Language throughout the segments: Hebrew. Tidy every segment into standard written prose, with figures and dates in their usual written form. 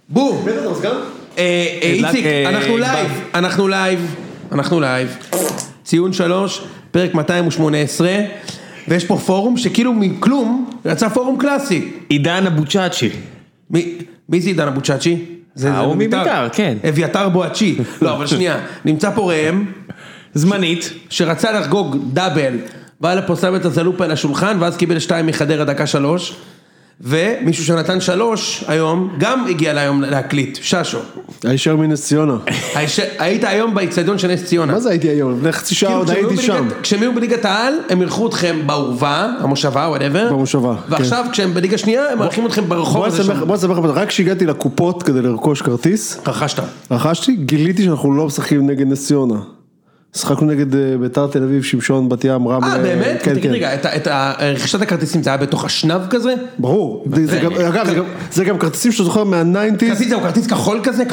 בום. איציק, אנחנו לייב, ציון 3, פרק 218, ויש פה פורום שכאילו מכלום יצא פורום קלאסי. עידן אבוצ'אצ'י. מי זה עידן אבוצ'אצ'י? הוא מביתר, כן. אביתר בואצ'י. לא, אבל שנייה, נמצא פה ראם זמנית שרצה לחגוג דאבל, בא לפה שם את הזלופה על השולחן, ואז קיבל 2 מחדרה דקה 3, ומישהו שנתן 3 היום, גם הגיע להיום להקליט, ששו. הישר מנס ציונה. היית היום באצטדיון של נס ציונה. מה זה הייתי היום? לפני חצי שעה עוד הייתי שם. כשהם היו בליגת העל, הם ערכו אתכם בעורבה, המושבה, whatever. במושבה. ועכשיו, כשהם בליגה שנייה, הם ערכים אתכם ברחוב הזה שם. בוא נספר לך, רק כשהגעתי לקופות כדי לרכוש כרטיס. רכשתי, גיליתי שאנחנו לא משחקים נגד נס ציונה. שחקנו נגד ביתר תל אביב, שמשון, בת ים, רמלה. באמת? תגיד רגע, את רכישת הכרטיסים זה היה בתוך השנב כזה? ברור. אגב, זה גם כרטיסים שאתה זוכר מה-90s. כרטיס זהו, כרטיס כחול כזה?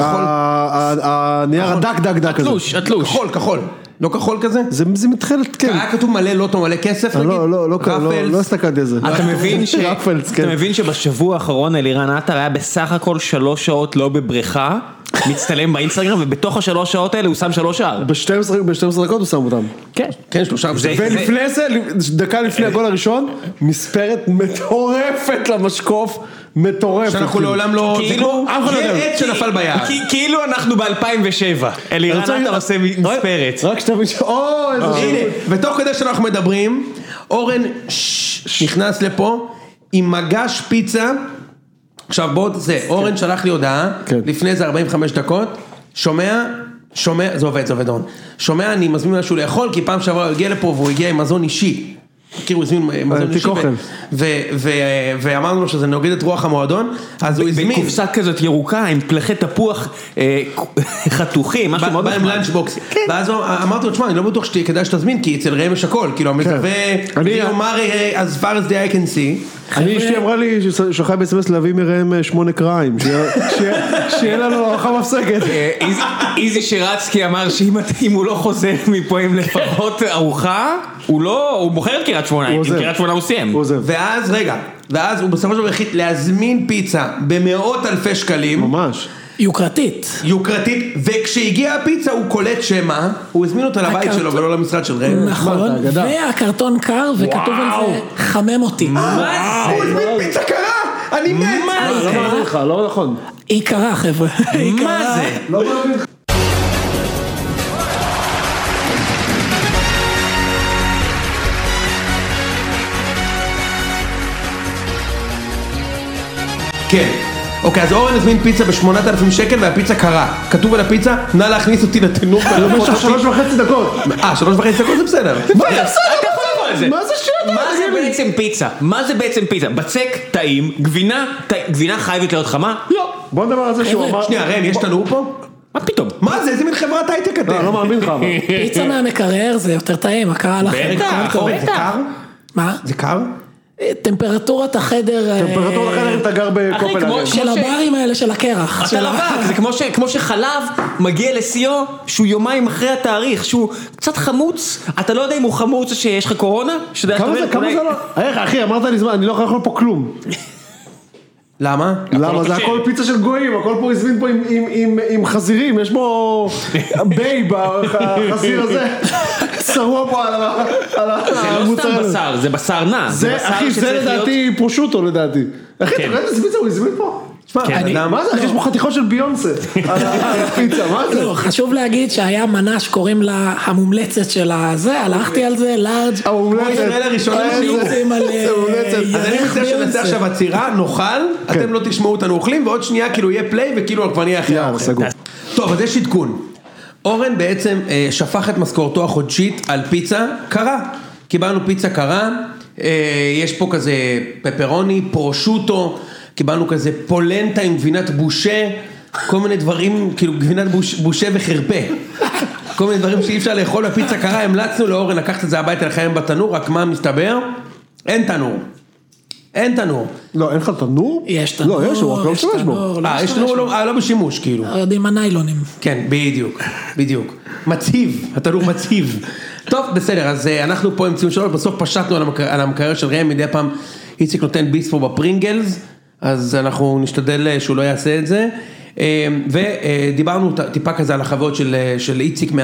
הנייר הדק כזה. התלוש. כחול. לא כחול כזה? זה מתחילת, כן. היה כתוב מלא לוטו, מלא כסף נגיד? לא הסתכלתי על זה. אתה מבין שבשבוע האחרון אלירן עטר היה בסך הכל 3 שעות לא בבריכה, מצטלם באינסטגרם, ובתוך ה3 שעות האלה הוא שם 3 שער. ב-12 דקות הוא שם אותם. כן, 3. ולפני זה, דקה לפני הגול הראשון, מספרת מטורפת למשקוף, מטורפת. שאנחנו לעולם לא... זה עץ שנפל ביער. כאילו אנחנו ב-2007. אלירן עטר עושה מספרת. רק שאתה מבין הנה, ותוך כדי שאנחנו מדברים, אורן נכנס לפה עם מגש פיצה. עכשיו בוא, אורן שלח לי הודעה, לפני זה 45 דקות, שומע, זה עובד אורן, שומע, אני מזמין משהו לאכול, כי פעם שעברה הוא הגיע לפה, והוא הגיע עם מזון אישי, הוא הזמין מזון אישי, ואמרנו לו שזה נוגד את רוח המועדון, אז הוא הזמין. בקופסה כזאת ירוקה, עם פלחי תפוח חתוכים, משהו מאוד נחמד. לנצ'בוקס, ואז אמרתי לו, תשמע, אני לא בטוח שכדאי שתזמין, כי אצל ראם יש הכל, כאילו המזווה, אני אומר, as far as the I can see, אשתי אמרה לי ששלחה בסמס להביא מראם 8 קריים, שיהיה לנו ארוחה מפסקת. איזי שרצקי אמר שאם הוא לא חוזר מפה עם לפחות ארוחה, הוא מוכר את קריית שמונה, עם קריית שמונה הוא סיים. ואז הוא בסופו של דבר החליט להזמין פיצה במאות אלפי שקלים. ממש. יוקרתית, וכשהגיעה הפיצה הוא קולט שמה, הוא הזמין אותה לבית שלו ולא למשרד של ראם. נכון, והקרטון קר וכתוב על זה חמם אותי. מה זה? הוא הזמין פיצה קרה, אני מת. לא מאמין לך, לא נכון. היא קרה חבר'ה. מה זה? לא מאמין לך. כן. אוקיי, אז אורן הזמין פיצה ב8,000 שקל והפיצה קרה. כתוב על הפיצה, נא להכניס אותי לתנור. במשך 3.5 דקות. 3.5 דקות זה בסדר. מה זה שטות? מה זה בעצם פיצה? בצק, טעים, גבינה חייבת להיות חמה? לא. בוא נדבר על זה שהוא אמר. שנייה, ראם, יש תנור פה? מה פתאום? מה זה? איזה מין חברת הייטק אתם? לא מאמין לך. פיצה מהמקרר זה יותר טעים, הקרה לכם. זה קר? מה? זה קר? טמפרטורת החדר אם אתה גר בקופנהגן של הברים האלה של הקרח אתה לבק, זה כמו שחלב מגיע לסיום שהוא יומיים אחרי התאריך שהוא קצת חמוץ, אתה לא יודע אם הוא חמוץ או שיש לך קורונה. כמה זה לא? אחי אמרת לי זמן, אני לא יכול לאכול פה כלום. למה? זה הכל פיצה של גויים, הכל פה הזמין פה עם חזירים, יש פה בייב, החזיר הזה שרוע פה על המוצר הזה. זה לא סתם בשר, זה בשר נע. אחי, זה לדעתי פרושוטו לדעתי. אחי, אתה רואה את הפיצה, הוא הזמין פה? מה זה? יש פה חתיכות של ביונסה על הפיצה, מה זה? חשוב להגיד שהיה מנה שקוראים לה המומלצת של הזה, הלכתי על זה, לארג' המומלצת. אז אני מציע שנעשה עכשיו עצירה, נאכל, אתם לא תשמעו אותנו אוכלים, ועוד שנייה כאילו יהיה פליי וכאילו כבר נהיה אחרי האוכל. טוב, אז יש עדכון. אורן בעצם שפך את משכורתו החודשית על פיצה קרה. קיבלנו פיצה קרה, יש פה כזה פפרוני, פרושוטו, קיבלנו כזה פולנטה עם גבינת בושה, כל מיני דברים, כאילו גבינת בושה וחרפה. כל מיני דברים שאי אפשר לאכול בפיצה קרה, המלצנו לאורן לקחת את זה הביתה לחיים בתנור, רק מה מסתבר? אין תנור. אין תנור. לא, אין לך תנור? יש תנור. לא, יש, הוא רק לא משתמש בו. יש תנור, לא בשימוש, כאילו. יודעים הניילונים. כן, בדיוק. מציב, התנור מציב. טוב, בסדר, אז אנחנו פה עם ציון 3, בסוף פשטנו על המקרר של ראם, מדי פעם איציק נותן ביס פה בפרינגלס, אז אנחנו נשתדל שהוא לא יעשה את זה. ודיברנו טיפה כזה על החוויות של איציק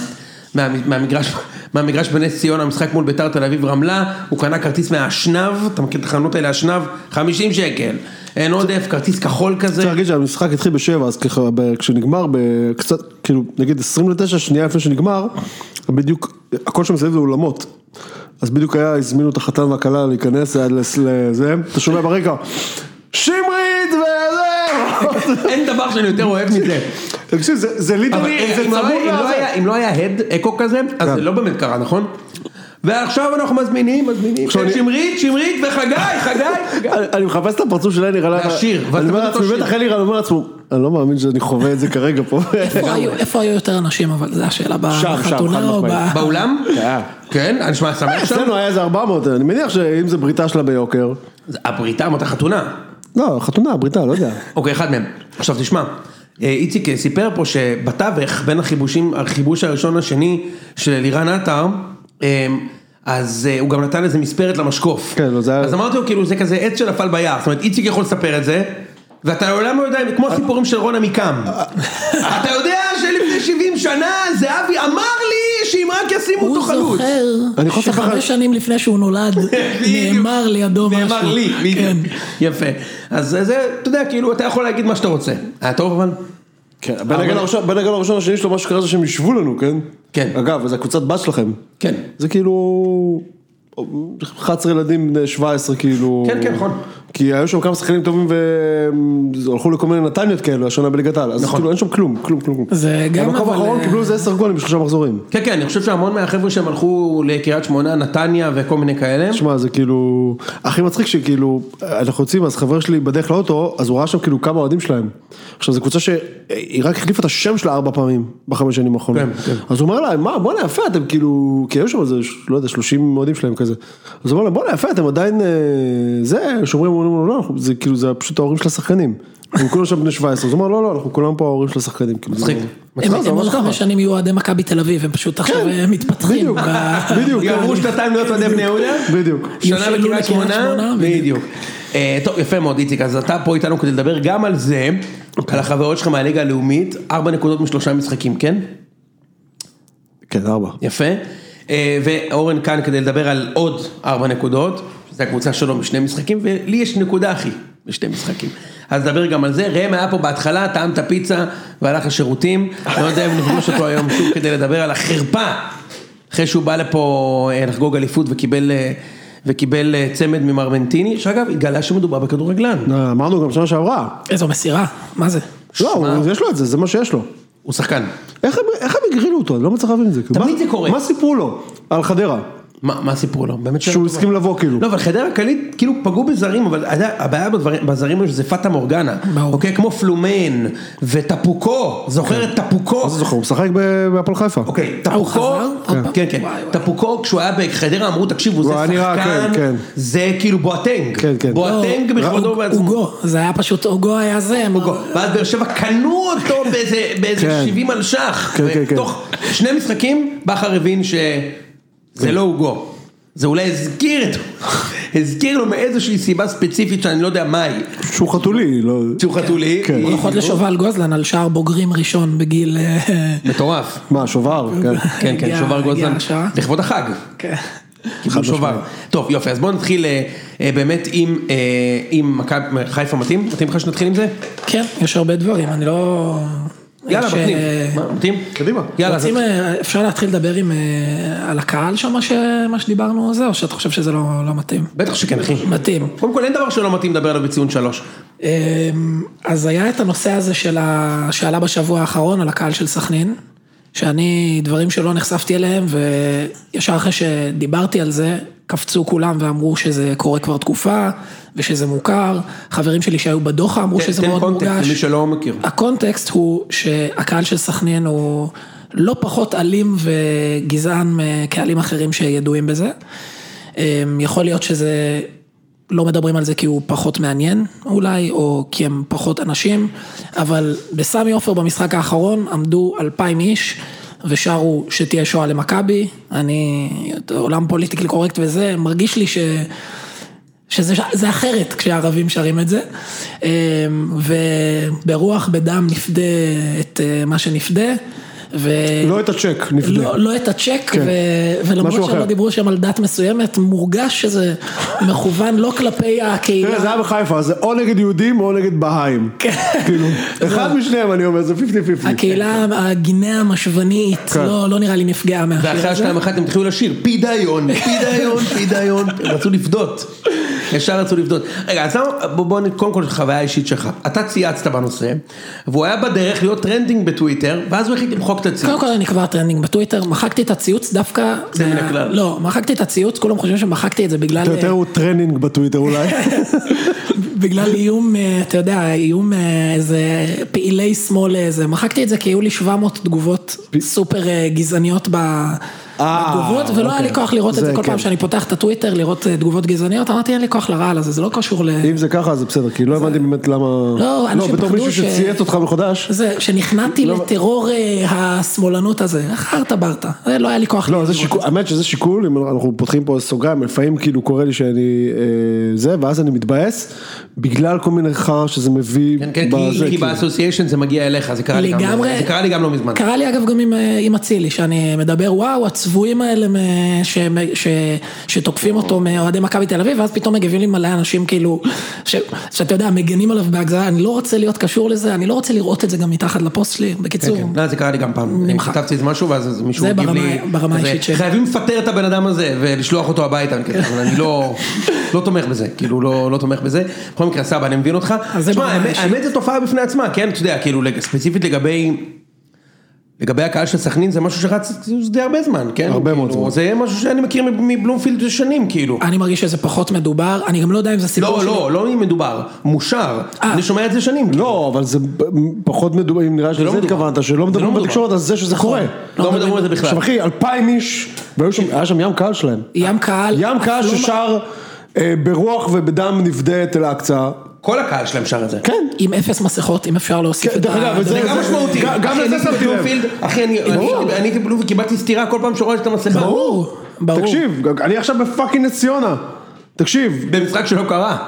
מהמגרש בנס ציונה, המשחק מול ביתר תל אביב רמלה, הוא קנה כרטיס מהאשנב, אתה מכיר את החנות האלה, אשנב, 50 שקל, אין עודף, כרטיס כחול כזה. צריך להגיד שהמשחק התחיל ב7, אז כשנגמר בקצת, כאילו נגיד 29 שנייה לפני שנגמר, בדיוק, הכל שם מסביב לאולמות, אז בדיוק הזמינו את החתן והכלה להיכנס עד לזה, אתה שומע ברקע, שמרית וזה, אין דבר שאני יותר אוהב מזה. תקשיב, זה ליטרלי, זה צמוד לזה. אם לא היה הד אקו כזה, אז זה לא באמת קרה, נכון? ועכשיו אנחנו מזמינים שמרית וחגי. אני מחפש את הפרצוף של אלי רלב. השיר. אני אומר לעצמי, בטח אלי רלב אומר לעצמו, אני לא מאמין שאני חווה את זה כרגע פה. איפה היו יותר אנשים, אבל זה השאלה בחתונה או באולם? כן, אני שמע, שמח שם. אצלנו היה איזה 400, אני מניח שאם זה בריתה שלה ביוקר. הבריתה, אמרת חתונה? לא, חתונה, בריתה, לא יודע. אוקיי, אחד מהם. עכשיו תשמע, איציק סיפר פה שבתווך בין החיבוש הראשון לשני של לירן עטר, אז הוא גם נתן איזה מספרת למשקוף. כן, לא, זה היה... אז אמרתי לו, כאילו, זה כזה עץ שנפל ביער. זאת אומרת, איציק יכול לספר את זה, ואתה לעולם לא יודע, כמו הסיפורים של רון עמיקם. אתה יודע שלפני 70 שנה, זהבי אמר לי שאם רק ישימו אותו חלוץ. הוא זוכר ש5 שנים לפני שהוא נולד, נאמר לידו משהו. נאמר לי, יפה. אז זה, אתה יודע, כאילו, אתה יכול להגיד מה שאתה רוצה. היה טוב, אבל... כן, בין הגל הראשון השני שלו, מה שקרה זה שהם ישבו לנו, כן? כן. אגב, זה הקבוצת בת שלכם. כן. זה כאילו... 11 ילדים בני 17 כאילו... כן, כן, נכון. כי היו שם כמה שחקנים טובים והלכו לכל מיני נתניות כאלו, השנה בליגת העל, אז כאילו אין שם כלום. זה גם במקום האחרון קיבלו איזה 10 גולים ב3 מחזורים. כן, כן, אני חושב שהמון מהחבר'ה שהם הלכו לקריית שמונה, נתניה וכל מיני כאלה. תשמע, זה כאילו... הכי מצחיק שכאילו, אנחנו יוצאים, אז חבר שלי בדרך לאוטו, אז הוא ראה שם כאילו כמה אוהדים שלהם. עכשיו, זו קבוצה שהיא רק החליפה את השם שלה 4 פעמים, ב5 שנים האחרונות. אז הוא אומר לה, מה, בוא נעפה, אתם כאילו, כי היו שם איזה, לא יודע, 30 אוהדים שלהם כזה. אז הוא אומר לה, בוא נעפה, אתם עדיין, זה, שומרים, לא, זה כאילו, זה פשוט ההורים של השחקנים. הם כולם שם בני 17, אז הוא אומר, לא, אנחנו כולם פה ההורים של השחקנים. מצחיק. הם עוד 5 שנים יהיו אוהדי מכבי תל אביב, הם פשוט עכשיו מתפתחים. בדיוק. יעברו 2 להיות אוהדי בני יהודה? בדיוק. שנה לקריית שמונה? בדיוק. טוב, יפה מאוד, איציק, אז אתה פה איתנו כדי לדבר גם על זה, על החברות שלך מהליגה הלאומית, 4 נקודות מ3 משחקים, כן? כן, 4. יפה. ואורן כאן כדי לדבר על עוד 4 נקודות, זה הקבוצה שלו משני משחקים, ולי יש נקודה אחי, בשני משחקים. אז נדבר גם על זה, ראם היה פה בהתחלה, טעם את הפיצה, והלך לשירותים, אני לא יודע אם נפגוש אותו היום שוב כדי לדבר על החרפה, אחרי שהוא בא לפה לחגוג אליפות וקיבל צמד ממרמנטיני, שאגב, התגלה שמדובר בכדורגלן. אמרנו גם שנה שעברה. איזו מסירה, מה זה? לא, יש לו את זה, זה מה שיש לו. הוא שחקן. איך הם הגרילו אותו? אני לא מצליח להבין את זה. תמיד זה קורה. מה סיפרו לו? על חדרה. מה סיפרו לו? באמת שהוא הסכים לבוא כאילו. לא, אבל חדרה קליט, כאילו פגעו בזרים, אבל הבעיה בזרים זה פטה מורגנה. אוקיי, כמו פלומן וטפוקו, זוכר את טפוקו? מה זה זוכר? הוא משחק בהפועל חיפה. אוקיי, טפוקו, כן, כן. טפוקו, כשהוא היה בחדרה, אמרו, תקשיבו, זה שחקן, זה כאילו בואטנג. בואטנג בכבודו בעצמו. אוגו, זה היה פשוט, אוגו היה זה. ואז באר שבע קנו אותו באיזה 70 על שח. ותוך 2 משחקים, בכר הבין זה לא אוגו, זה אולי הזכיר לו מאיזושהי סיבה ספציפית שאני לא יודע מה היא. שהוא חתולי, לא... שהוא חתולי. ברכות לשובל גוזלן על שער בוגרים ראשון בגיל... מטורף. מה, שובר? כן, כן, שובר גוזלן. לכבוד החג. כן. קיבלו שובר. טוב, יופי, אז בואו נתחיל באמת עם חיפה מתאים. מתאים לך שנתחיל עם זה? כן, יש הרבה דברים, אני לא... יאללה, מתאים? קדימה. אפשר להתחיל לדבר על הקהל שם מה שדיברנו על זה, או שאתה חושב שזה לא מתאים? בטח שכן, אחי. מתאים. קודם כל אין דבר שלא מתאים לדבר עליו בציון 3. אז היה את הנושא הזה שעלה בשבוע האחרון על הקהל של סכנין, שאני דברים שלא נחשפתי אליהם, וישר אחרי שדיברתי על זה, קפצו כולם ואמרו שזה קורה כבר תקופה, ושזה מוכר, חברים שלי שהיו בדוחה אמרו שזה מאוד מורגש. תן קונטקסט, למי שלא מכיר. הקונטקסט הוא שהקהל של סכנין הוא לא פחות אלים וגזען מקהלים אחרים שידועים בזה. יכול להיות שזה, לא מדברים על זה כי הוא פחות מעניין אולי, או כי הם פחות אנשים, אבל בסמי עופר במשחק האחרון עמדו 2,000 איש, ושרו שתהיה שואה למכבי, אני, עולם פוליטיקלי קורקט וזה, מרגיש לי שזה אחרת כשהערבים שרים את זה, וברוח בדם נפדה את מה שנפדה, לא את הצ'ק, נפדה. לא את הצ'ק, ולמרות שלא דיברו שם על דת מסוימת, מורגש שזה מכוון לא כלפי הקהילה. תראה, זה היה בחיפה, זה או נגד יהודים או נגד בהיים. כאילו, אחד משניהם אני אומר, זה 50-50. הקהילה הגינאה המשוונית, לא נראה לי נפגעה מהחיר הזה. ואחרי השניים אחת הם התחילו לשיר, פידיון, פידיון, פידיון, הם רצו לפדות. ישר רצו לפדות. רגע, אז בוא קודם כל חוויה אישית שלך. אתה צייצת בנושא, והוא היה בדרך להיות טרנדינג בטוויטר, ואז הוא החליט למחוק את הציוץ. קודם כל אני כבר טרנדינג בטוויטר, מחקתי את הציוץ דווקא... זה מן הכלל. לא, מחקתי את הציוץ, כולם חושבים שמחקתי את זה בגלל... יותר הוא טרנינג בטוויטר אולי. בגלל איום, אתה יודע, איום איזה פעילי שמאל איזה, מחקתי את זה כי היו לי 700 תגובות סופר גזעניות בתגובות, ולא היה לי כוח לראות את זה כל פעם שאני פותח את הטוויטר, לראות תגובות גזעניות, אמרתי אין לי כוח לרעל הזה, זה לא קשור ל... אם זה ככה, זה בסדר, כי לא הבנתי באמת למה... לא, בתור מישהו שצייץ אותך מחודש. זה, שנכנעתי לטרור השמאלנות הזה, אחרת ברתה, לא היה לי כוח לראות את זה. האמת שזה שיקול, אם אנחנו פותחים פה סוגריים, לפעמים כאילו קורה לי שאני זה, ואז אני מתבאס, בגלל כל מיני חר שזה מביא... כן, כי באסוסיישן זה מגיע אליך, זה קרה לי גם לא מזמן. קרה לי אגב גם עם אצילי, שאני מדבר, וואו, הצבועים האלה שתוקפים אותו מאוהדי מכבי תל אביב, ואז פתאום מגיבים לי מלא אנשים כאילו, שאתה יודע, מגנים עליו בהגזרה, אני לא רוצה להיות קשור לזה, אני לא רוצה לראות את זה גם מתחת לפוסט שלי, בקיצור. לא, זה קרה לי גם פעם, כתבתי איזה משהו, ואז מישהו הגיב לי, זה ברמה האישית שלי. חייבים לפטר את הבן אדם הזה, ולשלוח אותו הביתה, אבל אני לא תומך בזה, כאילו לא תומך בזה, בכל מקרה סבא, אני מבין אותך. האמת זה תופעה בפני עצמה, כן, אתה יודע, כאילו ספציפית לגבי הקהל של סכנין, זה משהו שרץ די הרבה זמן, כן? הרבה מאוד זמן. זה משהו שאני מכיר מבלומפילד שנים, כאילו. אני מרגיש שזה פחות מדובר, אני גם לא יודע אם זה סיפור שלי. לא מדובר, מושר. אני שומע את זה שנים. לא, אבל זה פחות מדובר, אם נראה שזה התכוונת, שלא מדברים בתקשורת על זה שזה קורה. לא מדברים על זה בכלל. עכשיו אחי, 2,000 איש, והיה שם ים קהל שלהם. ים קהל ששר ברוח ובדם נפדה את אל-אקצא. כל הקהל שלהם שר את זה. כן. עם 0 מסכות, אם אפשר להוסיף את זה. זה גם משמעותי. גם לזה שמתי לב. אחי, אני הייתי בלוב וקיבלתי סתירה כל פעם שרואה את המסכה. ברור. תקשיב, אני עכשיו בפאקינג נס ציונה. תקשיב. במשחק שלא קרה.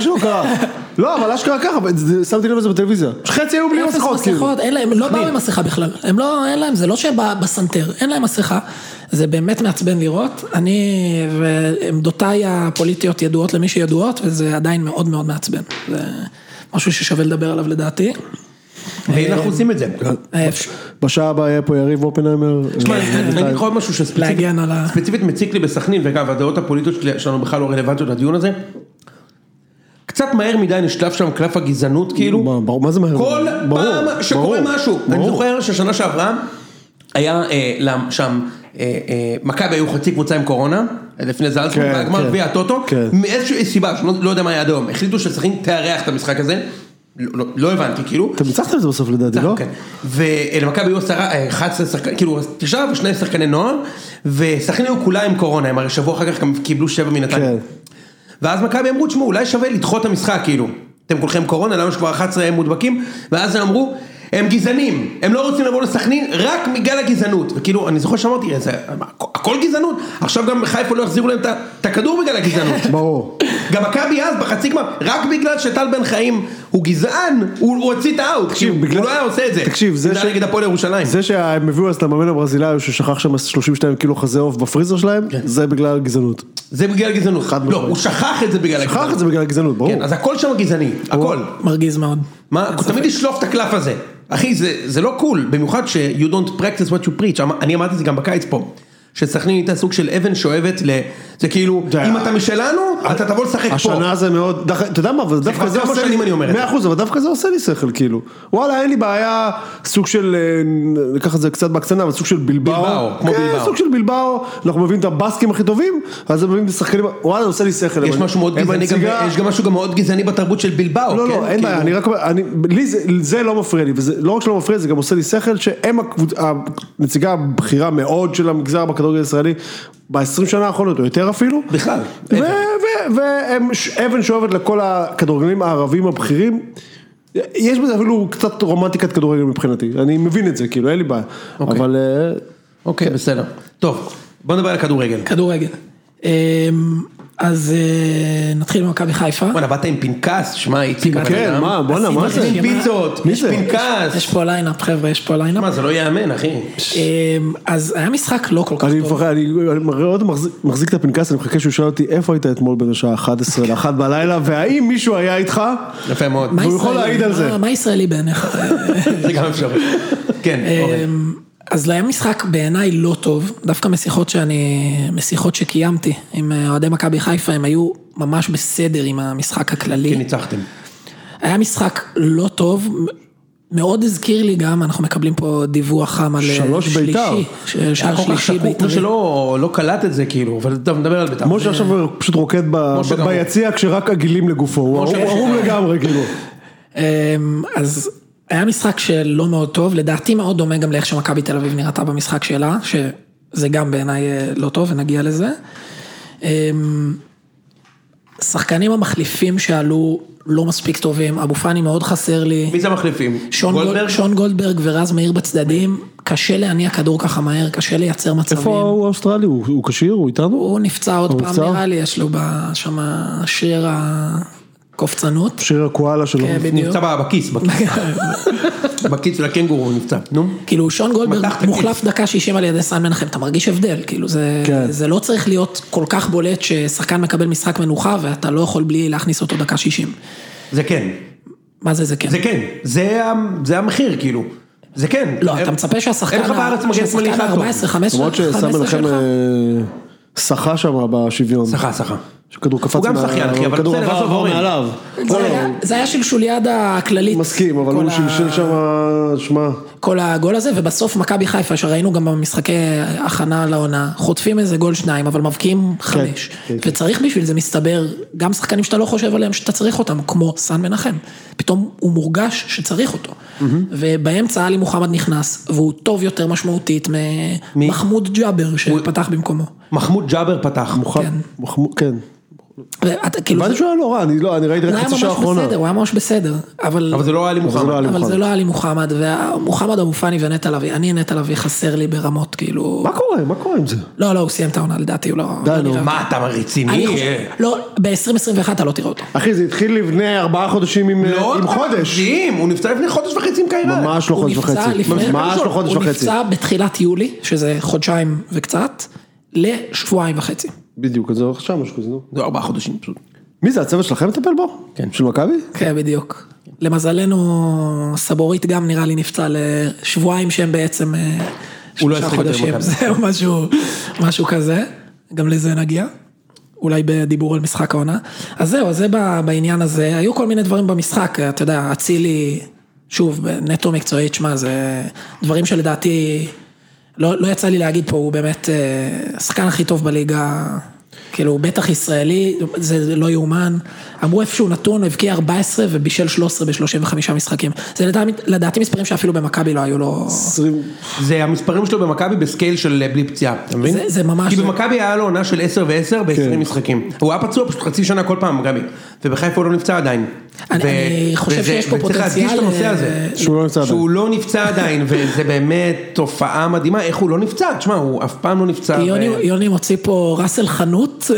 לא, אבל אשכרה ככה, שמתי לב לזה בטלוויזיה. חצי היו בלי מסכות. הם לא באו עם מסכה בכלל. אין להם, זה לא שבסנטר, אין להם מסכה. זה באמת מעצבן לראות. אני ועמדותיי הפוליטיות ידועות למי שידועות, וזה עדיין מאוד מאוד מעצבן. זה משהו ששווה לדבר עליו לדעתי. והנה אנחנו עושים את זה. בשעה הבאה יהיה פה יריב אופנהיימר. תשמע, אני אקרא עוד משהו שספציפית מציק לי בסכנין, ואגב, הדעות הפוליטיות שלנו בכלל לא רלוונטיות לדיון הזה. קצת מהר מדי נשלף שם קלף הגזענות, כאילו. מה זה מהר? כל פעם שקורה משהו. אני זוכר ששנה שעברה, היה שם, מכבי היו חצי קבוצה עם קורונה, לפני זלצבורג, והגמר גביע הטוטו, מאיזושהי סיבה, שלא יודע מה היה אדום, החליטו שסכנין תארח את המשחק הזה, לא הבנתי, כאילו. אתה מצחת את זה בסוף לדעתי, לא? כן. ולמכבי היו 11 שחקנים, כאילו 9 ו2 שחקני נוער, וסכנין היו כולה עם קורונה, הם הרי שבוע אחר כך גם קיבלו 7 מנתניה. ואז מכבי אמרו, תשמעו, אולי שווה לדחות את המשחק, כאילו. אתם כולכם קורונה, למה שכבר 11 הם מודבקים, ואז הם אמרו, הם גזענים, הם לא רוצים לבוא לסכנין רק בגלל הגזענות, וכאילו, אני זוכר שאמרתי, הכל גזענות, עכשיו גם חיפה לא יחזירו להם את הכדור בגלל הגזענות. ברור. גם מכבי אז בחצי גמר, רק בגלל שטל בן חיים הוא גזען, הוא הוציא את האוט, הוא לא היה עושה את זה. תקשיב, זה נגד הפועל ירושלים. זה שהם הביאו אז את המאמן הברזילאי ששכח שם 32 קילו חזה עוף בפריזר שלהם, זה בגלל גזענות. זה בגלל גזענות. לא, הוא שכח את זה בגלל הגזענות. שכח את זה בגלל הגזענות, ברור. כן, אז הכל שם גזעני, הכל. מרגיז מאוד. מה, תמיד ישלוף את הקלף הזה. אחי, זה לא קול, במיוחד ש- you don't practice what you preach, אני אמרתי את זה גם בקיץ פה, שסכנין הייתה סוג של אבן שואבת, זה כאילו, אם אתה משלנו, אתה תבוא לשחק פה. השנה זה מאוד, אתה יודע מה, אבל דווקא זה עושה לי, 100%, אבל דווקא זה עושה לי שכל, כאילו. וואלה, אין לי בעיה, סוג של, ניקח את זה קצת בקצנה, אבל סוג של בלבאו. כמו בלבאו. סוג של בלבאו, אנחנו מביאים את הבאסקים הכי טובים, אז הם מביאים את השחקנים, וואלה, עושה לי שכל. יש משהו מאוד גזעני, יש גם משהו מאוד גזעני בתרבות של בלבאו. לא, לא, אין בעיה, אני רק אומר, לי זה לא מפריע לי, ולא רק שלא מפריע, זה גם עושה לי שכל, שהם הנציגה הבכירה מאוד של המגזר בכדורגל הישראלי, ב-20 שנה האחרונות, או יותר אפילו. בכלל. והם אבן שואבת לכל הכדורגלים הערבים הבכירים, יש בזה אפילו קצת רומנטיקת כדורגל מבחינתי, אני מבין את זה, כאילו, אין לי בעיה. אבל... אוקיי, בסדר. טוב, בוא נדבר על כדורגל. כדורגל. אז נתחיל במכבי חיפה. בוא'נה, באת עם פנקס, שמע, איציק. כן, מה זה? יש פיצות, יש פנקס. יש פה ליינאפ, חבר'ה, יש פה ליינאפ. מה, זה לא יאמן, אחי. אז היה משחק לא כל כך טוב. אני מאוד מחזיק את הפנקס, אני מחכה שהוא שאל אותי, איפה היית אתמול בין השעה 11 ל-1 בלילה, והאם מישהו היה איתך? יפה מאוד. והוא יכול להעיד על זה. מה ישראלי בעיניך? זה גם אפשר. כן, אז היה משחק בעיניי לא טוב, דווקא משיחות שקיימתי עם אוהדי מכבי חיפה, הם היו ממש בסדר עם המשחק הכללי. כן, ניצחתם. היה משחק לא טוב, מאוד הזכיר לי גם, אנחנו מקבלים פה דיווח חם על שלישי, שער שלישי בית"רי. כמו שלא קלט את זה כאילו, אבל טוב, נדבר על בית"ר. כמו שעכשיו פשוט רוקד ביציע כשרק עגילים לגופו, הוא ערום לגמרי כאילו. אז היה משחק שלא מאוד טוב, לדעתי מאוד דומה גם לאיך שמכבי תל אביב נראתה במשחק שלה, שזה גם בעיניי לא טוב ונגיע לזה. שחקנים המחליפים שעלו לא מספיק טובים, אבו פאני מאוד חסר לי. מי זה המחליפים? שון גולדברג ורז מאיר בצדדים, קשה להניע כדור ככה מהר, קשה לייצר מצבים. איפה הוא האוסטרלי? הוא קשיר? הוא איתנו? הוא נפצע עוד פעם נראה לי, יש לו שם שריר הקופצנות. שריר הקואלה שלו. נפצע בכיס. בקיץ של הקנגורו הוא נפצע, נו. כאילו שון גולדברג מוחלף דקה 60 על ידי סן מנחם, אתה מרגיש הבדל, כאילו זה לא צריך להיות כל כך בולט ששחקן מקבל משחק מנוחה ואתה לא יכול בלי להכניס אותו דקה 60. זה כן. מה זה כן? זה כן, זה המחיר כאילו, זה כן. לא, אתה מצפה שהשחקן 14-15 למרות שסן מנחם שחה שם בשוויון. שחה. שכדור קפץ הוא גם שחיין, אחי, אבל בסדר, עבור מעליו. זה היה שלשוליאדה הכללית. מסכים, אבל הוא שלשל שם, שמה. כל הגול הזה, ובסוף מכבי חיפה, שראינו גם במשחקי הכנה לעונה, חוטפים איזה גול 2, אבל מבקיעים 5. וצריך בשביל זה מסתבר, גם שחקנים שאתה לא חושב עליהם שאתה צריך אותם, כמו סן מנחם. פתאום הוא מורגש שצריך אותו. ובאמצע עלי מוחמד נכנס, והוא טוב יותר משמעותית ממחמוד ג'אבר שפתח במקומו. מחמוד ג'אבר פתח. כן. הבנתי שהוא היה לא רע, אני ראיתי רק חצי שעה האחרונה. הוא היה ממש בסדר, אבל זה לא היה לי מוחמד. אבל זה לא היה לי מוחמד, ומוחמד אבו פאני ונטע לביא, אני נטע לביא חסר לי ברמות, כאילו... מה קורה עם זה? לא, הוא סיים את העונה, לדעתי הוא לא... מה, אתה רציני? לא, ב-2021 אתה לא תראה אותו. אחי, זה התחיל לפני 4 חודשים עם חודש. הוא נפצע לפני חודש וחצי עם קיירת. ממש לא חודש וחצי. הוא נפצע בתחילת יולי, שזה חודשיים וקצת, לשבועיים וחצי. בדיוק, אז זה עכשיו משהו כזה, נו. זה 4 חודשים פשוט. מי זה, הצוות שלכם מטפל בו? כן. של מכבי? כן, בדיוק. למזלנו, סבורית גם נראה לי נפצע לשבועיים שהם בעצם 3 חודשים. זהו, משהו כזה. גם לזה נגיע. אולי בדיבור על משחק העונה. אז זהו, זה בעניין הזה. היו כל מיני דברים במשחק, אתה יודע, אצילי, שוב, נטו מקצועית, שמה, זה דברים שלדעתי... לא יצא לי להגיד פה, הוא באמת השחקן הכי טוב בליגה, כאילו הוא בטח ישראלי, זה לא יאומן, אמרו איפשהו נתון, הבקיע 14 ובישל 13 ב-35 משחקים, זה לדעתי מספרים שאפילו במכבי לא היו לו... זה המספרים שלו במכבי בסקייל של בלי פציעה, אתה מבין? זה ממש... כי במכבי היה לו עונה של 10 ו-10 ב-20 משחקים, הוא היה פצוע פשוט חצי שנה כל פעם במכבי, ובחיפה הוא לא נפצע עדיין. אני חושב שיש פה פוטנציאל שהוא לא נפצע עדיין, וזה באמת תופעה מדהימה, איך הוא לא נפצע, תשמע, הוא אף פעם לא נפצע. יוני מוציא פה רסל חנות,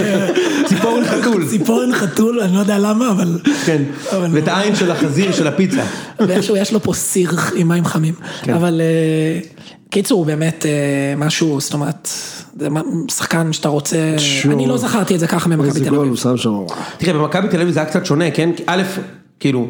ציפורן חתול, אני לא יודע למה, אבל... כן, ואת העין של החזיר של הפיצה. ואיכשהו יש לו פה סיר עם מים חמים, אבל קיצור הוא באמת משהו, זאת אומרת, זה שחקן שאתה רוצה, אני לא זכרתי את זה ככה ממכבי תל אביב. תראה, במכבי תל אביב זה היה קצת שונה, כן? א', כאילו,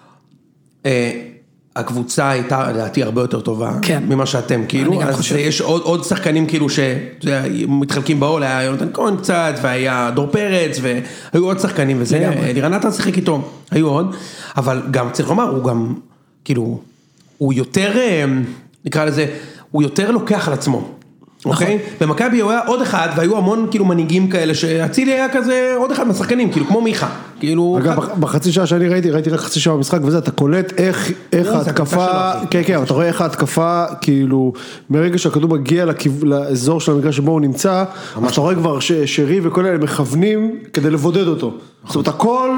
הקבוצה הייתה לדעתי הרבה יותר טובה ממה שאתם, כאילו, אז יש עוד שחקנים כאילו שמתחלקים בעול, היה יונתן כהן קצת, והיה דור פרץ, והיו עוד שחקנים וזה, לירן נתן שיחק איתו, היו עוד, אבל גם צריך לומר, הוא גם, כאילו, הוא יותר, נקרא לזה, הוא יותר לוקח על עצמו. אוקיי? במכבי הוא היה עוד אחד, והיו המון כאילו מנהיגים כאלה, שהצילי היה כזה עוד אחד מהשחקנים, כאילו כמו מיכה. אגב, בחצי שעה שאני ראיתי רק חצי שעה במשחק, וזה, אתה קולט איך ההתקפה, כן, אתה רואה איך ההתקפה, כאילו, מרגע שהכדור מגיע לאזור של המגרש שבו הוא נמצא, אתה רואה כבר שרי וכל אלה מכוונים כדי לבודד אותו. זאת אומרת, הכל,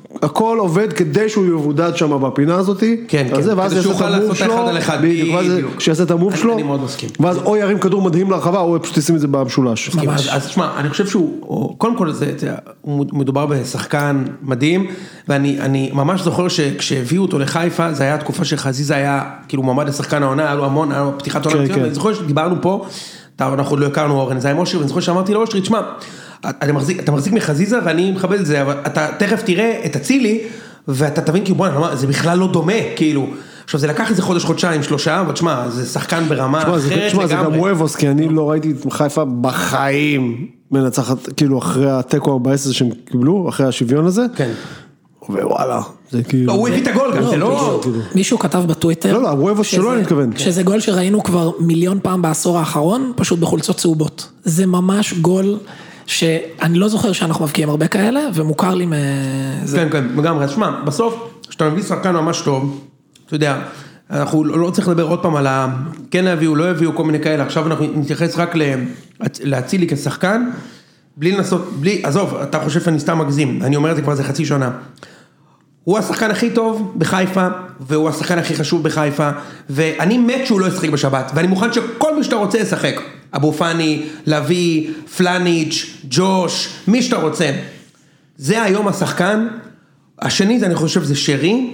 הכל עובד כדי שהוא יבודד שם בפינה הזאת. כן, כדי שהוא יוכל לעשות אחד על אחד. שיעשה את המוב שלו. אני מאוד מסכים. ואז או ירים כדור מדהים להרחבה, או פשוט ישים את זה במשולש. אז תשמע, אני חושב שהוא, קודם כל הוא מדובר בשחקן מדהים, ואני ממש זוכר שכשהביאו אותו לחיפה, זה היה תקופה שחזיזה היה, כאילו מועמד לשחקן העונה, היה לו המון, היה לו פתיחת עונה, ואני זוכר שדיברנו פה, אנחנו לא הכרנו אורן, זה היה מושר, ואני זוכר שאמרתי לו, אושרי, תשמע, אתה מחזיק מחזיזה ואני מכבד את זה, אבל אתה תכף תראה את הצילי, ואתה תבין כאילו בוא'נה, זה בכלל לא דומה, כאילו, עכשיו זה לקח איזה חודש-חודשיים, 3, אבל תשמע, זה שחקן ברמה אחרת לגמרי. תשמע, זה גם וובוס, כי אני לא ראיתי את חיפה בחיים מנצחת, כאילו אחרי הטקו 14 שהם קיבלו, אחרי השוויון הזה. כן. ווואלה, זה כאילו... לא, הוא הביא את הגול גם, זה לא... מישהו כתב בטוויטר... לא, וובוס שלא אני מתכוון. שזה גול שראינו כבר מיליון פעם בעשור האחרון, פשוט בחולצות צהובות. זה ממש גול... שאני לא זוכר שאנחנו מבקיעים הרבה כאלה, ומוכר לי מזה. כן, כן, לגמרי, אז שמע, בסוף, כשאתה מביא שחקן ממש טוב, אתה יודע, אנחנו לא צריך לדבר עוד פעם על כן הביאו, לא הביאו, כל מיני כאלה, עכשיו אנחנו נתייחס רק להצילי כשחקן, בלי לנסות, עזוב, אתה חושב שאני סתם מגזים, אני אומר את זה כבר, זה חצי שנה. הוא השחקן הכי טוב בחיפה, והוא השחקן הכי חשוב בחיפה, ואני מת שהוא לא ישחק בשבת, ואני מוכן שכל מי שאתה רוצה ישחק, אבו פני, לוי, פלניץ', ג'וש, מי שאתה רוצה. זה היום השחקן, השני זה אני חושב זה שרי,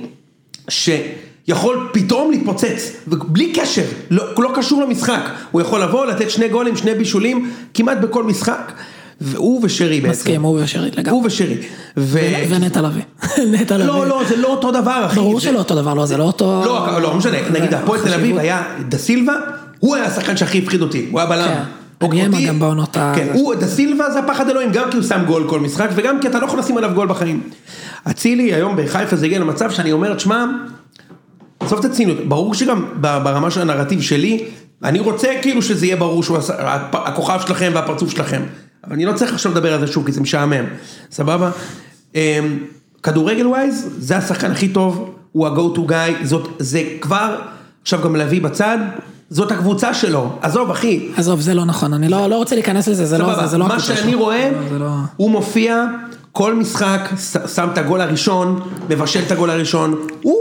שיכול פתאום להתפוצץ, ובלי קשר, לא קשור למשחק, הוא יכול לבוא, לתת 2 גולים, 2 בישולים, כמעט בכל משחק, והוא ושרי בעצם. מסכים, הוא ושרי לגמרי. הוא ושרי. ונטע לוי. לא, זה לא אותו דבר, אחי. ברור שלא אותו דבר, לא, זה לא אותו... לא, משנה, נגיד, הפועל תל אביב היה דה סילבה, הוא היה השחקן שהכי הפחיד אותי, הוא היה בלם. אני גם בעונות ה... כן, הוא, דה סילבה זה הפחד אלוהים, גם כי הוא שם גול כל משחק, וגם כי אתה לא יכול לשים עליו גול בחיים. אצילי היום בחיפה זה הגיע למצב שאני אומר, תשמע, בסוף תציינות, ברור שגם ברמה של הנרטיב שלי, אני רוצה כאילו שזה יהיה ברור שהוא הכוכב שלכם והפרצוף שלכם. אבל אני לא צריך עכשיו לדבר על זה שוב, כי זה משעמם. סבבה? כדורגל ווייז, זה השחקן הכי טוב, הוא ה-go to guy, זה כבר, עכשיו גם להביא בצד, זאת הקבוצה שלו. עזוב, אחי. עזוב, זה לא נכון, אני לא רוצה להיכנס לזה, זה לא הקבוצה שלו. מה שאני רואה, הוא מופיע, כל משחק, שם את הגול הראשון, מבשל את הגול הראשון,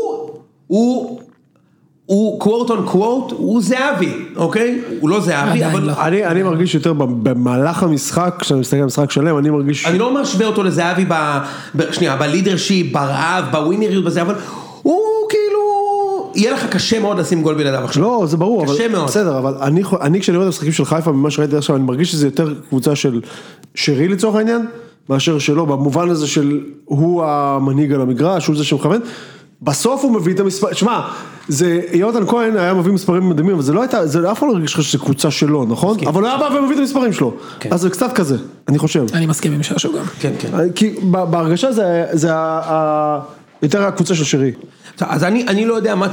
הוא quote on quote, הוא זהבי, אוקיי? הוא לא זהבי, אבל... אני מרגיש יותר במהלך המשחק, כשאני מסתכל על משחק שלם, אני מרגיש... אני לא משווה אותו לזהבי שנייה, בלידרשיפ, ברעב, בווינריות בזה, אבל הוא כאילו... יהיה לך קשה מאוד לשים גול בלעדיו עכשיו. לא, זה ברור, אבל... קשה מאוד. בסדר, אבל אני כשאני רואה את המשחקים של חיפה, ממה שראיתי עכשיו, אני מרגיש שזה יותר קבוצה של שרי לצורך העניין, מאשר שלו, במובן הזה של הוא המנהיג על המגרש, הוא זה שמכוון. בסוף הוא מביא את המספר, שמע, זה, יונתן כהן היה מביא מספרים מדהימים, אבל זה לא הייתה, זה אף פעם לא הרגיש לך שזה קוצה שלו, נכון? אבל הוא היה בא ומביא את המספרים שלו, אז זה קצת כזה, אני חושב. אני מסכים עם שרשו גם. כן, כן. כי בהרגשה זה יותר הקבוצה של שרי. אז אני לא יודע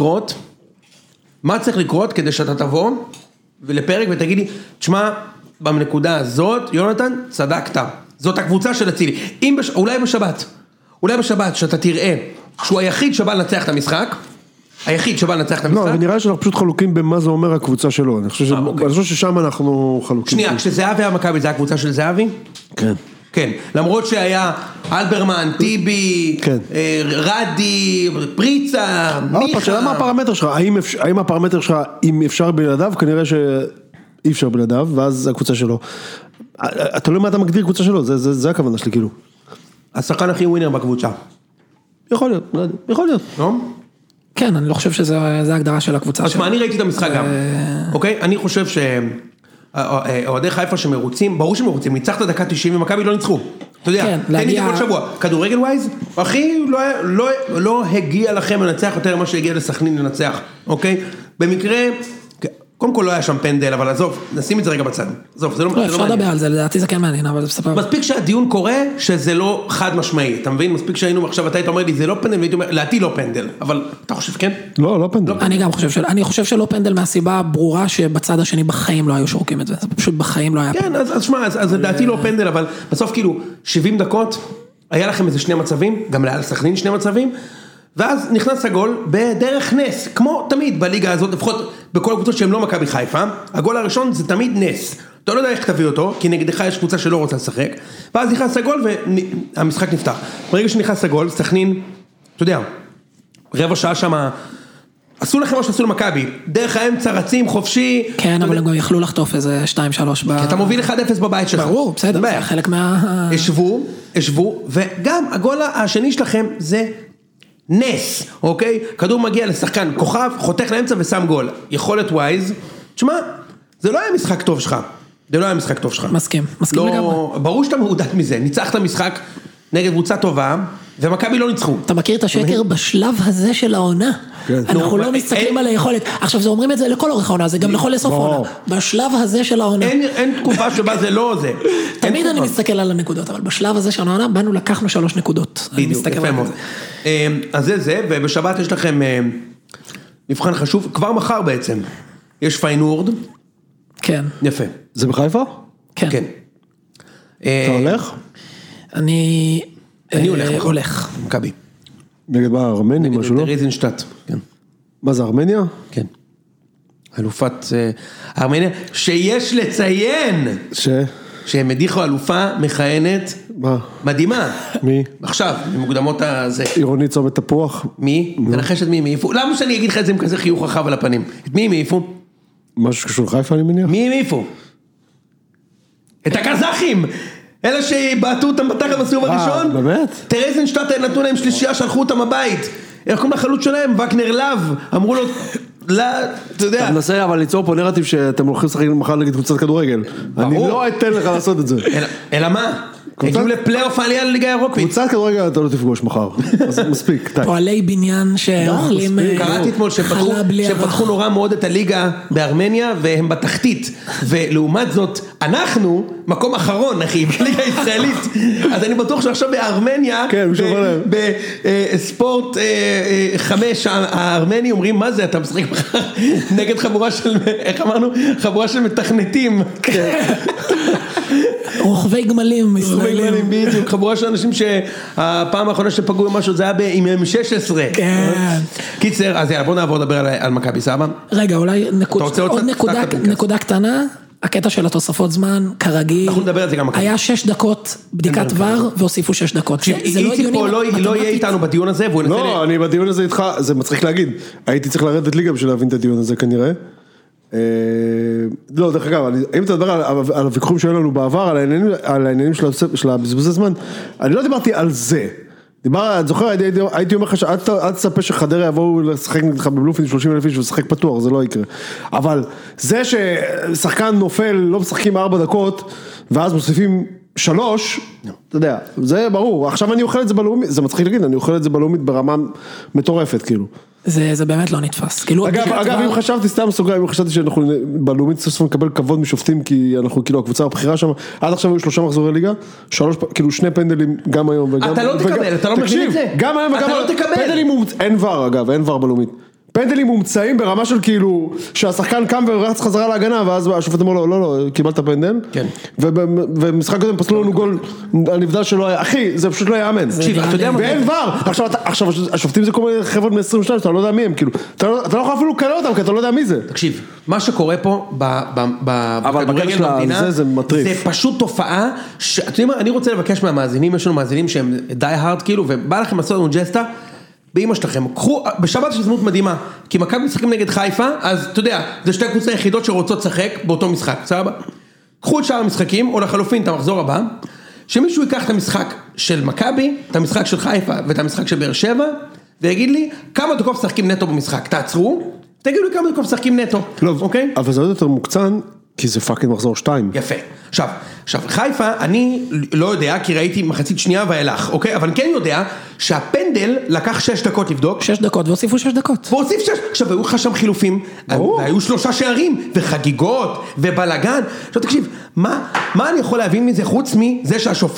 מה צריך לקרות כדי שאתה תבוא ולפרק ותגיד לי, תשמע, בנקודה הזאת, יונתן, צדקת, זאת הקבוצה של אצילי, אולי בשבת שאתה תראה שהוא היחיד שבא לנצח את המשחק, לא, ונראה לי שאנחנו פשוט חלוקים במה זה אומר הקבוצה שלו, אני חושב ששם אנחנו חלוקים. שנייה, כשזהבי היה מכבי, זה הקבוצה של זהבי? כן. כן, למרות שהיה אלברמן, טיבי, רדי, פריצה, מיכה. השאלה מה הפרמטר שלך, האם הפרמטר שלך, אם אפשר בלעדיו, כנראה שאי אפשר בלעדיו, ואז הקבוצה שלו. אתה לא יודע מה אתה מגדיר קבוצה שלו, זה הכוונה שלי כאילו. השחקן הכי ווינר בקבוצה. יכול להיות. לא? כן, אני לא חושב שזה ההגדרה של הקבוצה. אז מה, אני ראיתי את המשחק גם, אוקיי? אני חושב שאוהדי חיפה שמרוצים, ברור שמרוצים, ניצחת דקה 90 ומכבי לא ניצחו. אתה יודע, תן לי כל שבוע. כדורגל ווייז, אחי, לא הגיע לכם לנצח יותר ממה שהגיע לסכנין לנצח, אוקיי? במקרה... קודם כל לא היה שם פנדל, אבל עזוב, נשים את זה רגע בצד. עזוב, זה לא מעניין. אפשר לדבר על זה, לדעתי זה כן מעניין, אבל זה ספר. מספיק שהדיון קורה, שזה לא חד משמעי, אתה מבין? מספיק שהיינו עכשיו, אתה היית אומר לי, זה לא פנדל, והייתי אומר, לעתי לא פנדל, אבל אתה חושב כן? לא פנדל. אני גם חושב שלא פנדל מהסיבה ברורה שבצד השני בחיים לא היו שורקים את זה, זה פשוט בחיים לא היה פנדל. כן, אז שמע, אז לדעתי לא פנדל, אבל בסוף כאילו, 70 דקות, היה לכם איזה 2 מצבים, גם לסכנין 2 מצבים, ואז נכנס הגול בדרך נס, כמו תמיד בליגה הזאת, לפחות בכל הקבוצות שהם לא מכבי חיפה, הגול הראשון זה תמיד נס, אתה לא יודע איך תביא אותו, כי נגדך יש קבוצה שלא רוצה לשחק, ואז נכנס הגול והמשחק נפתח. ברגע שנכנס הגול, סכנין, אתה יודע, רבע שעה שמה, עשו לכם מה שעשו למכבי, דרך האמצע רצים, חופשי. כן, אבל הם גם יכלו לחטוף איזה 2-3 כי אתה מוביל 1-0 בבית שלך. ברור, בסדר, זה חלק מה... ישבו, וגם הגול השני שלכם זה נס, אוקיי? כדור מגיע לשחקן כוכב, חותך לאמצע ושם גול. יכולת ווייז, תשמע, זה לא היה משחק טוב שלך. זה לא היה משחק טוב שלך. מסכים לגמרי. ברור שאתה מעודד מזה, ניצחת משחק נגד קבוצה טובה, ומכבי לא ניצחו. אתה מכיר את השקר בשלב הזה של העונה? אנחנו לא מסתכלים על היכולת. עכשיו, זה אומרים את זה לכל אורך העונה, זה גם נכון לסוף העונה. בשלב הזה של העונה. אין תקופה שבה זה לא זה. תמיד אני מסתכל על הנקודות, אבל בשלב הזה של העונה, באנו לקחנו 3 נקודות. בדיוק, יפה מאוד. אז זה, ובשבת יש לכם מבחן חשוב, כבר מחר בעצם. יש פיינורד. כן. יפה. זה בחיפה? כן. אתה הולך? אני הולך. מכבי. נגד מה, ארמניה, משהו לא? נגד ריזנשטאט, כן. מה זה, ארמניה? כן. אלופת ארמניה, שיש לציין. שהם הדיחו אלופה מכהנת. מה? מדהימה. מי? עכשיו, ממוקדמות הזה. עירונית צומת תפוח. מי? תנחש את מי מעיפו? למה שאני אגיד לך את זה עם כזה חיוך רחב על הפנים? את מי מעיפו? משהו שקשור לחיפה אני מניח? מי מעיפו? את הקזחים! אלה שבעטו אותם בתחת בסיבוב הראשון. באמת? טרזנשטאט נתנו להם שלישייה, שלחו אותם הבית. איך קוראים לחלוץ שלהם? וקנר לב. אמרו לו, לא, אתה יודע. אתה מנסה אבל ליצור פה נרטיב שאתם הולכים לשחק מחר נגד קבוצת כדורגל. אני לא אתן לך לעשות את זה. אלא מה? הגיעו לפלייאוף העלייה לליגה האירופית. קבוצת כדורגל אתה לא תפגוש מחר. אז מספיק. פועלי בניין שאוכלים קראתי אתמול שפתחו נורא מאוד את הליגה בארמניה והם בתחתית. ולעומת זאת, אנחנו מקום אחרון, אחי, בליגה הישראלית. אז אני בטוח שעכשיו בארמניה, בספורט 5 הארמני אומרים, מה זה, אתה משחק מחר נגד חבורה של, איך אמרנו? חבורה של מתכנתים. רוכבי גמלים ישראלים. בדיוק, חבורה של אנשים שהפעם האחרונה שפגעו במשהו זה היה עם M16. כן. קיצר, אז יאללה, בוא נעבור לדבר על מכבי, סבא. רגע, אולי עוד נקודה קטנה, הקטע של התוספות זמן, כרגיל. אנחנו נדבר על זה גם מכבי. היה 6 דקות בדיקת ור והוסיפו 6 דקות. איציק פה לא יהיה איתנו בדיון הזה. לא, אני בדיון הזה איתך, זה מצחיק להגיד. הייתי צריך לרדת ליגה בשביל להבין את הדיון הזה כנראה. לא, דרך אגב, אם אתה מדבר על הוויכוחים שהיו לנו בעבר, על העניינים של הבזבוז הזמן, אני לא דיברתי על זה. את זוכר, הייתי אומר לך שעד תצפה שחדרה יבואו לשחק נגדך בבלומפילד 30,000 איש ולשחק פתוח, זה לא יקרה. אבל זה ששחקן נופל, לא משחקים 4 דקות, ואז מוסיפים 3, אתה יודע, זה ברור. עכשיו אני אוכל את זה בלאומית, זה מצחיק להגיד, אני אוכל את זה בלאומית ברמה מטורפת, כאילו. זה באמת לא נתפס. אגב, אם חשבתי, סתם סוגריים, אם חשבתי שאנחנו בלאומית סוף נקבל כבוד משופטים, כי אנחנו כאילו הקבוצה הבחירה שם, עד עכשיו היו 3 מחזורי ליגה, 2 פנדלים גם היום וגם... אתה לא תקבל, אתה לא מבין את זה. גם היום וגם... אתה לא תקבל. פנדלים, אין ור אגב, אין ור בלאומית. פנדלים מומצאים ברמה של כאילו, שהשחקן קם ורץ חזרה להגנה, ואז השופט אמר לו, לא, קיבלת פנדל. כן. ובמשחק קודם פסלו לנו גול על נבדל שלא היה, אחי, זה פשוט לא יאמן. ואין ור. עכשיו, השופטים זה כל מיני חבר'ה מ-22, שאתה לא יודע מי הם, כאילו, אתה לא יכול אפילו לקלל אותם, כי אתה לא יודע מי זה. תקשיב, מה שקורה פה, בכדורגל במדינה, זה פשוט תופעה, אתה יודע מה, אני רוצה לבקש מהמאזינים, יש לנו מאזינים שהם די הארד, כאילו, ובא לכם לעשות לנו ג'סטה, באמא שלכם, קחו, בשבת יש הזדמנות מדהימה, כי מכבי משחקים נגד חיפה, אז אתה יודע, זה 2 קבוצות היחידות שרוצות לשחק באותו משחק, סבבה? קחו את שאר המשחקים, או לחלופין את המחזור הבא, שמישהו ייקח את המשחק של מכבי, את המשחק של חיפה ואת המשחק של באר שבע, ויגיד לי, כמה דקות משחקים נטו במשחק, תעצרו, תגידו לי כמה דקות משחקים נטו, אוקיי? אבל זה עוד יותר מוקצן, כי זה פאקינג מחזור 2. יפה. עכשיו, חיפה, אני לא יודע, כי ראיתי מחצית שנייה ואילך, אוקיי? אבל כן יודע שהפנדל לקח 6 דקות לבדוק. 6 דקות, והוסיפו 6 דקות. והוסיף 6, עכשיו, היו לך שם חילופים, והיו 3 שערים, וחגיגות, ובלגן. עכשיו, תקשיב, מה אני יכול להבין מזה, חוץ מזה שהשופט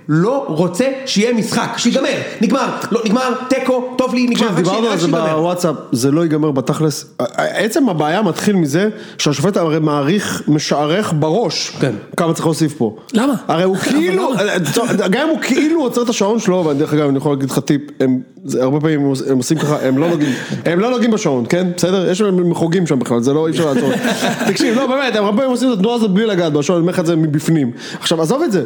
לא רוצה שיהיה משחק, שיגמר, נגמר, לא, נגמר, טקו, טוב לי, נגמר, דיברנו על זה בוואטסאפ, זה לא ייגמר בתכלס, עצם הבעיה מתחיל מזה, שהשופט הרי מעריך, משערך בראש, כמה צריך להוסיף פה. למה? הרי הוא כאילו, גם אם הוא כאילו עוצר את השעון שלו, ואני דרך אגב, אני יכול להגיד לך טיפ, הרבה פעמים הם עושים ככה, הם לא נוגעים בשעון, כן? בסדר? יש להם מחוגים שם בכלל, זה לא, אי אפשר לעצור. תקשיב, לא, באמת, הם הרבה פעמים עושים את התנועה הזאת בלי לגעת בשעון, אני אומר לך את זה מבפנים. עכשיו, עזוב את זה.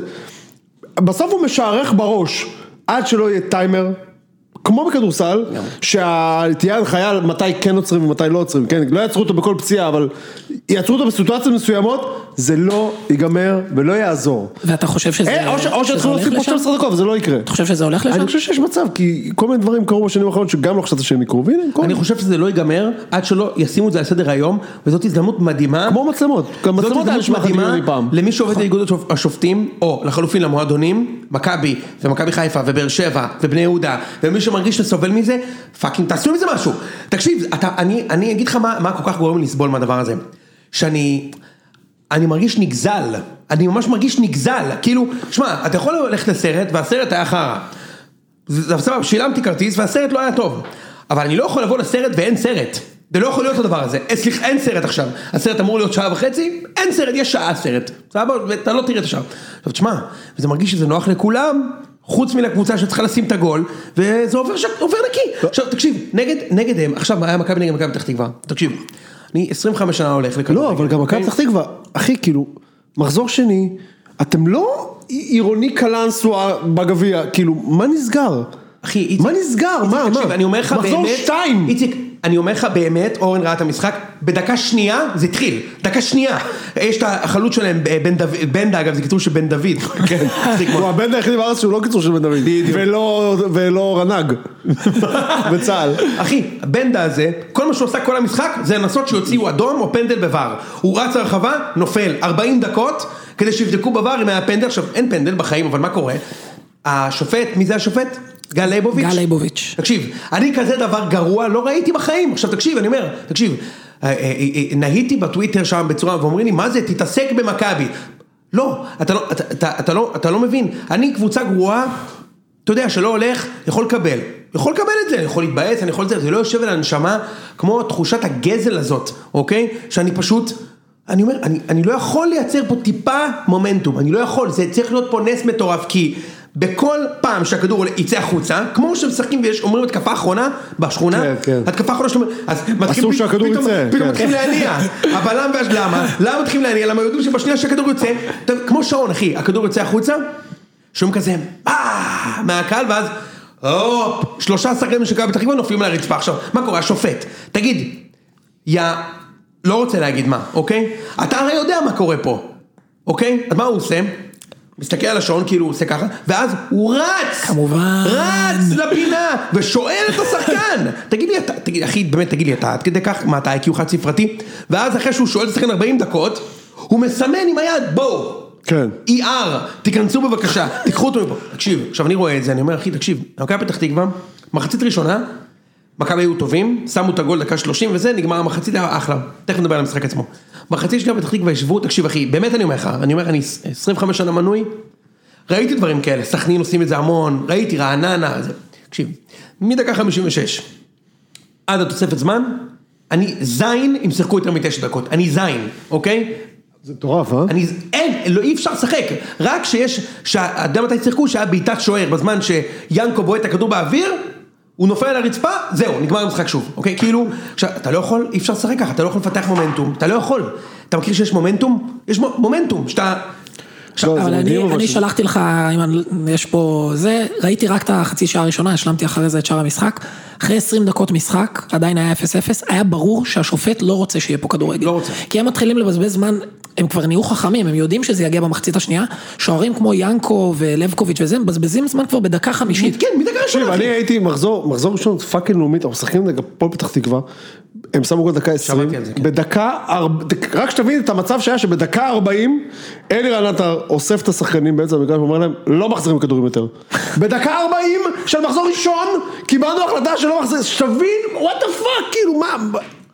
בסוף הוא משערך בראש, עד שלא יהיה טיימר, כמו בכדורסל, שתהיה הנחיה מתי כן עוצרים ומתי לא עוצרים, כן? לא יעצרו אותו בכל פציעה, אבל יעצרו אותו בסיטואציות מסוימות, זה לא ייגמר ולא יעזור. ואתה חושב שזה או שיתחילו להוסיף פה 12 דקות, וזה לא יקרה. אתה חושב שזה הולך לשם? אני חושב שיש מצב, כי כל מיני דברים קרו בשנים האחרונות שגם לא חשבתי שהם יקרו, אני חושב שזה לא ייגמר עד שלא ישימו את זה על סדר היום, וזאת הזדמנות מדהימה. כמו מצלמות. זאת הזדמנות מדהימה למי שעובד באיגוד השופטים, או לחלופין למועדונים, מכבי ומכבי חיפה ובאר שבע ובני יהודה, ומי שמרגיש שסובל מזה, פאקינג תעשו מזה משהו. תקשיב, אני אגיד לך מה כל כך גורם לי לסבול מהדבר הזה. שאני מרגיש נגזל, אני ממש מרגיש נגזל, כאילו, שמע, אתה יכול ללכת לסרט, והסרט היה חרא. סבבה, שילמתי כרטיס, והסרט לא היה טוב. אבל אני לא יכול לבוא לסרט ואין סרט. זה לא יכול להיות הדבר הזה. סליחה, אין סרט עכשיו. הסרט אמור להיות 1.5 שעות, אין סרט, יש שעה סרט. סבבה, ואתה לא תראה את השעה. עכשיו, תשמע, וזה מרגיש שזה נוח לכולם, חוץ מלקבוצה שצריכה לשים את הגול, וזה עובר נקי. עכשיו, תקשיב, נגד הם, עכשיו היה מכבי נגד מכבי פתח תקווה. תקשיב, אני 25 שנה הולך לכדורגל. לא, אבל גם מכבי פתח תקווה, אחי, כאילו, מחזור שני, אתם לא עירוני קלנסווה בגביע, כאילו, מה נסגר? אחי, מה נסגר? מה? אני אומר לך באמת, מחזור 2. אני אומר לך באמת, אורן ראה את המשחק, בדקה שנייה זה התחיל, דקה שנייה, יש את החלוץ שלהם, בנדה, אגב, זה קיצור של בן דוד, כן, הוא הבנדה היחידי בארץ שהוא לא קיצור של בן דוד, ולא רנג, בצהל. אחי, הבנדה הזה, כל מה שהוא עושה כל המשחק, זה לנסות שיוציאו אדום או פנדל בבר, הוא רץ הרחבה, נופל 40 דקות, כדי שיבדקו בבר אם היה פנדל, עכשיו אין פנדל בחיים, אבל מה קורה? השופט, מי זה השופט? גל ליבוביץ'. תקשיב, אני כזה דבר גרוע לא ראיתי בחיים. עכשיו תקשיב, אני אומר, תקשיב, נהיתי בטוויטר שם בצורה, ואומרים לי, מה זה? תתעסק במכבי. לא, אתה לא מבין. אני קבוצה גרועה, אתה יודע, שלא הולך, יכול לקבל את זה, יכול להתבאס, אני יכול לזה, זה לא יושב על הנשמה, כמו תחושת הגזל הזאת, אוקיי? שאני פשוט, אני אומר, אני לא יכול לייצר פה טיפה מומנטום, אני לא יכול, זה צריך להיות פה נס מטורף, כי בכל פעם שהכדור יצא החוצה, כמו שמשחקים ויש, אומרים התקפה האחרונה בשכונה, התקפה האחרונה שאומרים, אז אסור שהכדור יצא, פתאום מתחילים להניע, הבלם והשלמה, למה מתחילים להניע? למה יודעים שבשנייה שהכדור יוצא, כמו שעון אחי, הכדור יוצא החוצה, שומעים כזה, מהקהל, ואז, שלושה שחקנים של מכבי פתח תקווה נופלים על הרצפה. עכשיו, מה קורה? השופט, תגיד, לא רוצה להגיד מה, אוקיי? אתה הרי יודע מה קורה פה, אוקיי? אז מה הוא עושה? מסתכל על השעון כאילו הוא עושה ככה, ואז הוא רץ, כמובן, רץ לפינה, ושואל את השחקן, תגיד לי, אחי, באמת תגיד לי, אתה עד כדי כך, מה אתה IQ חד ספרתי, ואז אחרי שהוא שואל את השחקן 40 דקות, הוא מסמן עם היד, בואו, כן. ER, תיכנסו בבקשה, תיקחו אותו מפה, תקשיב, עכשיו אני רואה את זה, אני אומר, אחי, תקשיב, מכבי פתח תקווה, מחצית ראשונה, מכבי היו טובים, שמו את הגול דקה 30 וזה, נגמר המחצית, אחלה, תכף נדבר על המשחק עצמו. מחצית שנייה פתח תקווה ישבו, תקשיב אחי, באמת אני אומר לך, אני 25 שנה מנוי, ראיתי דברים כאלה, סכנין עושים את זה המון, ראיתי רעננה, תקשיב, מדקה 56, עד התוספת זמן, אני זין אם שיחקו יותר מ9 דקות, אני זין, אוקיי? זה טורף, אה? אין, לא אי אפשר לשחק, רק שיש, שאדם מתי שיחקו שהיה בעיטת שוער, בזמן שיאנקו בועט את הכדור באוויר, הוא נופל על הרצפה, זהו, נגמר המשחק שוב, אוקיי? כאילו, אתה לא יכול, אי אפשר לשחק ככה, אתה לא יכול לפתח מומנטום, אתה לא יכול. אתה מכיר שיש מומנטום? יש מומנטום, שאתה... אבל אני שלחתי לך, אם יש פה זה, ראיתי רק את החצי שעה הראשונה, השלמתי אחרי זה את שאר המשחק, אחרי 20 דקות משחק, עדיין היה 0-0, היה ברור שהשופט לא רוצה שיהיה פה כדורגל. לא רוצה. כי הם מתחילים לבזבז זמן, הם כבר נהיו חכמים, הם יודעים שזה יגיע במחצית השנייה, שוערים כמו ינקו ולבקוביץ' וזה, הם מבזבזים זמן כבר בדקה 50. כן, מדקה ראשונה. אני הייתי מחזור ראשון, פאקינג לאומית, אנחנו משחקים נגד הפועל פתח תקווה, הם שמו כל דקה 20, בדקה, רק שתבין את המצב שהיה שבדקה 40, אלירן עטר אוסף את השחקנים בעצם, ואומר להם, לא מחזירים כדורים יותר. בדקה 40 של מחזור ראשון, קיבלנו החלטה שלא מחזיר, שתבין, what the fuck, כאילו מה...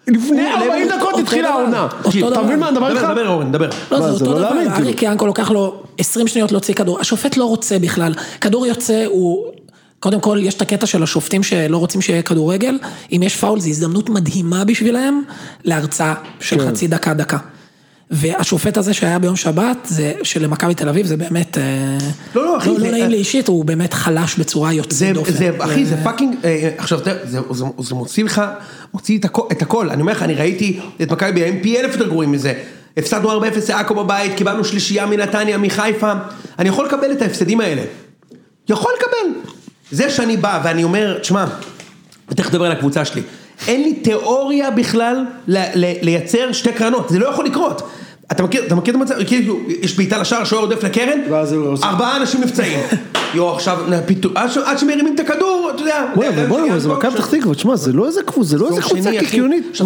לפני 40 דקות התחילה העונה. אתה מבין מה אני מדבר איתך? דבר אורן, דבר. לא, זה אותו דבר, אריק ינקו לוקח לו 20 שניות להוציא כדור, השופט לא רוצה בכלל, כדור יוצא, קודם כל יש את הקטע של השופטים שלא רוצים שיהיה כדורגל, אם יש פאול זו הזדמנות מדהימה בשבילהם, להרצאה של חצי דקה. והשופט הזה שהיה ביום שבת, זה שלמכבי תל אביב, זה באמת, לא נעים לי אישית, הוא באמת חלש בצורה יוצאת דופן. אחי, זה פאקינג, עכשיו, זה מוציא את הכל, אני אומר לך, אני ראיתי את מכבי בימים פי 1000 יותר גרועים מזה, הפסדנו 4-0 לעכו בבית, קיבלנו שלישייה מנתניה, מחיפה, אני יכול לקבל את ההפסדים האלה, יכול לקבל, זה שאני בא ואני אומר, תשמע, ותכף לדבר על הקבוצה שלי, אין לי תיאוריה בכלל לייצר שתי קרנות, זה לא יכול לקרות. אתה מכיר את המצב? כאילו, יש בעיטה לשער, שוער עודף לקרן, 4 אנשים נפצעים. עכשיו, עד שמרימים את הכדור, אתה יודע. בואי, זה מכבי פתח תקווה, תשמע, זה לא איזה קבוצה קיקיונית.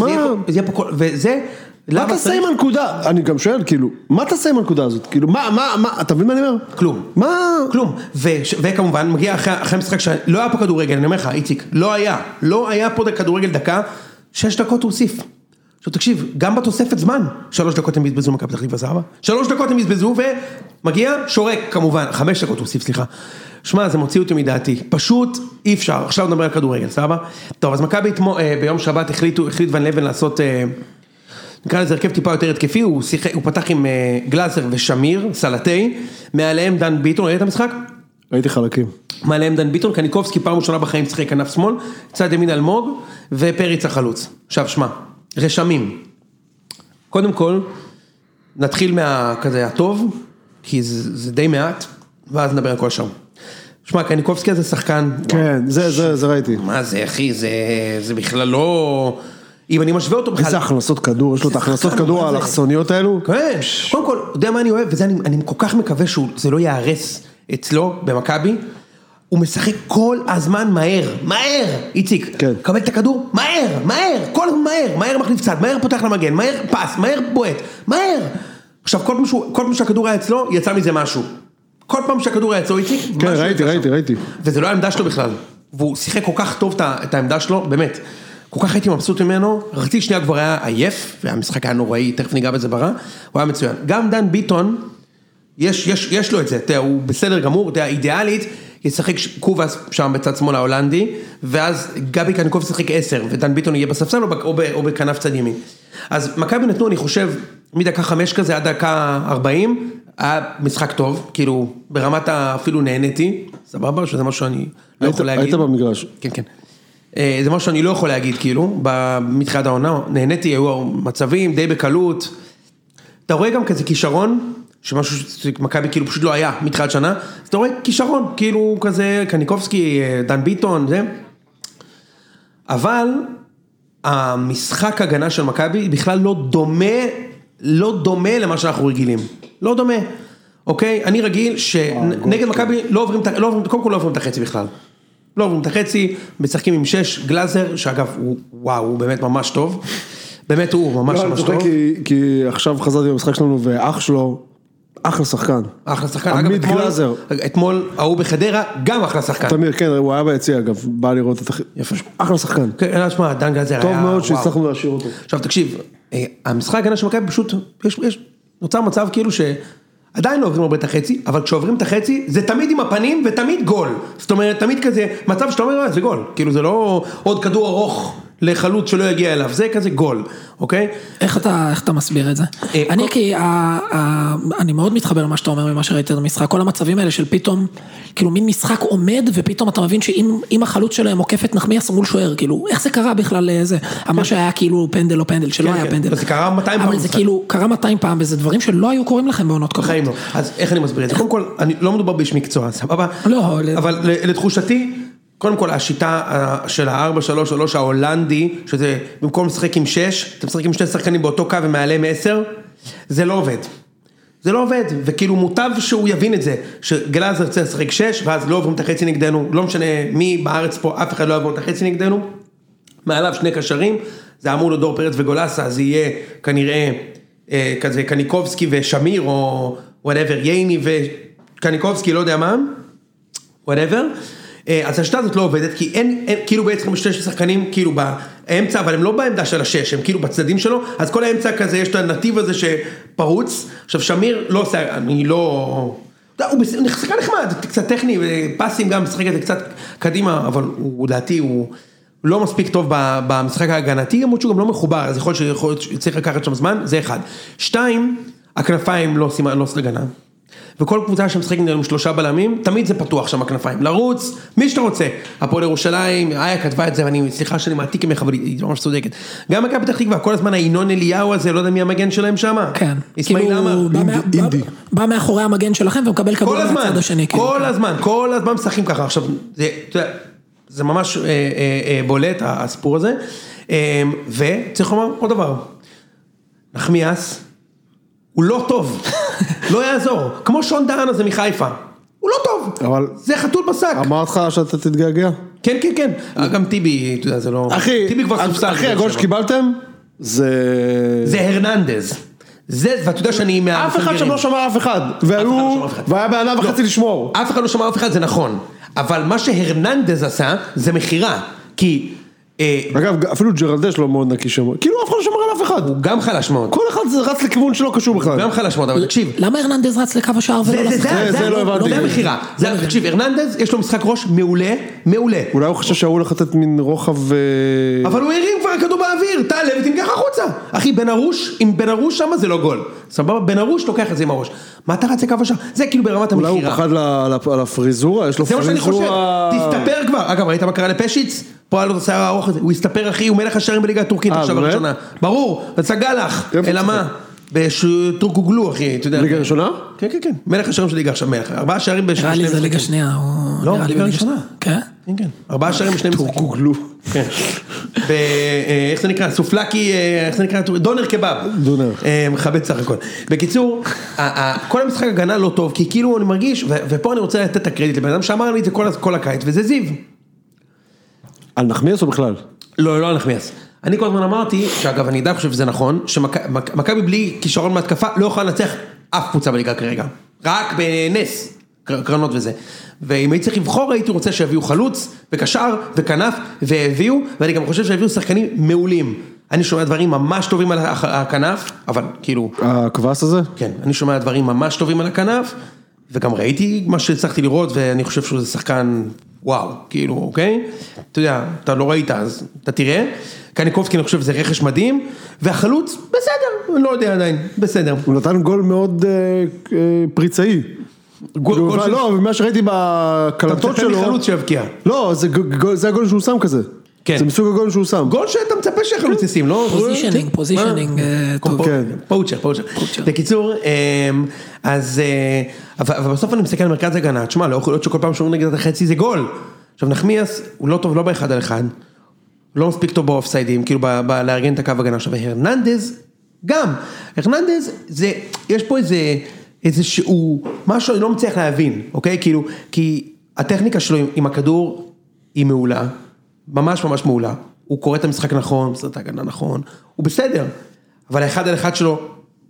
וזה... מה תעשה עם הנקודה? אני גם שואל, כאילו, מה תעשה עם הנקודה הזאת? כאילו, אתה מבין מה אני אומר? כלום. כלום. וכמובן, מגיע אחרי משחק שלא היה פה כדורגל, אני אומר לך, איציק, לא היה פה כדורגל דקה, 6 דקות הוא הוסיף. עכשיו תקשיב, גם בתוספת זמן, 3 דקות הם יזבזו מכבי פתח תקווה, סבבה? 3 דקות הם יזבזו ומגיע שורק, כמובן, 5 דקות הוא הוסיף, סליחה. שמע, זה מוציא אותי מדעתי, פשוט אי אפשר, עכשיו נדבר על כדורגל, סבבה? טוב, אז מכבי ביום שבת החליט ון לבן לעשות, נקרא לזה הרכב טיפה יותר התקפי, הוא פתח עם גלאזר ושמיר, סלטי, מעליהם דן ביטון, ראית המשחק? ראיתי חלקים. מעליהם דן ביטון, קניקובסקי פעם ראשונה בחיים שחק כנף שמאל, צד ימין אלמוג ופריץ החלוץ. עכשיו שמע, רשמים. קודם כל, נתחיל מהכזה הטוב, כי זה די מעט, ואז נדבר על כל השאר. שמע, קניקובסקי זה שחקן. כן, זה ראיתי. מה זה אחי, זה בכלל לא... אם אני משווה אותו בכלל... איזה הכנסות כדור, יש לו את הכנסות כדור על האכסניות האלו? כן, קודם כל, יודע מה אני אוהב, וזה אני כל כך מקווה שזה לא יערס אצלו במכבי, הוא משחק כל הזמן מהר, איציק, קבל את הכדור, מהר, כל הזמן מהר מחליף צד, מהר פותח למגן, מהר פס, מהר בועט, מהר. עכשיו, כל פעם שהכדור היה אצלו, יצא מזה משהו. כל פעם שהכדור היה אצלו, איציק, כן, ראיתי. וזה לא העמדה שלו בכלל, והוא שיחק כל כך טוב את העמדה שלו, באמת. כל כך הייתי מבסוט ממנו, רציתי שנייה כבר היה עייף, והמשחק היה נוראי, תכף ניגע בזה ברע, הוא היה מצוין. גם דן ביטון, יש לו את זה, הוא בסדר גמור, אידיאלית, ישחק קובס שם בצד שמאל ההולנדי, ואז גבי קניקוב ישחק 10, ודן ביטון יהיה בספסל או בכנף צד ימין. אז מכבי נתנו, אני חושב, מדקה 5 כזה עד דקה 40, היה משחק טוב, כאילו ברמת אפילו נהניתי, סבבה, שזה משהו שאני לא יכול להגיד. היית במגרש. כן. זה משהו שאני לא יכול להגיד, כאילו, מתחילת העונה, נהניתי, היו מצבים די בקלות, אתה רואה גם כזה כישרון, שמשהו שמכבי כאילו פשוט לא היה מתחילת שנה, אז אתה רואה כישרון, כאילו כזה, קניקובסקי, דן ביטון, זה, אבל המשחק הגנה של מכבי בכלל לא דומה למה שאנחנו רגילים, לא דומה, אוקיי? אני רגיל שנגד מכבי קודם כל לא עוברים את החצי בכלל, לא עוברים את החצי, משחקים עם 6, גלאזר, שאגב, וואו, הוא באמת ממש טוב, באמת הוא ממש טוב. כי עכשיו חזרתי במשחק שלנו, ואח שלו, אחלה שחקן. עמית גלאזר. אתמול, ההוא בחדרה, גם אחלה שחקן. תמיר, כן, הוא היה ביציע, אגב, בא לראות את אחלה שחקן. כן, נשמע, דן גלאזר היה, טוב מאוד שהצלחנו להשאיר אותו. עכשיו, תקשיב, המשחק הגנה של מכבי פשוט, נוצר מצב כאילו עדיין לא עוברים הרבה את החצי, אבל כשעוברים את החצי, זה תמיד עם הפנים ותמיד גול. זאת אומרת, תמיד כזה, מצב שאתה אומר, זה גול. כאילו זה לא עוד כדור ארוך לחלוץ שלא יגיע אליו, זה כזה גול, אוקיי? איך אתה מסביר את זה? אני מאוד מתחבר למה שאתה אומר ממה שראיתי את המשחק, כל המצבים האלה של פתאום, כאילו מין משחק עומד, ופתאום אתה מבין שאם החלוץ שלהם עוקפת נחמיאס מול שוער, כאילו, איך זה קרה בכלל לזה? מה שהיה כאילו פנדל או פנדל, שלא היה פנדל. זה קרה 200 פעם. אבל זה כאילו, קרה 200 פעם, וזה דברים שלא היו קוראים לכם בעונות קודמות. בחיים לא. אז איך אני מסביר את זה? קודם כל, אני לא מדובר באיש מקצוע, סבבה? לא. אבל לתחושתי, קודם כל, השיטה של ה-4-3-3 ההולנדי, שזה במקום לשחק עם 6, אתם משחקים עם 2 שחקנים באותו קו ומעליהם 10, זה לא עובד. זה לא עובד, וכאילו מוטב שהוא יבין את זה, שגלאזר צריך לשחק 6, ואז לא עוברים את החצי נגדנו, לא משנה מי בארץ פה, אף אחד לא יעבור את החצי נגדנו, מעליו 2 קשרים, זה אמור לדור פרץ וגולסה, אז יהיה כנראה כזה קניקובסקי ושמיר, או whatever, ייני וקניקובסקי, לא יודע מה, whatever, אז השיטה הזאת לא עובדת, כי אין כאילו בעצם שתי שחקנים כאילו באמצע, אבל הם לא בעמדה של השש, הם כאילו בצדדים שלו, אז כל האמצע כזה, יש את הנתיב הזה שפרוץ, עכשיו שמיר לא עושה, אני לא, הוא שחקן נחמד, קצת טכני, פסים גם, משחק את זה קצת קדימה, אבל הוא דעתי, הוא לא מספיק טוב במשחק ההגנתי, גם שהוא גם לא מחובר, אז יכול להיות שצריך לקחת שם זמן, זה אחד. 2, הכנפיים לא עושים הגנה. וכל קבוצה שמשחקים עם 3 בלמים, תמיד זה פתוח שם הכנפיים, לרוץ, מי שאתה רוצה, הפועל ירושלים, איה כתבה את זה, ואני, סליחה שאני מעתיק ממך, אבל היא ממש צודקת, גם מכבי פתח תקווה, כל הזמן הינון אליהו הזה, לא יודע מי המגן שלהם שם, כן, אסמאעיל עמר, אינדי, בא מאחורי המגן שלכם, ומקבל כדור מהצד השני, כל הזמן משחקים ככה, עכשיו, זה ממש בולט, הסיפור הזה, וצריך לומר עוד דבר, נחמיאס, הוא לא טוב, לא יעזור, כמו שון דהן הזה מחיפה, הוא לא טוב, אבל זה חתול בשק. אמרת לך שאתה תתגעגע? כן, כן, כן, גם טיבי, אתה יודע, זה לא, טיבי כבר סופסל. אחי, הגול שקיבלתם, זה הרננדז, ואתה יודע שאני, אף אחד שם לא שמר אף אחד, והיה בענה וחצי לשמור. אף אחד לא שמר אף אחד, זה נכון, אבל מה שהרננדז עשה, זה מחירה, כי אגב, אפילו ג'רלדש לא מאוד נקי שם, כאילו אף אחד לא שמר על אף אחד. הוא גם חלש מאוד. כל אחד רץ לכיוון שלא קשור בכלל. הוא גם חלש מאוד, אבל תקשיב. למה הרננדז רץ לקו השער ולא לפחד? זה לא הבנתי. זה המחירה. תקשיב, הרננדז יש לו משחק ראש מעולה, מעולה. אולי הוא חושב שהוא הולך לתת מין רוחב אבל הוא הרים כבר הכדור באוויר, תעלה ותנגח החוצה. אחי, עם בן ארוש שם זה לא גול. סבבה, בן ארוש לוקח את זה עם הראש. מה אתה רץ לקו השער? זה כאילו ברמת המחירה. אולי הוא פחד על הפריזורה, יש לו זה מה שאני חושב. תסתפר כבר. אגב, ראית מה קרה לפשיץ? פה על השיער הארוך הזה, הוא הסתפר אחי, הוא מלך השערים בליגה הטורקית עכשיו הראשונה. ברור, וצגע לך, אלא מה? בטורקוגלו אחי, אתה יודע. ליגה ראשונה? כן, כן, כן, מלך השערים של ליגה עכשיו, מלך, 4 שערים בשני משחקים. נראה לי זה ליגה שנייה. לא, ליגה ראשונה. כן? כן, כן, 4 שערים בשני משחקים. טורקוגלו. כן. איך זה נקרא? סופלקי, איך זה נקרא? דונר קבב. דונר. מכבד סך הכל. בקיצור, כל המשחק הגנה לא טוב, כי כאילו אני מרגיש, ופה אני רוצה לתת את הקרדיט לבן אדם שאמר לי את זה כל הקיץ, וזה זיו. על נחמיאס או בכלל? לא, לא על נחמיאס. אני כל הזמן אמרתי, שאגב אני די חושב שזה נכון, שמכבי בלי כישרון מהתקפה לא יכולה לנצח אף קבוצה בליגה כרגע. רק בנס, קרנות וזה. ואם הייתי צריך לבחור, הייתי רוצה שיביאו חלוץ, וקשר, וכנף, והביאו, ואני גם חושב שהביאו שחקנים מעולים. אני שומע דברים ממש טובים על הכנף, אבל כאילו... הכבש הזה? כן, אני שומע דברים ממש טובים על הכנף, וגם ראיתי מה שהצלחתי לראות, ואני חושב שזה שחקן... וואו, כאילו, אוקיי? אתה יודע, אתה לא ראית, אז אתה תראה. קניקובסקי, אני חושב, זה רכש מדהים, והחלוץ, בסדר, אני לא יודע עדיין, בסדר. הוא נתן גול מאוד פריצאי. לא, ומה שראיתי בקלטות שלו... אתה מצפה מחלוץ שהבקיע. לא, זה הגול שהוא שם כזה. זה מסוג הגול שהוא שם. גול שאתה מצפה שהחלוץ ישים, לא? פוזישנינג טוב. פאוצ'ר. בקיצור, אז... אבל בסוף אני מסתכל על מרכז הגנה, תשמע, לא יכול להיות שכל פעם שאומרים נגד את החצי זה גול. עכשיו נחמיאס, הוא לא טוב לא באחד על אחד, לא מספיק טוב באופסיידים, כאילו לארגן את הקו הגנה. עכשיו, הרננדז, גם, הרננדז, יש פה איזשהו, משהו אני לא מצליח להבין, אוקיי? כאילו, כי הטכניקה שלו עם הכדור היא מעולה, ממש ממש מעולה, הוא קורא את המשחק נכון, מסתכל את ההגנה נכון, הוא בסדר, אבל האחד על אחד שלו,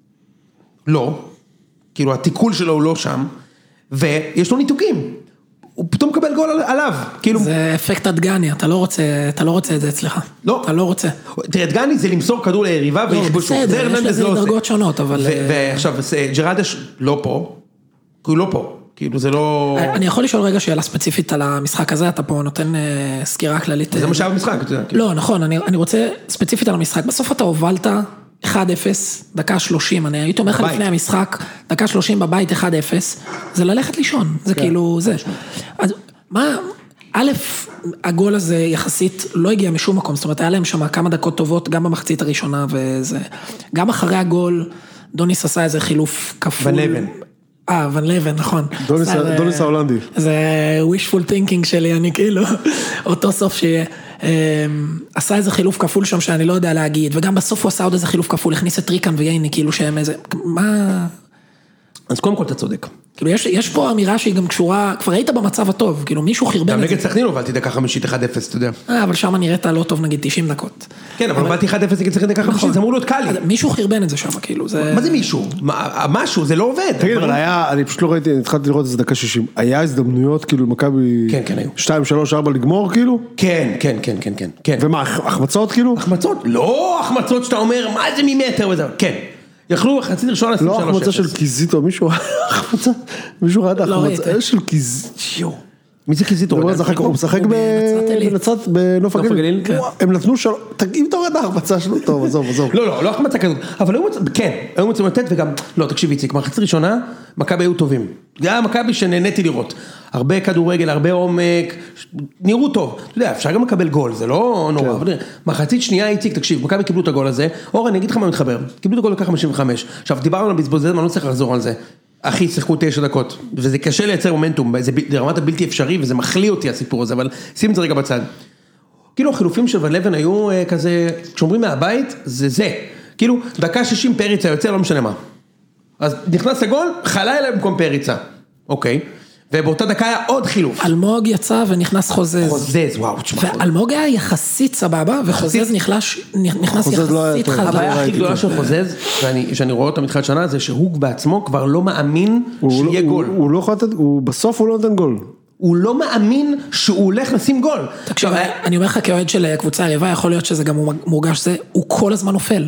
לא, כאילו התיקול שלו הוא לא שם, ויש לו ניתוקים, הוא פתאום מקבל גול עליו, כאילו... זה אפקט הדגני, אתה לא רוצה את זה אצלך. לא. אתה לא רוצה. תראה, הדגני זה למסור כדור ליריבה ויכבשו. בסדר, יש לזה דרגות שונות, אבל... ועכשיו, ג'רלדש לא פה, כי הוא לא פה, כאילו זה לא... אני יכול לשאול רגע שאלה ספציפית על המשחק הזה, אתה פה נותן סקירה כללית. זה מה שהיה במשחק, אתה יודע. לא, נכון, אני רוצה ספציפית על המשחק. בסוף אתה הובלת 1-0, דקה 30, אני הייתי אומר לך לפני המשחק, דקה 30 בבית 1-0, זה ללכת לישון, זה כאילו זה. אז מה, א', הגול הזה יחסית לא הגיע משום מקום, זאת אומרת, היה להם שם כמה דקות טובות, גם במחצית הראשונה וזה. גם אחרי הגול, דוניס עשה איזה חילוף כפול. ון לבן, נכון. דוניס ההולנדי. זה wishful thinking שלי, אני כאילו, אותו סוף שיהיה. עשה איזה חילוף כפול שם שאני לא יודע להגיד, וגם בסוף הוא עשה עוד איזה חילוף כפול, הכניס את ריקן וייני, כאילו שהם איזה, מה... אז קודם כל אתה צודק. כאילו יש פה אמירה שהיא גם קשורה, כבר היית במצב הטוב, כאילו מישהו חרבן גם נגד סכנין הובלתי דקה 50 1-0, אתה יודע. אבל שם נראית לא טוב נגיד 90 דקות. כן, אבל הובלתי 1-0 נגד סכנין דקה 50, זה אמור להיות קל לי. מישהו חרבן את זה שם, כאילו. מה זה מישהו? משהו, זה לא עובד. תגיד, אבל היה, אני פשוט לא ראיתי, התחלתי לראות איזה דקה 60, היה הזדמנויות, כאילו, מכבי 2, 3, 4 לגמור, כאילו? כן. ומה, החמצות, כאילו? החמצות? לא החמצות שאתה אומר, מה זה ממטר וזה, כן. יכלו חצי ראשון לשים 3-0. לא החמצה של קיזיטו, מישהו ראה את ההחמצה של קיזיטו. מי זה קיזיטו? הוא משחק בנצרת בנוף הגליל. הם נתנו אם אתה רואה את ההחמצה שלו, טוב, עזוב. לא החמצה כזאת, אבל היו מוצאים לתת וגם, לא, תקשיב איציק, מחצית ראשונה, מכבי היו טובים. זה היה מכבי שנהניתי לראות. הרבה כדורגל, הרבה עומק, נראו טוב. אתה יודע, אפשר גם לקבל גול, זה לא נורא. מחצית שנייה איציק, תקשיב, מכבי קיבלו את הגול הזה, אורן, אני אגיד לך מה מתחבר, קיבלו את הגול לכך 55. עכשיו, דיברנו על הבזבוז, אני לא צריך לחזור על זה. אחי, שיחקו 9 דקות, וזה קשה לייצר מומנטום, זה רמת הבלתי אפשרי, וזה מחליא אותי הסיפור הזה, אבל שים את זה רגע בצד. כאילו החילופים של ון לבן היו כזה, כשאומרים מהבית, זה. כאילו, דקה 60 פריצה יוצא, לא משנה מה. אז נכנס לגול, חלילה במקום פריצה. אוקיי. ובאותה דקה היה עוד חילוף. אלמוג יצא ונכנס חוזז. חוזז, וואו, תשמע. ואלמוג היה יחסית סבבה, וחוזז נכנס יחסית חזק. הבעיה הכי גדולה של חוזז, שאני רואה אותה מתחילת שנה, זה שהוא בעצמו כבר לא מאמין שיהיה גול. בסוף הוא לא נותן גול. הוא לא מאמין שהוא הולך לשים גול. תקשיב, אני אומר לך כאוהד של קבוצה היריבה, יכול להיות שזה גם מורגש זה, הוא כל הזמן נופל.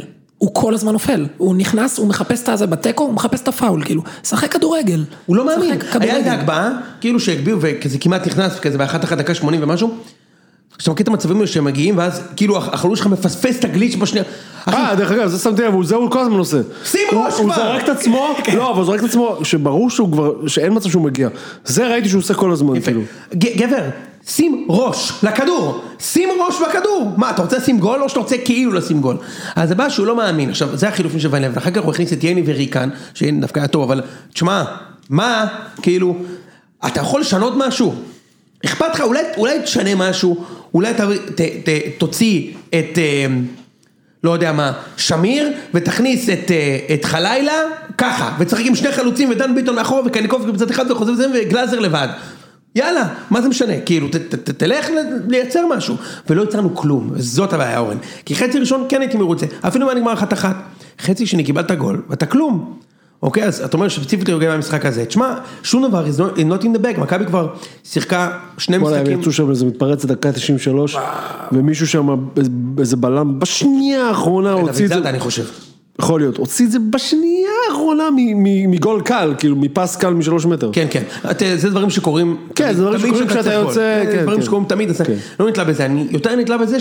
הוא נכנס, הוא מחפש את הזה בטקו, הוא מחפש את הפאול, כאילו, שחק כדורגל. הוא לא מאמין. היה את ההגבהה, כאילו שהגביעו וכזה כמעט נכנס, כזה באחת דקה 80 ומשהו, עכשיו מכיר את המצבים האלה שהם מגיעים, ואז כאילו החלוץ שלך מפספס את הגליץ' בשנייה. דרך אגב, זה שמתי לב, זה הוא כל הזמן עושה. שים ראש כבר! הוא זרק את עצמו, לא, אבל הוא זרק את עצמו, שברור שאין מצב שהוא מגיע. זה ראיתי שהוא עושה כל הזמן, כאילו. גבר, שים ראש לכדור, שים ראש בכדור. מה, אתה רוצה לשים גול או שאתה רוצה כאילו לשים גול? אז זה בא שהוא לא מאמין. עכשיו, זה החילופים של ון לבן, ואחר כך הוא הכניס את יני וריקן, שדווקא היה טוב, אבל תשמע, מה, כאילו, אתה יכול לשנות משהו? אכפת לך, אולי תשנה משהו, אולי תוציא את, לא יודע מה, שמיר, ותכניס את חלילה, ככה, וצריך עם 2 חלוצים, ודן ביטון מאחור, וקניקוב בצד אחד, וחוזר וזה, וגלאזר לבד. יאללה, מה זה משנה? כאילו, תלך לייצר משהו, ולא יצרנו כלום, זאת הבעיה, אורן. כי חצי ראשון כן הייתי מרוצה, אפילו מה נגמר 1-1, חצי שני קיבלת גול, ואתה כלום. אוקיי, אז אתה אומר שספציפית הוא גאה מהמשחק הזה, תשמע, שום דבר, not in the back, מכבי כבר שיחקה 2 משחקים. הם יצאו שם איזה מתפרץ לדקה 93, ומישהו שם, איזה בלם, בשנייה האחרונה הוציא את זה. אני חושב. יכול להיות, הוציא את זה בשנייה האחרונה מגול קל, כאילו מפס קל מ3 מטר. כן, זה דברים שקורים. כן, זה דברים שקורים כשאתה יוצא. זה דברים שקורים תמיד, לא נתלה בזה, אני יותר נתלה בזה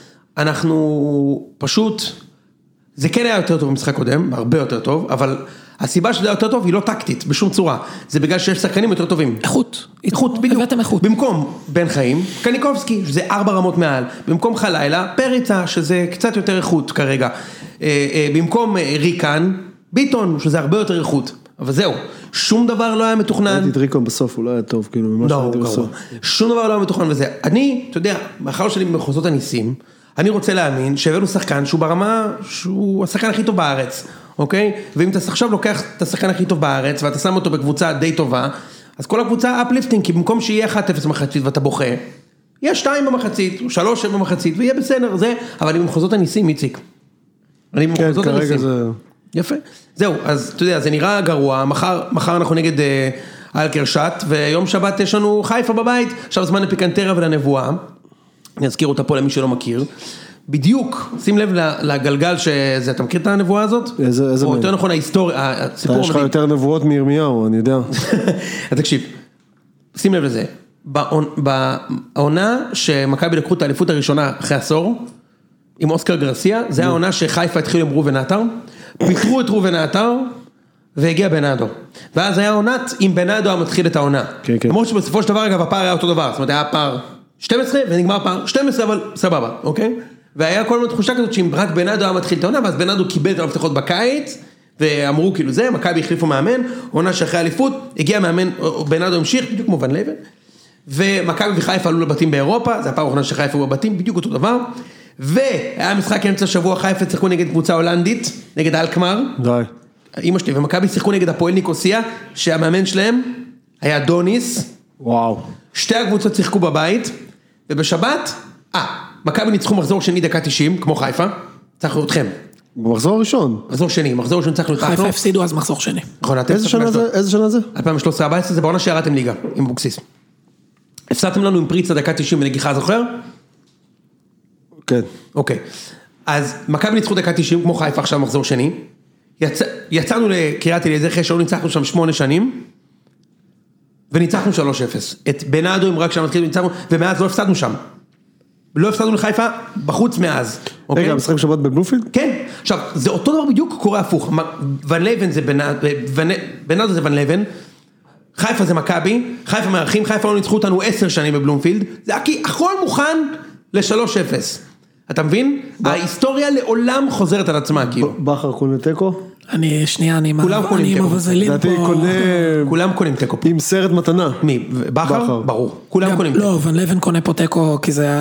שאנחנו פשוט, זה כן היה יותר טוב במשחק קודם, הרבה יותר טוב, אבל הסיבה שזה היה יותר טוב היא לא טקטית, בשום צורה. זה בגלל שיש שחקנים יותר טובים. איכות, בדיוק. הבאתם איכות. במקום בן חיים, קניקובסקי, שזה 4 רמות מעל. במקום חלילה, פריצה, שזה קצת יותר איכות כרגע. במקום ריקן, ביטון, שזה הרבה יותר איכות. אבל זהו, שום דבר לא היה מתוכנן. ראיתי את ריקון בסוף, הוא לא היה טוב, כאילו, ממש ראיתי בסוף. שום דבר לא היה מתוכנן וזה. אני, אתה יודע, מאחר שלי במחוזות הניסים, אני רוצה להאמין שהבאנו שחקן שהוא ברמה, שהוא השחקן הכי טוב בארץ. אוקיי? ואם אתה עכשיו לוקח את השחקן הכי טוב בארץ, ואתה שם אותו בקבוצה די טובה, אז כל הקבוצה אפליפטינג, כי במקום שיהיה 1-0 במחצית ואתה בוכה, יהיה 2 במחצית, או 3 במחצית, ויהיה בסדר, זה, אבל אני במחוזות הניסים, איציק. אני במחוזות הניסים. יפה. זהו, אז אתה יודע, זה נראה גרוע, מחר אנחנו נגד אלקרשט, ויום שבת יש לנו חיפה בבית, עכשיו זמן לפיקנטרה ולנבואה, אני אזכיר אותה פה למי שלא מכיר, בדיוק, שים לב לגלגל שזה, אתה מכיר את הנבואה הזאת? איזה או יותר נכון ההיסטוריה, הסיפור. יש לך יותר נבואות מירמיהו, אני יודע. תקשיב, שים לב לזה, בעונה שמכבי לקחו את האליפות הראשונה אחרי עשור, עם אוסקר גרסיה, זה העונה שחיפה התחילו עם רובן עטר, פיטרו את רובן עטר, והגיע בנאדו. ואז היה עונת עם בנאדו המתחיל את העונה. למרות שבסופו של דבר, אגב, הפער היה אותו דבר, זאת אומרת, היה פער 12 ונגמר פער 12, אבל סבבה, אוקיי? והיה כל מיני תחושה כזאת שאם רק בנאדו היה מתחיל את העונה, ואז בנאדו קיבל את המפתחות בקיץ, ואמרו כאילו זה, מכבי החליפו מאמן, עונה שאחרי אליפות, הגיע מאמן, בנאדו המשיך, בדיוק כמו ון לבן, ומכבי וחיפה עלו לבתים באירופה, זה הפעם האחרונה שחיפה בבתים, בדיוק אותו דבר, והיה משחק אמצע שבוע, חיפה צחקו נגד קבוצה הולנדית, נגד אלקמר, די. אמא שלי ומכבי שיחקו נגד הפועל ניקוסיה, שהמאמן שלהם היה דוניס. וואו. שתי הקבוצות שיחקו בבית, ובשבת, מכבי ניצחו מחזור שני דקה 90, כמו חיפה, צריכו אתכם. במחזור הראשון. מחזור שני צריכו אתכם. חיפה הפסידו אז מחזור שני. איזה שנה זה? 2013-2014, זה בעונה שירדתם ליגה, עם אבוקסיס. הפסדתם לנו עם פריצה דקה 90 בנגיחה, זוכר? כן. אוקיי. אז מכבי ניצחו דקה 90, כמו חיפה עכשיו מחזור שני. יצאנו לקריית אליעזר אחרי שלא ניצחנו שם 8 שנים, וניצחנו 3-0. את בנאדו עם רק שם מתחילים ניצחנו, ומאז לא הפסדנו שם. לא הפסדנו לחיפה, בחוץ מאז. רגע, משחקים שבת בבלומפילד? כן. עכשיו, זה אותו דבר בדיוק קורה הפוך. ון לבן זה בנאדו זה ון לבן, חיפה זה מכבי, חיפה מארחים, חיפה לא ניצחו אותנו 10 שנים בבלומפילד, זה הכל מוכן ל-3-0. אתה מבין? ההיסטוריה לעולם חוזרת על עצמה, כאילו. בכר קונה טקו? אני עם הווזלין פה. כולם קונים טקו פה. עם סרט מתנה. מי? בכר? ברור. כולם קונים טקו. לא, ון לבן קונה פה טקו, כי זה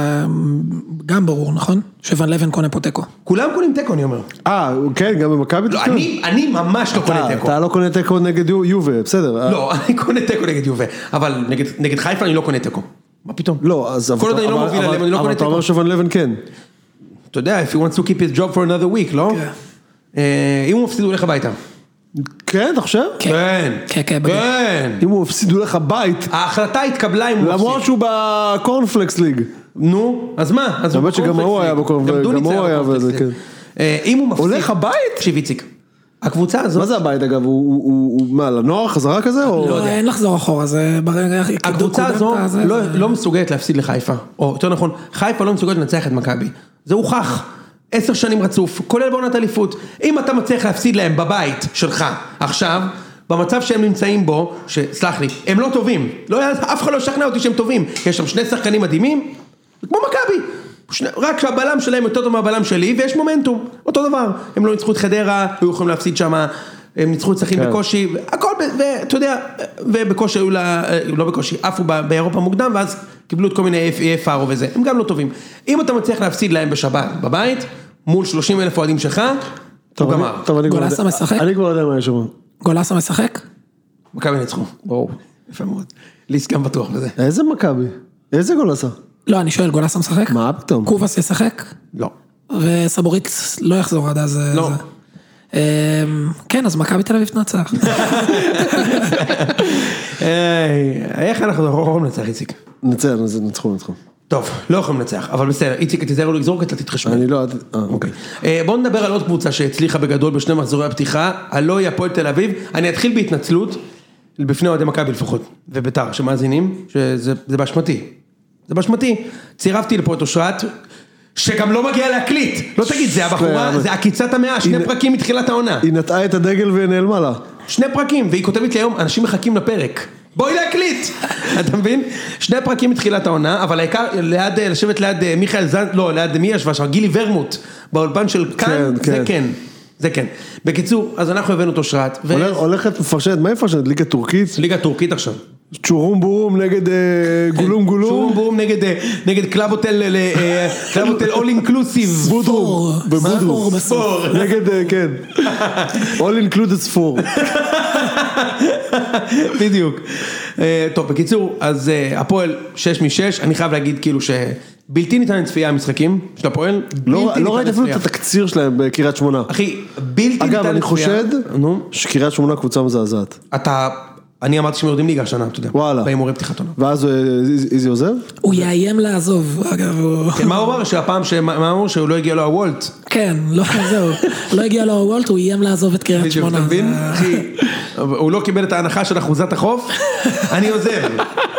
גם ברור, נכון? שוון לבן קונה פה טקו. כולם קונים טקו, אני אומר. כן, גם במכבי? לא, אני ממש לא קונה טקו. אתה לא קונה טקו נגד יובה, בסדר. לא, אני קונה טקו נגד יובה, אבל נגד חיפה אני לא קונה טקו. מה פתאום? לא, אז... כל עוד אני לא מוביל עליהם, אני לא קונה טקו. אבל אתה אומר שוון לבן כן. אתה יודע, if he wants to keep his job for another week, לא? אם הוא מפסיד, הוא הולך הביתה. כן, אתה חושב? כן. כן. אם הוא מפסיד, הוא הולך הבית. ההחלטה התקבלה אם הוא מפסיד. למרות שהוא בקורנפלקס ליג. נו, אז מה? האמת שגם הוא היה בקורנפלקס ליג. גם הוא היה בזה, כן. אם הוא מפסיד... הולך הבית? תקשיב, איציק. הקבוצה הזאת... מה זה הבית אגב? הוא מה, לנוער חזרה כזה? לא, אין לחזור אחורה, זה ברגע... הקבוצה הזו לא מסוגלת להפסיד לחיפה. או יותר נכון, חיפה לא מסוגלת לנצח את מכבי. זה הוכח. 10 שנים רצוף, כולל בעונת אליפות. אם אתה מצליח להפסיד להם בבית שלך, עכשיו, במצב שהם נמצאים בו, שסלח לי, הם לא טובים. אף אחד לא שכנע אותי שהם טובים. יש שם 2 שחקנים מדהימים, כמו מכבי. רק שהבלם שלהם יותר טוב מהבלם שלי, ויש מומנטום. אותו דבר. הם לא ניצחו את חדרה, היו יכולים להפסיד שם, הם ניצחו את שחקים בקושי, הכל, ואתה יודע, ובקושי היו לא בקושי, עפו באירופה מוקדם, ואז קיבלו את כל מיני פארו וזה. הם גם לא טובים. אם אתה מצליח להפסיד להם בשבת, בבית, מול 30,000 אוהדים שלך, הוא גמר. גולסה משחק? אני כבר יודע מה יש שם. גולסה משחק? מכבי ניצחו. ברור. יפה מאוד. ליס גם בטוח בזה. איזה מכבי? איזה גולסה? לא, אני שואל, גולסה משחק? מה פתאום? קובס ישחק? לא. וסבורית לא יחזור עד אז. לא. כן, אז מכבי תל אביב תנצח. איך אנחנו יכולים לנצח, איציק? נצחו. טוב, לא יכולים לנצח, אבל בסדר, איציק, תיזהר לו לגזור, כי אתה תתחשמל. אני לא... אוקיי. בואו נדבר על עוד קבוצה שהצליחה בגדול בשני מחזורי הפתיחה, הלא היא הפועל תל אביב. אני אתחיל בהתנצלות, בפני אוהדי מכבי לפחות, ובית"ר, שמאזינים, שזה באשמתי. זה באשמתי. צירפתי לפה את אושרת, שגם לא מגיע להקליט. לא תגיד, זה הבחורה, זה עקיצת המאה, 2 פרקים מתחילת העונה. היא נטעה את הדגל ונעלמה לה. 2 פרקים, והיא כותבת לי היום, אנשים מחכים לפרק. בואי להקליט. אתה מבין? 2 פרקים מתחילת העונה, אבל העיקר לשבת ליד מיכאל זנד, לא, ליד מי ישבה שם, גילי ורמוט, באולפן של כאן, זה כן. זה כן. בקיצור, אז אנחנו הבאנו את אושרת. הולכת מפרשנת, מה היא מפרשנת? ליגה טורקית? ליגה טורקית עכשיו. צ'ורום בורום נגד גולום. צ'ורום בורום נגד קלאב הוטל אול אינקלוסיב. בבודרו. נגד, כן. אול אינקלודד ספור. בדיוק. טוב, בקיצור, אז הפועל 6 מ-6, אני חייב להגיד כאילו שבלתי ניתן לצפייה המשחקים של הפועל. לא ראיתי אפילו את התקציר שלהם בקריית שמונה. אחי, בלתי ניתן לצפייה. אגב, אני חושד שקריית שמונה קבוצה מזעזעת. אני אמרתי שהם יורדים ליגה השנה, אתה יודע. וואלה. בהימורי פתיחת עונה. ואז איזי עוזב? הוא יאיים לעזוב, אגב. מה הוא אמר? שהפעם, מה אמר? שהוא לא הגיע לו הוולט. כן, זהו. לא הגיע לו הוולט, הוא יאיים לעזוב את קריית שמונה. אתה מבין? הוא לא קיבל את ההנחה של אחוזת החוף, אני עוזב.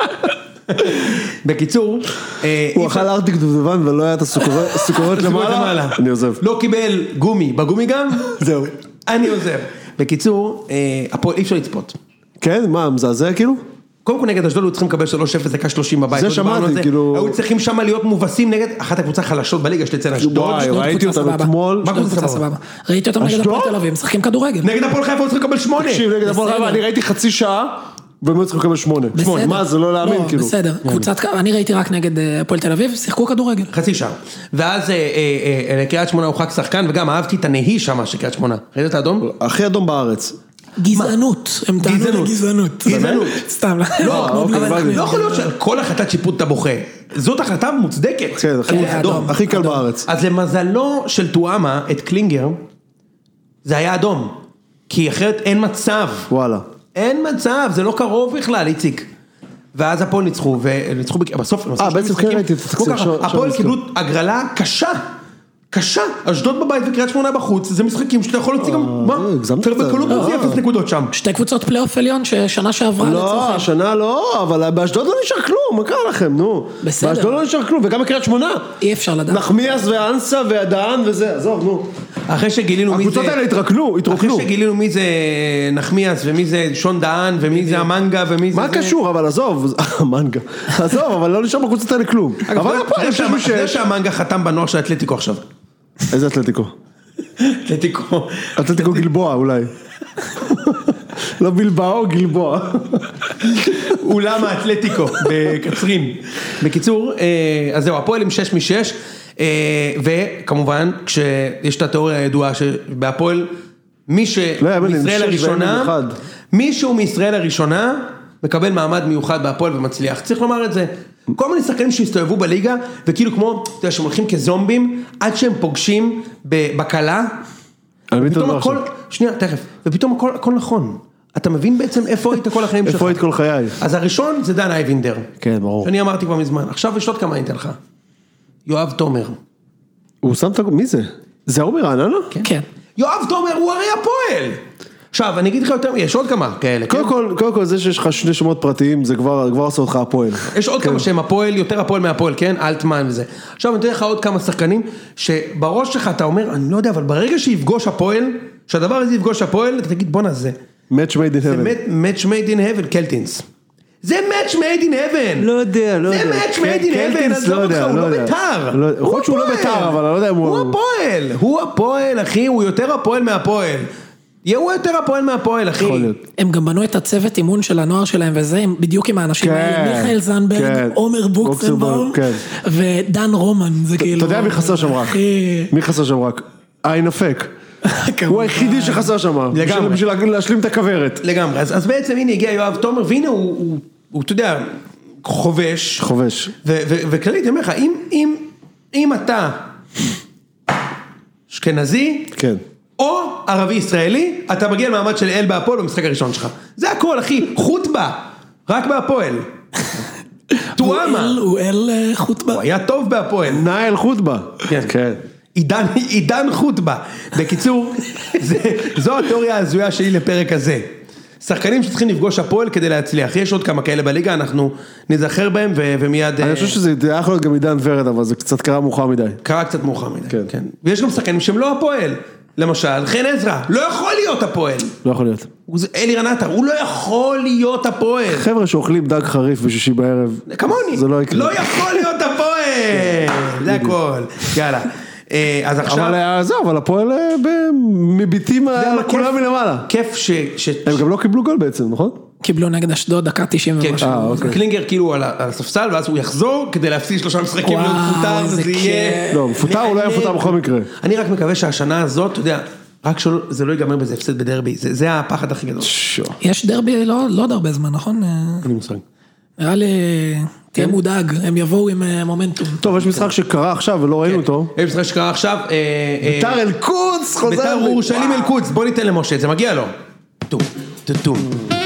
בקיצור, הוא אכל ארטיק דובדבן ולא היה את הסוכרות למעלה, אני עוזב. לא קיבל גומי, בגומי גם? זהו. אני עוזב. בקיצור, הפועל אי אפשר לצפות. כן, מה, מזעזע כאילו? קודם כל נגד אשדוד הוא צריכים לקבל 3-0 דקה 30 בבית. זה שמעתי, כאילו... היו צריכים שם להיות מובסים נגד אחת הקבוצה חלשות בליגה של אצל אשדוד. וואי, ראיתי אותם אתמול. מה קבוצה סבבה? ראיתי אותם נגד הפועל תל אביב, משחקים כדורגל. נגד הפועל חיפה הוא צריך לקבל 8. תקשיב, נגד הפועל חיפה, אני ראיתי חצי שעה, והם צריכים לקבל 8. מה, זה לא להאמין, כאילו. בסדר, אני ראיתי רק נגד הפועל תל אביב, שיחקו כדורגל. חצי שעה. ואז לקריית שמונה הוחק שחקן, וגם אהבתי את הנהי שם של קריית שמונה. ראית את האדום? הכי אדום בארץ. גזענות, הם טענו לגזענות. גזענות. סתם, לא יכול להיות שעל כל החלטת שיפוט אתה בוכה. זאת החלטה מוצדקת. כן, הכי קל בארץ. אז למזלו של טועמה, את קלינגר, זה היה אדום. כי אחרת אין מצב. וואלה. אין מצב, זה לא קרוב בכלל, איציק. ואז הפועל ניצחו, וניצחו בסוף. בעצם כן ראיתי את התקציר. הפועל קיבלו הגרלה קשה. קשה, אשדוד בבית וקריית שמונה בחוץ, זה משחקים שאתה יכול להוציא גם, מה? בקלות מוציא 0 נקודות שם. שתי קבוצות פלייאוף עליון ששנה שעברה לצורך. לא, השנה לא, אבל באשדוד לא נשאר כלום, מה קרה לכם, נו. בסדר. באשדוד לא נשאר כלום, וגם בקריית שמונה. אי אפשר לדעת. נחמיאס ואנסה והדהן וזה, עזוב, נו. אחרי שגילינו מי זה... הקבוצות האלה התרוקנו. אחרי שגילינו מי זה נחמיאס ומי זה שון דהן ומי זה המנגה ומי זה... מה קשור, אבל עזוב, המנגה. עזוב, אבל לא נשאר בקבוצות האלה כלום. אבל זה שהמנגה חתם בנוער של אתלטיקו עכשיו. איזה אתלטיקו? אתלטיקו גלבוע אולי. לא בלבאו, גלבוע. אולם האתלטיקו בקצרין. בקיצור, אז זהו, הפועל עם 6-6, וכמובן, כשיש את התיאוריה הידועה שבהפועל, מישהו מישראל הראשונה מקבל מעמד מיוחד בהפועל ומצליח. צריך לומר את זה. כל מיני שחקנים שהסתובבו בליגה, וכאילו כמו, אתה יודע, שהם הולכים כזומבים, עד שהם פוגשים בקלה, ופתאום הכל, שנייה, תכף, ופתאום הכל נכון. אתה מבין בעצם איפה היית כל החיים שלך? איפה היית כל חיי? אז הראשון זה דן אייבינדר. כן, ברור. שאני אמרתי כבר מזמן. עכשיו יש עוד כמה אינטר לך. יואב תומר. הוא שם את... מי זה? זה הוא מרעננה? כן. יואב תומר הוא הרי הפועל. עכשיו, אני אגיד לך יותר, יש עוד כמה כאלה. קודם כל, זה שיש לך שני שמות פרטיים, זה כבר עושה אותך הפועל. יש עוד כמה שהם הפועל, יותר הפועל מהפועל, כן? אלטמן וזה. עכשיו, אני אתן לך עוד כמה שחקנים, שבראש שלך אתה אומר, אני לא יודע, אבל ברגע שיפגוש הפועל, שהדבר הזה יפגוש הפועל, אתה תגיד, בוא נעשה. Match made in heaven. זה match made in heaven, קלטינס. זה match made in heaven. לא יודע. זה match made in heaven, אז לא אותך, הוא לא ביתר. יכול להיות שהוא לא ביתר, אבל אני לא יודע אם הוא הפועל, אחי, הוא יותר הפועל מהפועל. הוא יותר הפועל מהפועל, אחי. הם גם בנו את הצוות אימון של הנוער שלהם, וזה בדיוק עם האנשים האלה, מיכאל זנברג, עומר בוקסנבאום, ודן רומן, זה כאילו... אתה יודע מי חסר שם רק? מי חסר שם רק? עין אפק. הוא היחידי שחסר שם, בשביל להשלים את הכוורת. לגמרי, אז בעצם הנה הגיע יואב תומר, והנה הוא, אתה יודע, חובש. וכללית, אני אומר לך, אם אתה אשכנזי, כן. או ערבי ישראלי, אתה מגיע למעמד של אל בהפועל במשחק הראשון שלך. זה הכל, אחי, חוטבה, רק בהפועל. טועמה. הוא אל חוטבה. הוא היה טוב בהפועל. נאיל חוטבה. כן. עידן חוטבה. בקיצור, זו התיאוריה הזויה שלי לפרק הזה. שחקנים שצריכים לפגוש הפועל כדי להצליח. יש עוד כמה כאלה בליגה, אנחנו נזכר בהם ומיד... אני חושב שזה היה יכול להיות גם עידן ורד, אבל זה קצת קרה מאוחר מדי. קרה קצת מאוחר מדי, כן. ויש גם שחקנים שהם לא הפועל. למשל, חן עזרא, לא יכול להיות הפועל. לא יכול להיות. אלירן עטר, הוא לא יכול להיות הפועל. חבר'ה שאוכלים דג חריף בשישי בערב. כמוני. זה לא יקרה. לא יכול להיות הפועל. זה הכל. יאללה. אז עכשיו... אבל זהו, אבל הפועל מביטים על כולם מלמעלה. כיף הם גם לא קיבלו גול בעצם, נכון? קיבלו נגד אשדוד דקה 90 ומשהו. קלינגר כאילו על הספסל, ואז הוא יחזור כדי להפסיד 3 משחקים להיות מפוטר, וזה יהיה... לא, מפוטר אולי מפוטר בכל מקרה. אני רק מקווה שהשנה הזאת, אתה יודע, רק שזה לא ייגמר בזה הפסד בדרבי, זה הפחד הכי גדול. יש דרבי לא עוד הרבה זמן, נכון? אני מושג. נראה לי, תהיה מודאג, הם יבואו עם מומנטום. טוב, יש משחק שקרה עכשיו ולא ראינו אותו. יש משחק שקרה עכשיו. ביתר אל-קודס, חוזר. ביתר ירושלים אל-קודס, בוא ניתן למשה את זה, מגיע לו. טום.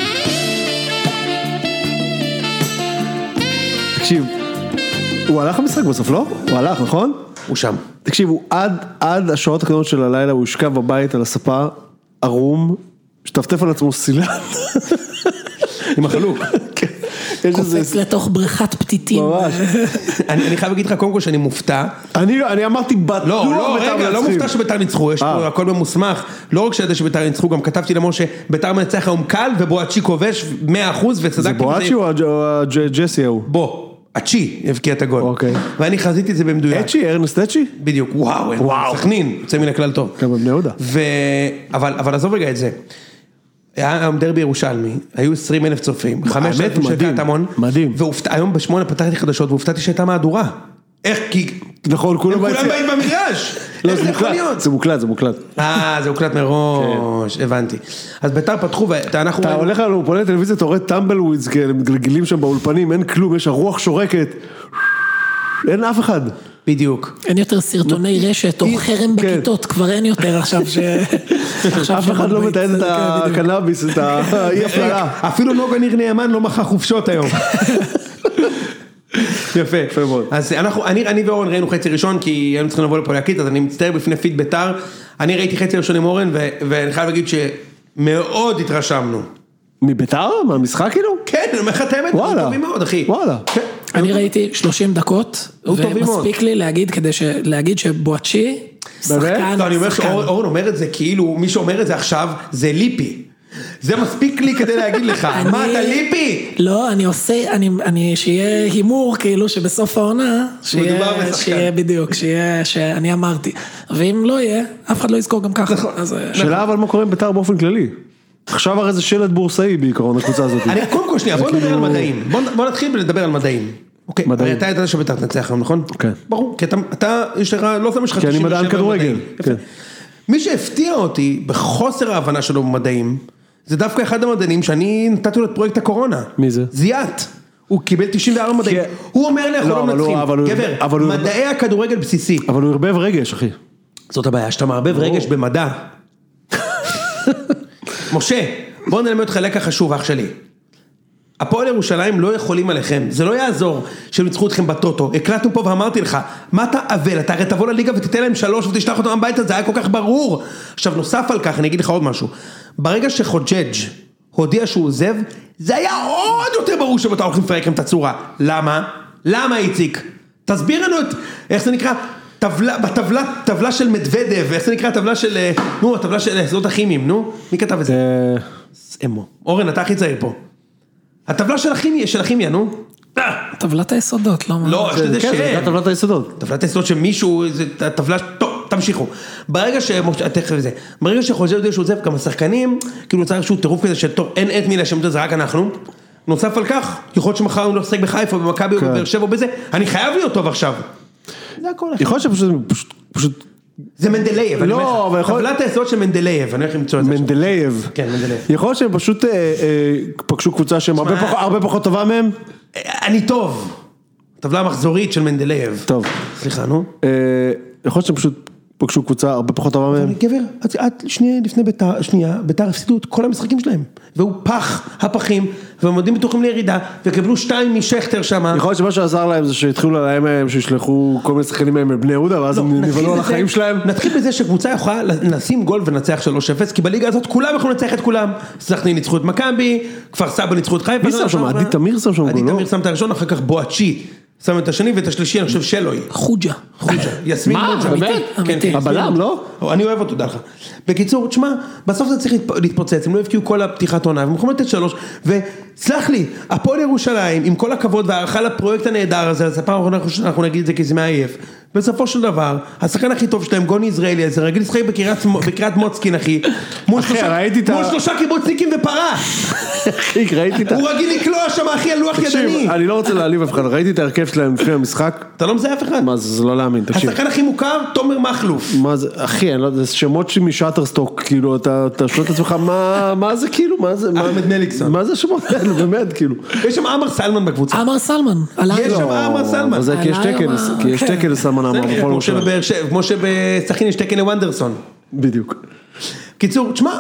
תקשיב, הוא הלך למשחק בסוף, לא? הוא הלך, נכון? הוא שם. תקשיב, הוא עד השעות הקטנות של הלילה, הוא ישכב בבית על הספה, ערום, שטפטף על עצמו סילן. עם החלוק. קופץ לתוך בריכת פתיתים. ממש. אני חייב להגיד לך קודם כל שאני מופתע. אני אמרתי בטוח לא מופתע שביתר ניצחו, יש פה הכל במוסמך, לא רק שידע שביתר ניצחו, גם כתבתי למשה, ביתר מנצח היום קל, ובואצ'י כובש 100% וצדק. זה בואצ'י או ג'סי הוא? אצ'י הבקיע את הגול. ואני חזיתי את זה במדויק. אצ'י, ארנסט אצ'י? בדיוק, וואו, סכנין, יוצא מן הכלל טוב. גם בבני יהודה. אבל עזוב רגע את זה. היה היום דרבי ירושלמי, היו 20,000 צופים, 5,000 של קטמון, מדהים. והיום ב8 פתחתי חדשות, והופתעתי שהייתה מהדורה. איך? כי... נכון, כולם באים במגרש. לא, זה מוקלט. זה מוקלט מראש, הבנתי. אז בית"ר פתחו, אתה הולך לנו פה לטלוויזיה, אתה רואה טמבלווידס כאלה, מתגלגלים שם באולפנים, אין כלום, יש הרוח שורקת. אין אף אחד. בדיוק. אין יותר סרטוני רשת או חרם בכיתות, כבר אין יותר עכשיו אף אחד לא מתעד את הקנאביס, את האי הפלאה. אפילו נוגה ניר נאמן לא מחר חופשות היום. יפה מאוד. אז אני ואורן ראינו חצי ראשון, כי היינו צריכים לבוא לפה להקליט, אז אני מצטער בפני פיד בית"ר, אני ראיתי חצי ראשון עם אורן, ואני חייב להגיד שמאוד התרשמנו. מבית"ר? מהמשחק כאילו? כן, אני אומר לך את האמת, הם טובים מאוד, אחי. וואלה. אני ראיתי 30 דקות, ומספיק לי להגיד שבואצ'י, שחקן, אני אומר שאורן אומר את זה כאילו, מי שאומר את זה עכשיו, זה ליפי. זה מספיק לי כדי להגיד לך, מה אתה ליפי? לא, אני עושה, שיהיה הימור כאילו שבסוף העונה, שיהיה בדיוק, שאני אמרתי, ואם לא יהיה, אף אחד לא יזכור גם ככה. שאלה אבל מה קורה עם בית"ר באופן כללי? עכשיו הרי זה שלט בורסאי בעיקרון, הקבוצה הזאת. קודם כל שנייה, בוא נדבר על מדעים, בוא נתחיל לדבר על מדעים. אוקיי, אתה ידעת שבית"ר תנצח היום, נכון? כן. ברור, כי אתה, יש לך, לא זה מה שחשוב. כי אני מדען כדורגל. מי שהפתיע אותי בחוסר ההבנה שלו במדעים, זה דווקא אחד המדענים שאני נתתי לו את פרויקט הקורונה. מי זה? זיאת. הוא קיבל 94 מדעים. הוא אומר לי, אנחנו לא מנצחים. גבר, מדעי הכדורגל בסיסי. אבל הוא הרבב רגש, אחי. זאת הבעיה, שאתה מערבב רגש במדע. משה, בוא נלמד אותך לקח חשוב, אח שלי. הפועל ירושלים לא יכולים עליכם, זה לא יעזור שהם ניצחו אתכם בטוטו, הקלטנו פה ואמרתי לך, מה אתה אבל, אתה הרי תבוא לליגה ותתן להם 3 ותשלח אותם הביתה, זה היה כל כך ברור. עכשיו נוסף על כך, אני אגיד לך עוד משהו, ברגע שחוג'ג' הודיע שהוא עוזב, זה היה עוד יותר ברור שאתה הולכים לפרק להם את הצורה. למה? למה איציק? תסביר לנו את, איך זה נקרא? טבלה של מדוודב, איך זה נקרא? טבלה של, הטבלה של סודות הכימיים, מי כתב את זה? אמו. אורן, אתה הכי צעיר פה. הטבלה של הכימיה, טבלת היסודות, לא? לא, שזה שם. זה טבלת היסודות. טבלת היסודות שמישהו, זה טבלה, טוב, תמשיכו. ברגע שחוזר יודע שהוא עוזב, גם השחקנים, כאילו צריך שהוא טירוף כזה שטוב, אין את מי להשם את זה, רק אנחנו. נוסף על כך, יכול להיות שמחר הוא לא עוסק בחיפה, במכבי או בבאר שבע או בזה, אני חייב להיות טוב עכשיו. זה הכל. יכול להיות שפשוט זה מנדלייב, לא, אבל יכול... טבלת היסוד של מנדלייב, אני הולך למצוא את זה. מנדלייב. כן, מנדלייב. יכול להיות שהם פשוט פגשו קבוצה שהם הרבה פחות טובה מהם? אני טוב. טבלה מחזורית של מנדלייב. טוב. סליחה, נו. יכול להיות שהם פשוט פגשו קבוצה הרבה פחות טובה מהם? גבר, את שנייה לפני בית"ר הפסידו את כל המשחקים שלהם. והוא פח הפחים, והם עומדים בטוחים לירידה, וקבלו 2 משכתר שם. יכול להיות שמה שעזר להם זה שהתחילו להם מהם, שישלחו כל מיני שחקנים מהם לבני יהודה, ואז הם נבלו על החיים שלהם. נתחיל בזה שקבוצה יכולה לשים גול ונצח 3-0, כי בליגה הזאת כולם יכולים לנצח את כולם. סכנין ניצחו את מכבי, כפר סבא ניצחו את חיפה. מי שם שם? עדי תמיר שם שם? עדי תמיר שם את הראשון, אחר כך בואצ'י. שם את השני ואת השלישי, אני חושב שלוי. חוג'ה. יסמין מוג'ה. אמיתי. הבלם, לא? אני אוהב אותו, דרך. בקיצור, תשמע, בסוף זה צריך להתפוצץ, הם לא הבקיעו כל הפתיחת עונה, הם יכולים לתת 3, וסלח לי, הפועל ירושלים, עם כל הכבוד והערכה לפרויקט הנהדר הזה, אז הפעם אנחנו נגיד את זה כי זה מעייף, בסופו של דבר, השחקן הכי טוב שלהם, גוני יזרעאלי, זה רגיל לשחק בקריית מוצקין, אחי, מול 3 קיבוצניקים ופרה. הוא רגיל לקלוע שם, אחי, על לוח ידני. אני לא רוצה להעליב אף אחד, ראיתי את ההרכב שלהם לפני המשחק. אתה לא מזהה אף אחד? מה זה, זה לא להאמין, תקשיב. השחקן הכי מוכר, תומר מחלוף. מה זה, אחי, אני לא יודע, זה שמות משאטרסטוק, כאילו, אתה שואל את עצמך, מה זה כאילו, מה זה? אחמד מליקסון. מה זה שמות האלה, באמת, כאילו. יש שם עמר סלמן בקבוצה. עמר סלמן. יש שם עמר סלמן. זה כי יש תקן לסלמן עמר. כמו שבסכנין יש תקן לוונדרסון. בדיוק. קיצור, תשמע,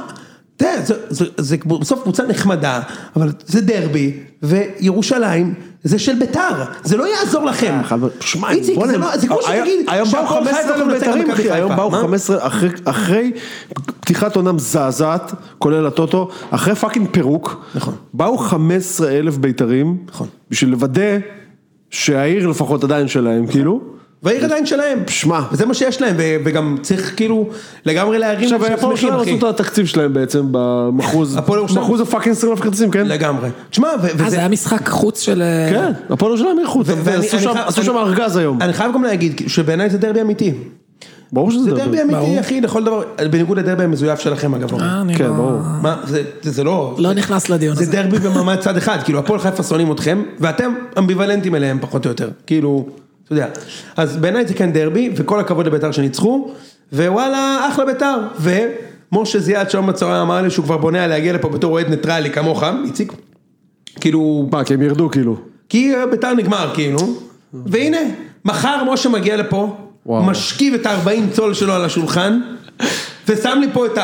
זה בסוף קבוצה נחמדה, אבל זה דרבי, וירושלים, זה של בית"ר, זה לא יעזור לכם. איציק, זה כמו שתגיד, היום באו 15 בית"רים, היום באו 15, אחרי פתיחת עונה מזעזעת, כולל הטוטו, אחרי פאקינג פירוק, באו 15,000 בית"רים, בשביל לוודא שהעיר לפחות עדיין שלהם, כאילו, והעיר עדיין שלהם, וזה מה שיש להם, וגם צריך כאילו לגמרי להרים. עכשיו, הפועל שלהם עשו את התקציב שלהם בעצם, במחוז הפאקינג 20,000 כרטיסים, כן? לגמרי. תשמע, זה היה משחק חוץ של... כן, הפועל שלהם היה חוץ, ועשו שם ארגז היום. אני חייב גם להגיד, שבעיניי זה דרבי אמיתי. ברור שזה דרבי. זה דרבי אמיתי, אחי, לכל דבר, בניגוד לדרבי המזויף שלכם, אגב. כן, ברור. מה, זה לא... לא נכנס לדיון הזה. זה דרבי במעמד צד אחד, כאילו, הפועל חיפה שונאים אתכם, ואתם אמביוולנטים אליהם פחות או יותר, כאילו, אתה יודע. אז בעיניי זה כן דרבי, וכל הכבוד לביתר שניצחו, ווואלה, אחלה ביתר, ומשה זיאד שם בצהריים אמר לי שהוא כבר בונה להגיע לפה בתור אוהד ניטרלי כמוך, איציק, כאילו... מה, כי הם ירדו כאילו? כי ביתר נגמר, כאילו, והנה, מחר משה מגיע לפה, משכיב את ה-40 צול שלו על השולחן, ושם לי פה את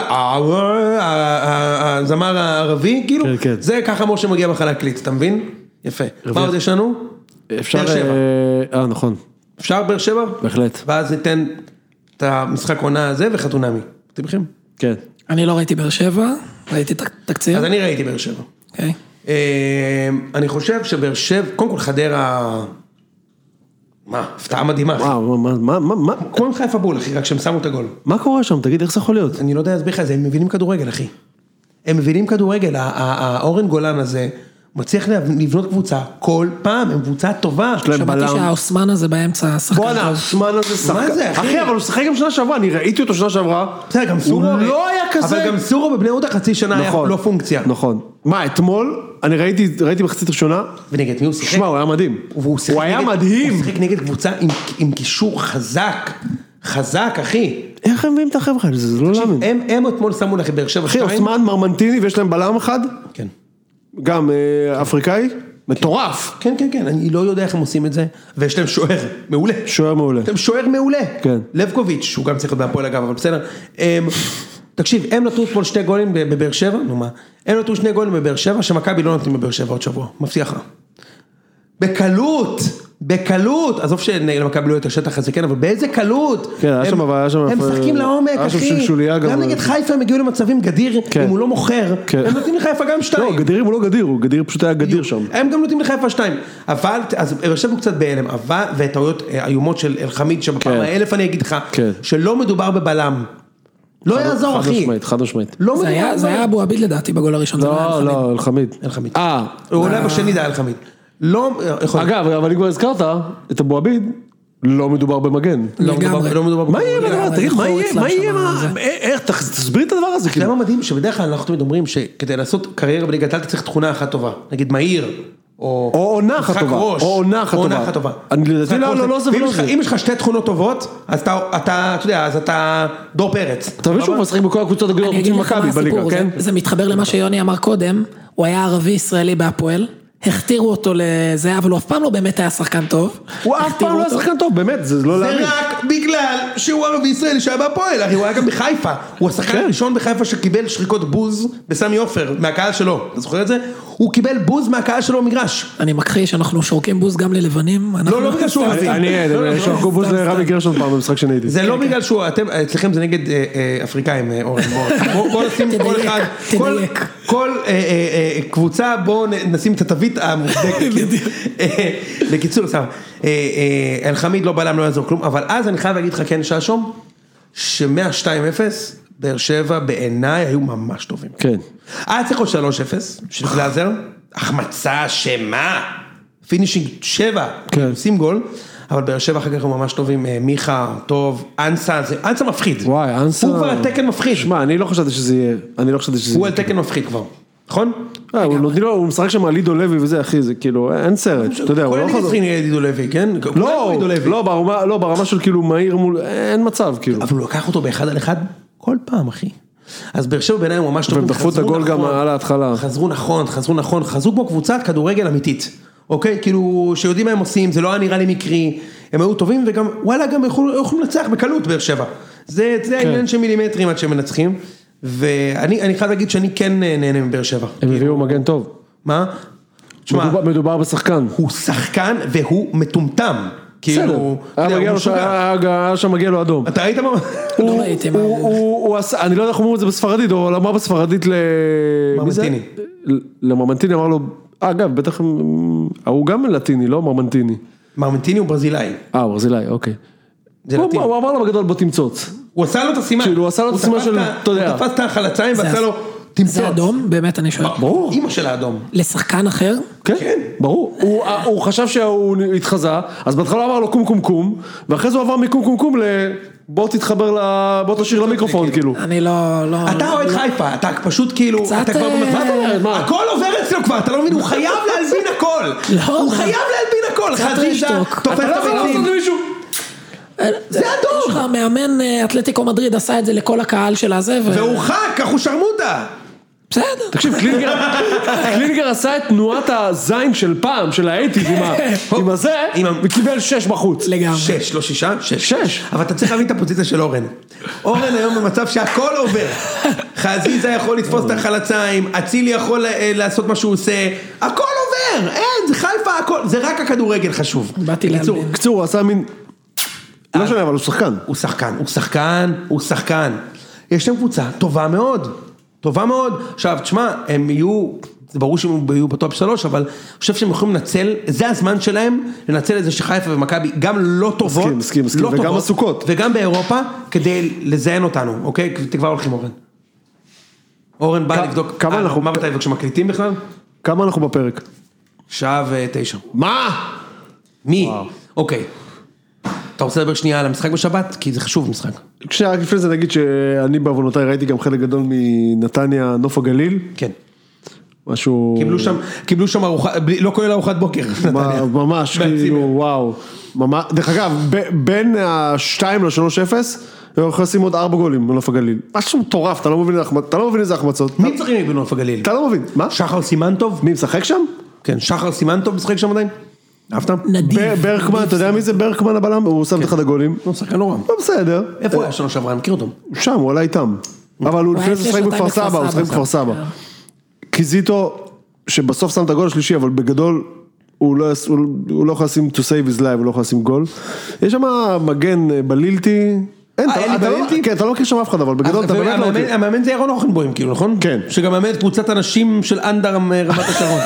הזמר הערבי, כאילו, זה ככה משה מגיע מחר להקליט, אתה מבין? יפה. מה עוד יש לנו? אפשר... נכון. אפשר באר שבע? בהחלט. ואז ניתן את המשחק עונה הזה וחתונמי. אתם בכם? כן. אני לא ראיתי באר שבע, ראיתי תקציר. אז אני ראיתי באר שבע. אוקיי. אני חושב שבאר שבע, קודם כל חדרה... מה? הפתעה מדהימה. מה? כמו חיפה בול, אחי, רק שהם שמו את הגול. מה קורה שם? תגיד, איך זה יכול להיות? אני לא יודע להסביר לך את זה, הם מבינים כדורגל, אחי. הם מבינים כדורגל, האורן גולן הזה... מצליח לבנות קבוצה כל פעם, הם קבוצה טובה. שמעתי שהאוסמן הזה באמצע שחקן טוב. בואנה, האוסמן הזה שחקן. מה זה, אחי? אבל הוא שחק גם שנה שעברה, אני ראיתי אותו שנה שעברה. בסדר, גם סורו. הוא לא היה כזה. אבל גם סורו בבני יהודה חצי שנה היה לא פונקציה. נכון. מה, אתמול, אני ראיתי מחצית ראשונה. ונגד מי הוא שיחק? שמע, הוא היה מדהים. הוא היה מדהים. הוא שיחק נגד קבוצה עם קישור חזק. חזק, אחי. איך הם מביאים את החבר'ה האלה? זה לא להאמין. הם אתמול שמו לכם באר שבע 2. אחי, אוסמן, מרמנטיני, ויש להם בלם אחד. כן. גם אפריקאי, מטורף. כן, כן, כן, אני לא יודע איך הם עושים את זה, ויש להם שוער מעולה. שוער מעולה. הם שוער מעולה. כן. לבקוביץ', שהוא גם צריך להיות בהפועל אגב, אבל בסדר. תקשיב, הם נתנו אתמול 2 גולים בבאר שבע, נו מה? הם נתנו 2 גולים בבאר שבע, שמכבי לא נתנים בבאר שבע עוד שבוע, מבטיח לך. בקלות, עזוב שלמכבי לא יותר שטח הזה, כן, אבל באיזה קלות. כן, היה שם, הם משחקים לעומק, אחי. גם נגד חיפה הם הגיעו למצבים גדיר, אם הוא לא מוכר, הם נותנים לחיפה גם 2. לא, גדיר אם הוא לא גדיר, הוא גדיר פשוט היה גדיר שם. הם גם נותנים לחיפה 2. אבל, אז הרשבנו קצת בהלם, אבל, וטעויות איומות של אלחמיד, שבפעם ה-1000 אני אגיד לך, שלא מדובר בבלם. לא יעזור, אחי. חד משמעית. זה היה אבו עביד לדעתי בגול הראשון. לא, אלחמיד. הוא עולה בשני זה אלחמיד. אגב, אבל אם כבר הזכרת את אבו עביד, לא מדובר במגן. לא מדובר מה יהיה בדבר? תגיד, מה יהיה? איך? תסביר את הדבר הזה. זה מה מדהים שבדרך כלל אנחנו תמיד אומרים שכדי לעשות קריירה בליגת העל אתה צריך תכונה אחת טובה. נגיד מהיר. או עונה אחת טובה. או עונה אחת טובה. אם יש לך 2 תכונות טובות, אז אתה יודע, אז אתה דור פרץ. אתה מבין שהוא משחק בכל הקבוצות הגדולות חוץ ממכבי בליגה, כן? זה מתחבר למה שיוני אמר קודם, הוא היה ערבי ישראלי בהפועל. הכתירו אותו לזה, אבל הוא אף פעם לא באמת היה שחקן טוב. הוא אף פעם לא היה שחקן טוב, באמת, זה לא להאמין. זה רק בגלל שהוא ערבי ישראלי שהיה בהפועל, הוא היה גם בחיפה. הוא השחקן הראשון בחיפה שקיבל שריקות בוז בסמי עופר, מהקהל שלו. אתה זוכר את זה? הוא קיבל בוז מהקהל שלו במגרש. אני מכחיש שאנחנו שורקים בוז גם ללבנים. לא בגלל שהוא ערבי. אני שורקו בוז לרבי גרשון פעם במשחק שאני הייתי. זה לא בגלל שהוא, אצלכם זה נגד אפריקאים, אורן. בואו נשים כל אחד, כל קבוצה, בואו נשים את התווית המוצדקת. בקיצור, אלחמיד לא בלם, לא יעזור כלום, אבל אז אני חייב להגיד לך כן ששום, ש100-2-0, באר שבע בעיניי היו ממש טובים. כן. צריך עוד 3-0, של גלאזר, החמצה שמה, פינישינג 7, עושים גול, אבל באר שבע אחר כך הם ממש טובים, מיכה, טוב, אנסה מפחיד. וואי, אנסה. הוא כבר התקן מפחיד. שמע, אני לא חשבתי שזה יהיה. הוא התקן מפחיד כבר, נכון? הוא משחק שם על לידו לוי וזה, אחי, זה כאילו, אין סרט, אתה יודע, הוא לא חזר. כל נגד לידו לוי, כן? לא, ברמה של כאילו מהיר מול, אין מצב, כאילו. אבל הוא לקח אותו באחד על אחד כל פעם, אחי. אז באר שבע בעיניי הוא ממש טוב. והם דחפו את הגול גם על ההתחלה. חזרו נכון, חזרו כמו קבוצת כדורגל אמיתית. אוקיי? כאילו, שיודעים מה הם עושים, זה לא היה נראה לי מקרי, הם היו טובים וגם, וואלה, גם יכולים לנצח בקלות באר שבע. זה העניין של מילימטרים עד שהם מנצחים, ואני חייב להגיד שאני כן נהנה מבאר שבע. הם הביאו מגן טוב. מה? מדובר בשחקן. הוא שחקן והוא מטומטם. בסדר, היה שם מגיע לו אדום. אתה ראית מה? לא ראיתי מה. אני לא יודע איך אומרים את זה בספרדית, או אמר בספרדית מרמנטיני. למרמנטיני אמר לו, אגב, בטח הוא גם לטיני, לא מרמנטיני. מרמנטיני הוא ברזילאי. ברזילאי, אוקיי. הוא אמר לו בגדול בוא תמצוץ. הוא עשה לו את הסימן. הוא עשה לו את הסימן של, אתה יודע. הוא תפס את החלציים ועשה לו זה אדום? באמת אני שואל. ברור. אמא של האדום. לשחקן אחר? כן, ברור. הוא חשב שהוא התחזה, אז בהתחלה אמר לו קום קום קום, ואחרי זה הוא עבר מקום קום קום בוא תתחבר, בוא תשאיר למיקרופון, כאילו. אני לא... אתה אוהד חיפה, אתה פשוט כאילו, אתה כבר במצב, הכל עובר אצלו כבר, אתה לא מבין, הוא חייב להלבין הכל. הוא חייב להלבין הכל. חזיזה, תופס את הביצים. זה אדום. יש לך מאמן אתלטיקו מדריד עשה את זה לכל הקהל של הזה. והוא חק, כך הוא שרמוטה. בסדר. תקשיב, קלינגר עשה את תנועת הזין של פעם, של האייטיז, עם הזה, וקיבל 6 בחוץ. לגמרי. 6, לא 6? 6. אבל אתה צריך להבין את הפוזיציה של אורן. אורן היום במצב שהכל עובר. חזיזה יכול לתפוס את החלציים, אצילי יכול לעשות מה שהוא עושה, הכל עובר, אין, זה חיפה, הכל, זה רק הכדורגל חשוב. באתי להבין. קצור, הוא עשה מין... לא שונה, אבל הוא שחקן. הוא שחקן. יש להם קבוצה טובה מאוד. טובה מאוד. עכשיו, תשמע, הם יהיו, זה ברור שהם יהיו בטופ 3, אבל אני חושב שהם יכולים לנצל, זה הזמן שלהם, לנצל את זה שחיפה ומכבי גם לא טובות. מסכים, וגם עסוקות. וגם באירופה, כדי לזיין אותנו, אוקיי? כבר הולכים אורן. אורן בא לבדוק, מה מתי וכשמקליטים בכלל? כמה אנחנו בפרק? 1:09. מה? מי? אוקיי. אתה רוצה לדבר שנייה על המשחק בשבת? כי זה חשוב משחק. כשרק לפני זה נגיד שאני בעוונותיי ראיתי גם חלק גדול מנתניה נוף הגליל. כן. משהו... קיבלו שם ארוחה, לא כולל ארוחת בוקר. ממש, כאילו, וואו. דרך אגב, בין ה-2 ל-3-0, הם יכולים עוד 4 גולים בנוף הגליל. משהו מטורף, אתה לא מבין איזה החמצות. מי צריכים בנוף הגליל? אתה לא מבין. מה? שחר סימנטוב? מי משחק שם? כן, שחר סימנטוב משחק שם עדיין? אהבת? נדיב. ברקמן, אתה יודע מי זה ברקמן הבלם? הוא שם את אחד הגולים. הוא שחקן נורא. בסדר. איפה הוא היה שנה שעברה? אני מכיר אותו. שם, הוא עלה איתם. אבל הוא לפני זה שחק בכפר סבא, הוא שחק בכפר סבא. קיזיטו, שבסוף שם את הגול השלישי, אבל בגדול, הוא לא יכול לשים to save his life, הוא לא יכול לשים גול. יש שם מגן בלילתי. כן, אתה לא מכיר שם אף אחד, אבל בגדול אתה באמת לא מכיר. המאמן זה ירון אוכנבוים, כאילו, נכון? כן. שגם מאמן את קבוצת אנשים של אנדר רמת השרון.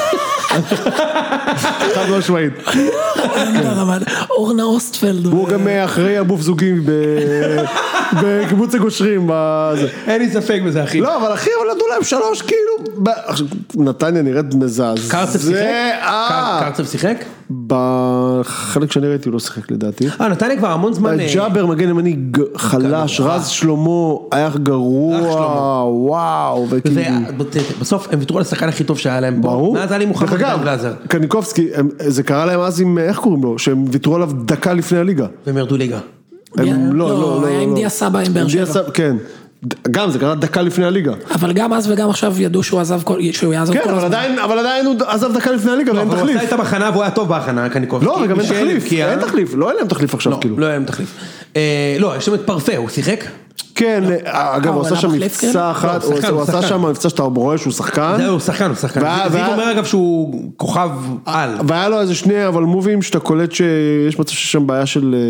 חד משמעית. אורנה אוסטפלד. הוא גם אחרי אבוף זוגי בקיבוץ הגושרים. אין לי ספק בזה, אחי. לא, אבל אחי, הולדו להם 3, כאילו. נתניה נראית מזעזע. קרצב שיחק? קרצב שיחק? בחלק שאני ראיתי הוא לא שיחק לדעתי. נתניה כבר המון זמן. ג'אבר מגן ימני חלש, רז שלמה היה גרוע, וואו. בסוף הם ויתרו על השחקן הכי טוב שהיה להם פה. מאז היה לי מוחמד גלאזר. קניקובסקי, זה קרה להם אז עם, איך קוראים לו? שהם ויתרו עליו דקה לפני הליגה. והם ירדו ליגה. לא, היה עם דיה סבא עם באר שבע. כן. גם זה קרה דקה לפני הליגה. אבל גם אז וגם עכשיו ידעו שהוא יעזוב כל הזמן. כן, אבל עדיין הוא עזב דקה לפני הליגה ואין תחליף. הוא עשה את המחנה והוא היה טוב בהכנה, קניקובסקי. לא, וגם אין תחליף, לא היה להם תחליף עכשיו כאילו. לא היה להם תחליף. לא, יש שם את פרפה, הוא שיחק? כן, אגב, הוא עשה שם מבצע אחת, הוא עשה שם מבצע שאתה רואה שהוא שחקן. זהו, הוא שחקן. זיו אומר אגב שהוא כוכב על. והיה לו איזה שני אבל מובים שאתה קולט שיש מצב ששם בעיה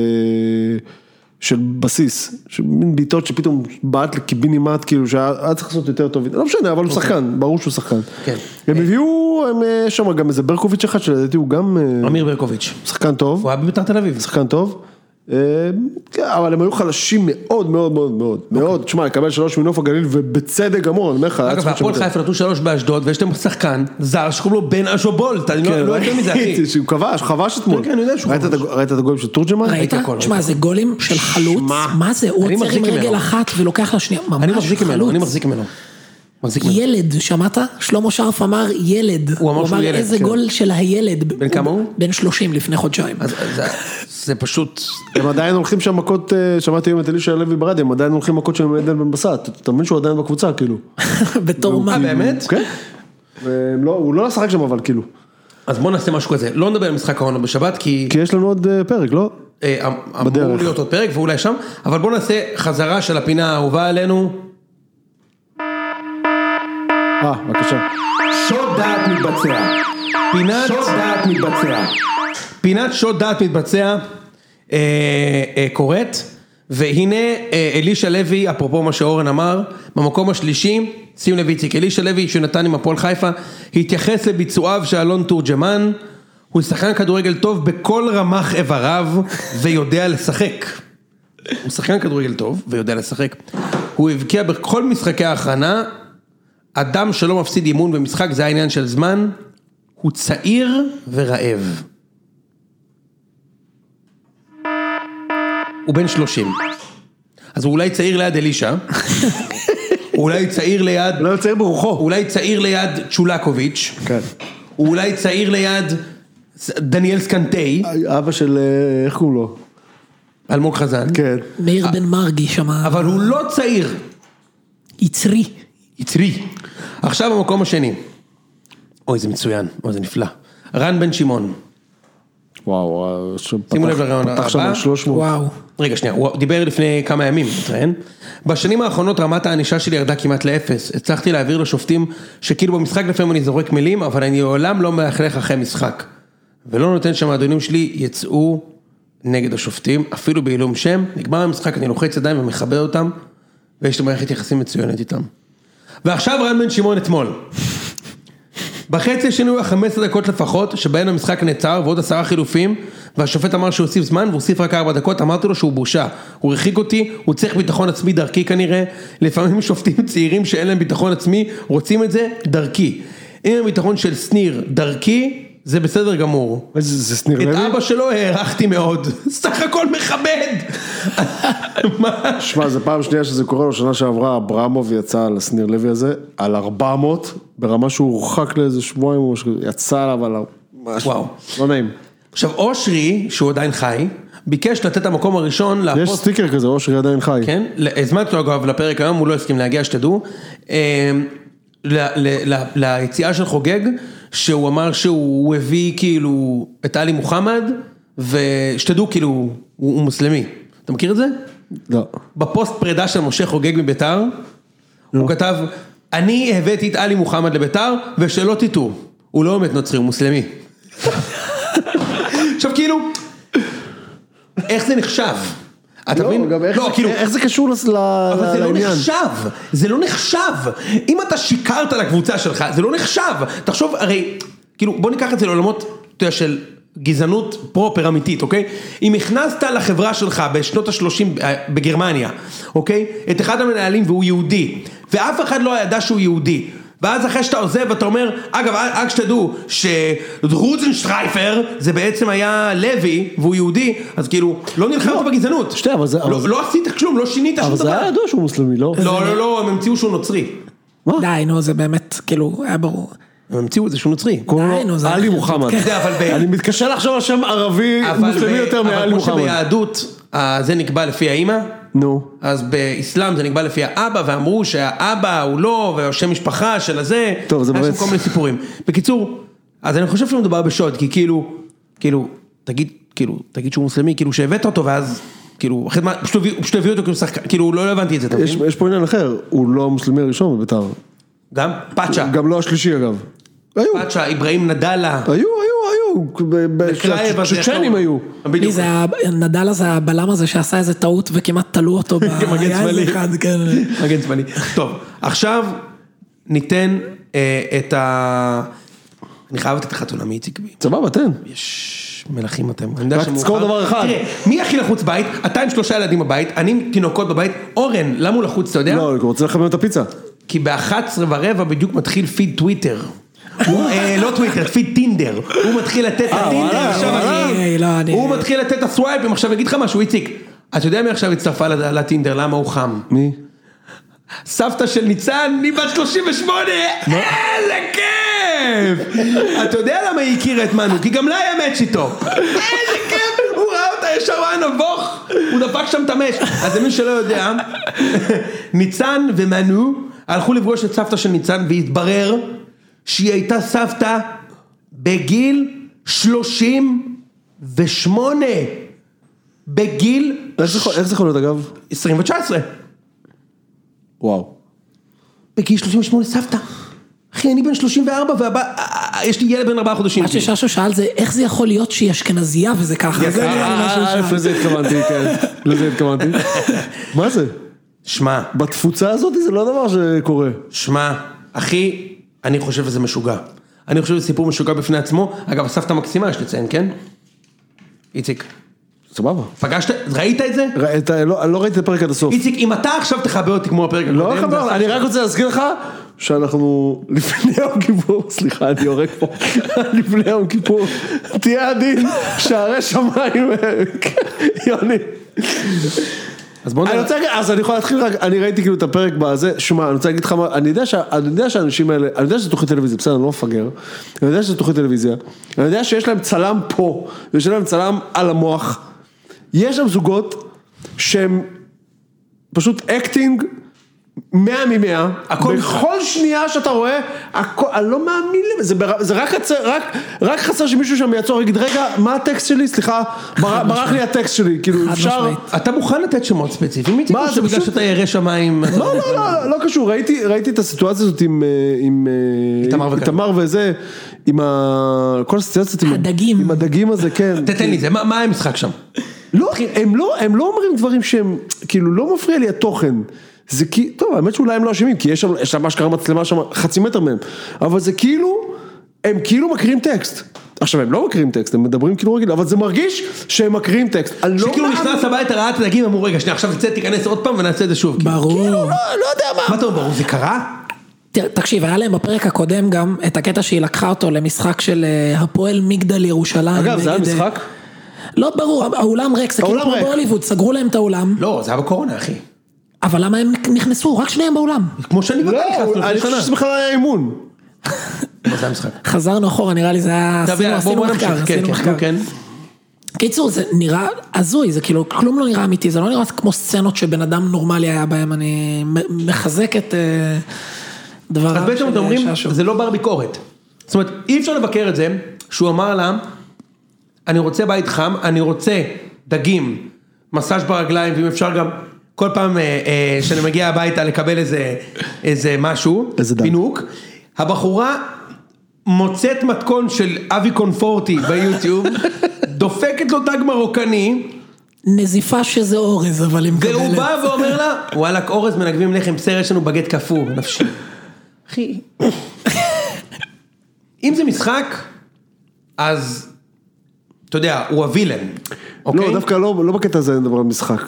של בסיס, מין ביטות שפתאום בעט לקיבינימט, כאילו שהיה צריך לעשות יותר טוב, לא משנה, אבל הוא שחקן, ברור שהוא שחקן. הם הביאו, יש שם גם איזה ברקוביץ' אחד שלדעתי הוא גם... אמיר ברקוביץ'. שחקן טוב. הוא היה בביתר תל אביב. שחקן טוב. אבל הם היו חלשים מאוד מאוד מאוד מאוד מאוד, תשמע, לקבל 3 מנוף הגליל ובצדק גמור, אני אומר לך. אגב, הפועל חיפה נתנו 3 באשדוד ויש להם שחקן זר שקוראים לו בן אשובולט, אני לא יודע מזה אחי. שהוא חבש אתמול. ראית את הגולים של תורג'מן? ראית? תשמע, זה גולים של חלוץ, מה זה? הוא עוצר עם רגל אחת ולוקח לשנייה, ממש חלוץ. אני מחזיק ממנו. ילד, שמעת? שלמה שרף אמר ילד. הוא אמר שהוא ילד. איזה גול של הילד. בן כמה הוא? בן 30 לפני חודשיים. זה פשוט... הם עדיין הולכים שם מכות, שמעתי היום את אלישע לוי ברדיו, הם עדיין הולכים מכות של עדן בן בסט, אתה מבין שהוא עדיין בקבוצה, כאילו. בתור מה? באמת? כן. הוא לא לשחק שם, אבל כאילו. אז בוא נעשה משהו כזה, לא נדבר על משחק העונה בשבת, כי יש לנו עוד פרק, לא? אמור להיות עוד פרק, ואולי שם, אבל בוא נעשה חזרה של הפינה האהובה עלינו. בבקשה. שוד דעת מתבצע. פינת שוד דעת מתבצע קורית, והנה אלישע לוי, אפרופו מה שאורן אמר, במקום השלישי, שים לב איציק, אלישע לוי שנתן עם הפועל חיפה, התייחס לביצועיו של אלון תורג'מן, הוא שחקן כדורגל טוב בכל רמ"ח איבריו, ויודע לשחק. הוא שחקן כדורגל טוב, ויודע לשחק. הוא הבקיע בכל משחקי ההכנה, אדם שלא מפסיד אימון במשחק, זה העניין של זמן, הוא צעיר ורעב. הוא בן 30. אז הוא אולי צעיר ליד אלישה, אולי צעיר ליד... לא צעיר ברוחו. אולי צעיר ליד צ'ולקוביץ'. כן. הוא אולי צעיר ליד דניאל סקנטי. אבא של... איך קוראים לו? אלמוג חזן. כן. מאיר בן מרגי שמה. אבל הוא לא צעיר. יצרי. יצרי. עכשיו המקום השני. אוי, זה מצוין. אוי, זה נפלא. רן בן שמעון. וואו, שימו לב לרעיון פתח שם על 300. וואו. רגע, שנייה, הוא דיבר לפני כמה ימים, מתראיין. בשנים האחרונות רמת הענישה שלי ירדה כמעט לאפס. הצלחתי להעביר לשופטים שכאילו במשחק לפעמים אני זורק מילים, אבל אני לעולם לא מאחלך אחרי משחק. ולא נותן שהמועדונים שלי יצאו נגד השופטים, אפילו בעילום שם. נגמר המשחק, אני לוחץ ידיים ומכבד אותם, ויש לי מערכת יחסים מצוינת איתם. ועכשיו רן בן שמעון אתמול. בחצי השני הוא 15 דקות לפחות, שבהן המשחק נעצר ועוד 10 חילופים, והשופט אמר שהוא הוסיף זמן, והוא הוסיף רק 4 דקות, אמרתי לו שהוא בושה, הוא הרחיק אותי, הוא צריך ביטחון עצמי דרכי כנראה, לפעמים שופטים צעירים שאין להם ביטחון עצמי, רוצים את זה דרכי. אם הביטחון של שניר דרכי, זה בסדר גמור. זה שניר לוי? את אבא שלו הערכתי מאוד, סך הכל מכבד. מה? שמע, זה פעם שנייה שזה קורה לו, שנה שעברה, אברמוב יצא על שניר לוי הזה, על 400, ברמה שהוא הורחק לאיזה שבועיים, יצא עליו על... וואו. לא נעים. עכשיו, אושרי, שהוא עדיין חי, ביקש לתת המקום הראשון יש סטיקר כזה, אושרי עדיין חי. כן, הזמנתי אותו אגב לפרק היום, הוא לא הסכים להגיע, שתדעו, ליציאה של חוגג, שהוא אמר שהוא הביא כאילו את אלי מוחמד, ושתדעו כאילו, הוא מוסלמי. אתה מכיר את זה? לא. בפוסט פרידה של משה חוגג מביתר, הוא כתב, אני הבאתי את אלי מוחמד לביתר, ושלא תטעו, הוא לא באמת נוצרי, הוא מוסלמי. עכשיו כאילו, איך זה נחשב? אתה מבין? לא, כאילו, איך זה קשור לעניין? אבל זה לא נחשב, זה לא נחשב. אם אתה שיקרת לקבוצה שלך, זה לא נחשב. תחשוב, הרי, כאילו, בוא ניקח את זה לעולמות, אתה יודע, של גזענות פרופר אמיתית, אוקיי? אם הכנסת לחברה שלך בשנות ה-30 בגרמניה, אוקיי? את אחד המנהלים והוא יהודי, ואף אחד לא ידע שהוא יהודי, ואז אחרי שאתה עוזב ואתה אומר, אגב, רק שתדעו שרוזנשטרייפר זה בעצם היה לוי והוא יהודי, אז כאילו, לא נלחמת בגזענות. שתי, אבל זה... לא עשית כלום, לא שינית שום דבר. אבל זה היה ידוע שהוא מוסלמי, לא? לא, הם המציאו שהוא נוצרי. די, נו, זה באמת, כאילו, היה ברור. הם המציאו את זה שהוא נוצרי. די, נו, זה... אלי מוחמד. אני מתקשה לחשוב על שם ערבי מוסלמי יותר מאלי מוחמד. אבל כמו שביהדות, זה נקבע לפי האמא. נו. אז באסלאם זה נקבע לפי האבא, ואמרו שהאבא הוא לא, והשם משפחה של הזה. טוב, זה באמת. היה שם כל מיני סיפורים. בקיצור, אז אני חושב שהוא מדובר בשוד, כי כאילו, תגיד שהוא מוסלמי, כאילו שהבאת אותו, ואז, כאילו, פשוט הביא אותו, כאילו, לא הבנתי את זה. יש פה עניין אחר, הוא לא המוסלמי הראשון בביתר. גם? פאצ'ה. גם לא השלישי אגב. פאצ'ה, איברהים נדלה. היו. צ'צ'נים היו. מי זה, נדלה זה הבלם הזה שעשה איזה טעות וכמעט תלו אותו. מגן שמאלי. מגן שמאלי. טוב, עכשיו ניתן את אני חייב לתת לך תולה מאיציק בי. סבבה, תן. יש מלכים אתם. רק תזכור דבר אחד. תראה, מי הכי לחוץ בית? אתה עם 3 ילדים בבית, אני עם תינוקות בבית. אורן, למה הוא לחוץ, אתה יודע? לא, אני רוצה לחמם את הפיצה. כי ב-11:15 בדיוק מתחיל פיד טוויטר. לא טוויטר, פיד טינדר. הוא מתחיל לתת את הטינדר. הוא מתחיל לתת את הסווייפים. עכשיו נגיד לך משהו, איציק. אתה יודע מי עכשיו הצטרפה לטינדר? למה הוא חם? מי? סבתא של ניצן, אני בת 38. איזה כיף. אתה יודע למה היא הכירה את מנו? כי גם לה היה מאץ' איתו. איזה כיף. הוא ראה אותה ישר, הוא היה נבוך. הוא דפק שם את המש. אז למי שלא יודע, ניצן ומנו הלכו לפגוש את סבתא של ניצן, והתברר שהיא הייתה סבתא בגיל 38. בגיל... איך זה יכול להיות אגב? 20 ו-19. וואו. בגיל 38 סבתא. אחי, אני בן 34 יש לי ילד בן 4 חודשים. מה שששו שאל זה, איך זה יכול להיות שהיא אשכנזייה וזה ככה? לזה התכוונתי, כן. לזה התכוונתי. מה זה? שמע. בתפוצה הזאת זה לא דבר שקורה. שמע, אחי, אני חושב שזה משוגע. אני חושב שזה סיפור משוגע בפני עצמו. אגב, הסבתא מקסימה, יש לציין, כן? איציק. סבבה. פגשת? ראית את זה? לא ראיתי את הפרק עד הסוף. איציק, אם אתה עכשיו תחבר אותי כמו הפרק הקודם. לא חבר, אני רק רוצה להזכיר לך שאנחנו לפני יום כיפור, סליחה, אני יורק פה, לפני יום כיפור, תהיה עדין, שערי שמיים, יוני. אז אני יכול להתחיל רק, אני ראיתי כאילו את הפרק בזה, שומע, אני רוצה להגיד לך, אני יודע שהאנשים האלה, אני יודע שזה תוכנית טלוויזיה, בסדר, אני לא מפגר, אני יודע שזה תוכנית טלוויזיה, אני יודע שיש להם צלם פה, ויש להם צלם על המוח, יש שם זוגות שהם פשוט אקטינג 100 מ-100, בכל שנייה שאתה רואה, אני לא מאמין לזה, זה רק חסר שמישהו שם יעצור, יגיד, רגע, מה הטקסט שלי? סליחה, ברח לי הטקסט שלי, כאילו אפשר... אתה מוכן לתת שמות ספציפיים? מי תקוש בגלל שאתה ירא שמיים? לא קשור, ראיתי את הסיטואציה הזאת עם איתמר וזה, עם כל הסיטואציה, עם הדגים הזה, כן. תתן לי זה, מה המשחק שם? לא, הם לא אומרים דברים שהם, כאילו, לא מפריע לי התוכן. זה כי, טוב, האמת שאולי הם לא אשמים, כי יש שם משקרה מצלמה שם חצי מטר מהם, אבל זה כאילו, הם כאילו מקריאים טקסט. עכשיו, הם לא מקריאים טקסט, הם מדברים כאילו רגיל, אבל זה מרגיש שהם מקריאים טקסט. שכאילו נכנס הביתה, ראה את הדגים, אמרו, רגע, שנייה, עכשיו תיכנס עוד פעם ונעשה את זה שוב. ברור. כאילו, לא יודע מה. מה אתה אומר, ברור, זה קרה? תקשיב, היה להם בפרק הקודם גם את הקטע שהיא לקחה אותו למשחק של הפועל מגדל ירושלים. אגב, זה היה משחק? לא, ברור, האולם ריק, זה כאילו כמו בהוליווד, סגרו להם את האולם. לא, זה היה בקורונה, אחי. אבל למה הם נכנסו? רק שניהם באולם. כמו שאני ואתה נכנסנו. אני חושב שזה בכלל היה אימון. מה זה המשחק? חזרנו אחורה, נראה לי זה היה... עשינו מחקר. קיצור, זה נראה הזוי, זה כאילו, כלום לא נראה אמיתי, זה לא נראה כמו סצנות שבן אדם נורמלי היה בהם, אני מחזק את דבר... אז בעצם אתם אומרים, זה לא בר ביקורת. זאת אומרת, אי אפשר לבקר את זה, שהוא אמר לה, אני רוצה בית חם, אני רוצה דגים, מסאז' ברגליים, ואם אפשר גם... כל פעם שאני מגיע הביתה לקבל איזה משהו, פינוק, הבחורה מוצאת מתכון של אבי קונפורטי ביוטיוב, דופקת לו דג מרוקני, נזיפה שזה אורז, אבל היא מקבלת. והוא בא ואומר לה, וואלק אורז מנגבים לחם, בסדר, יש לנו בגט קפוא, נפשי. אחי, אם זה משחק, אז, אתה יודע, הוא הווילן, אוקיי? לא, דווקא לא בקטע הזה נדבר על משחק.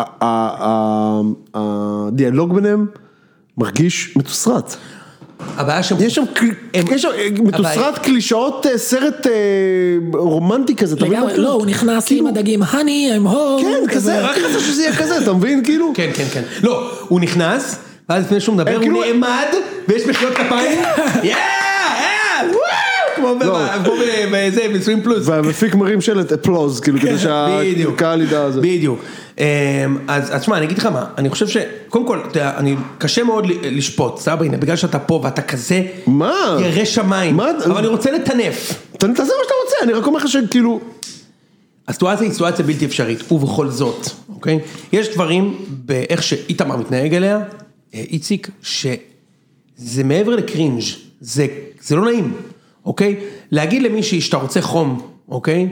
הדיאלוג ביניהם מרגיש מתוסרט. יש שם מתוסרט קלישאות סרט רומנטי כזה. לא, הוא נכנס עם הדגים, הני, I'm home. כן, כזה, רק חושב שזה יהיה כזה, אתה מבין? כאילו? כן, כן, כן. לא, הוא נכנס, ואז לפני שהוא מדבר, הוא נעמד, ויש מחיאות כפיים, כמו בזה, בסווים פלוס. והמפיק מרים שלט אפלוז, כאילו, כדי שהקהל ידע הזה. בדיוק. אז שמה, אני אגיד לך מה, אני חושב שקודם כל, אני קשה מאוד לשפוט, סבא, הנה, בגלל שאתה פה ואתה כזה, ירא שמיים, אבל אני רוצה לטנף. תעשה מה שאתה רוצה, אני רק אומר לך שכאילו... הסיטואציה היא סיטואציה בלתי אפשרית, ובכל זאת, אוקיי? יש דברים באיך שאיתמר מתנהג אליה, איציק, שזה מעבר לקרינג', זה לא נעים, אוקיי? להגיד למישהי שאתה רוצה חום, אוקיי?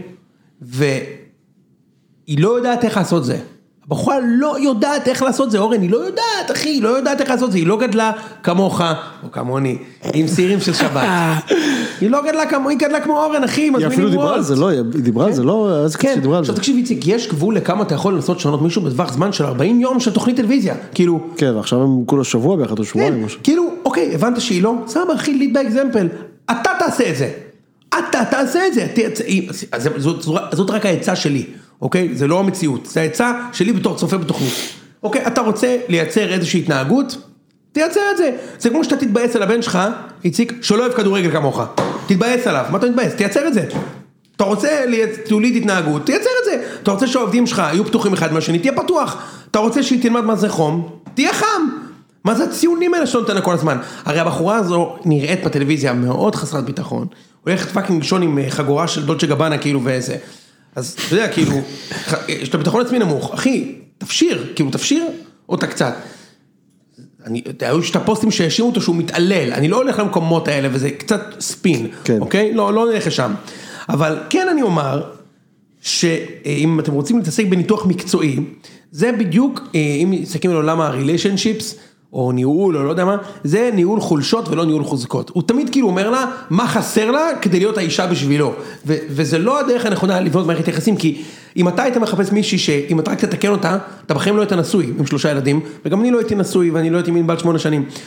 היא לא יודעת איך לעשות זה. הבחורה לא יודעת איך לעשות זה, אורן, היא לא יודעת, אחי, היא לא יודעת איך לעשות זה, היא לא גדלה כמוך, או כמוני, עם סירים של שבת. היא לא גדלה כמו, היא גדלה כמו אורן, אחי, היא אפילו דיברה על זה, לא, היא דיברה על זה, לא, אז כן, עכשיו תקשיב איציק, יש גבול לכמה אתה יכול לנסות לשנות מישהו בטווח זמן של 40 יום של תוכנית טלוויזיה, כאילו... כן, ועכשיו הם כולה שבוע ביחד או שבועיים. כאילו, אוקיי, הבנת שהיא לא, סבבה, אחי, ליד באקזמפל, אתה תעשה את זה, אתה תעשה את זה, זאת רק העצה שלי. אוקיי? זה לא המציאות, זה העצה שלי בתור צופה בתוכנית. אוקיי? אתה רוצה לייצר איזושהי התנהגות? תייצר את זה. זה כמו שאתה תתבאס על הבן שלך, איציק, שלא אוהב כדורגל כמוך. תתבאס עליו. מה אתה מתבאס? תייצר את זה. אתה רוצה להוליד התנהגות? תייצר את זה. אתה רוצה שהעובדים שלך יהיו פתוחים אחד מהשני? תהיה פתוח. אתה רוצה שהיא תלמד מה זה חום? תהיה חם. מה זה הציונים האלה שאתה נותן כל הזמן? הרי הבחורה הזו נראית בטלוויזיה מאוד חסרת ביטחון. הולכת פאקינג לישון עם חגורה של דולצ'ה גבאנה כאילו ואיזה. אז אתה יודע, כאילו, יש לו ביטחון עצמי נמוך, אחי, תפשיר, כאילו תפשיר אותה קצת. היו שאת הפוסטים שהאשימו אותו שהוא מתעלל, אני לא הולך למקומות האלה, וזה קצת ספין, אוקיי? לא נלך לשם. אבל כן אני אומר, שאם אתם רוצים להתעסק בניתוח מקצועי, זה בדיוק, אם נסתכלים על עולם הריליישנשיפס, או ניהול, או לא יודע מה, זה ניהול חולשות ולא ניהול חוזקות. הוא תמיד כאילו אומר לה, מה חסר לה כדי להיות האישה בשבילו. וזה לא הדרך הנכונה לבנות מערכת יחסים, כי אם אתה היית מחפש מישהי שאם אתה רק תתקן אותה, אתה בחיים לא היית נשוי עם 3 ילדים, וגם אני לא הייתי נשוי, ואני לא הייתי מין בעל 8 שנים.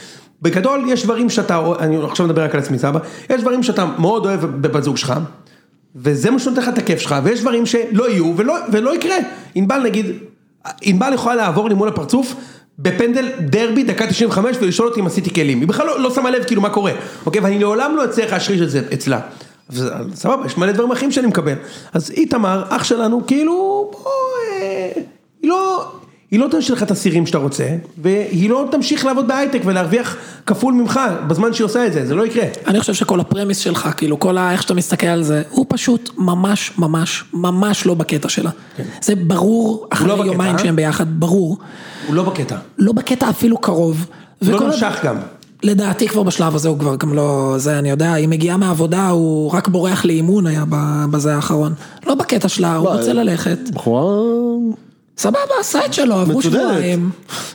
בגדול יש דברים שאתה, אני עכשיו מדבר רק על עצמי סבא, יש דברים שאתה מאוד אוהב בבת זוג שלך, וזה מה שנותן לך את הכיף שלך, ויש דברים שלא יהיו ולא יקרה. ענבל נגיד, ענבל יכולה לעבור לי מול הפרצוף, בפנדל דרבי דקה 95 ולשאול אותי אם עשיתי כלים, היא בכלל לא שמה לב כאילו מה קורה, אוקיי? ואני לעולם לא אצליח להשריש את זה אצלה, סבבה, יש מלא דברים אחרים שאני מקבל, אז איתמר, אח שלנו, כאילו, היא לא תמשיך לך את הסירים שאתה רוצה, והיא לא תמשיך לעבוד בהייטק ולהרוויח כפול ממך בזמן שהיא עושה את זה, זה לא יקרה. אני חושב שכל הפרמיס שלך, כאילו כל איך שאתה מסתכל על זה, הוא פשוט ממש ממש ממש לא בקטע שלה. זה ברור, אחרי יומיים שהם ביחד, ברור. הוא לא בקטע. לא בקטע אפילו קרוב. הוא לא נמשך גם. לדעתי כבר בשלב הזה הוא כבר גם לא, זה אני יודע, היא מגיעה מהעבודה, הוא רק בורח לאימון היה בזה האחרון. לא בקטע שלה, הוא רוצה ללכת. בחורה... סבבה, עשה את שלו, עברו שבועיים.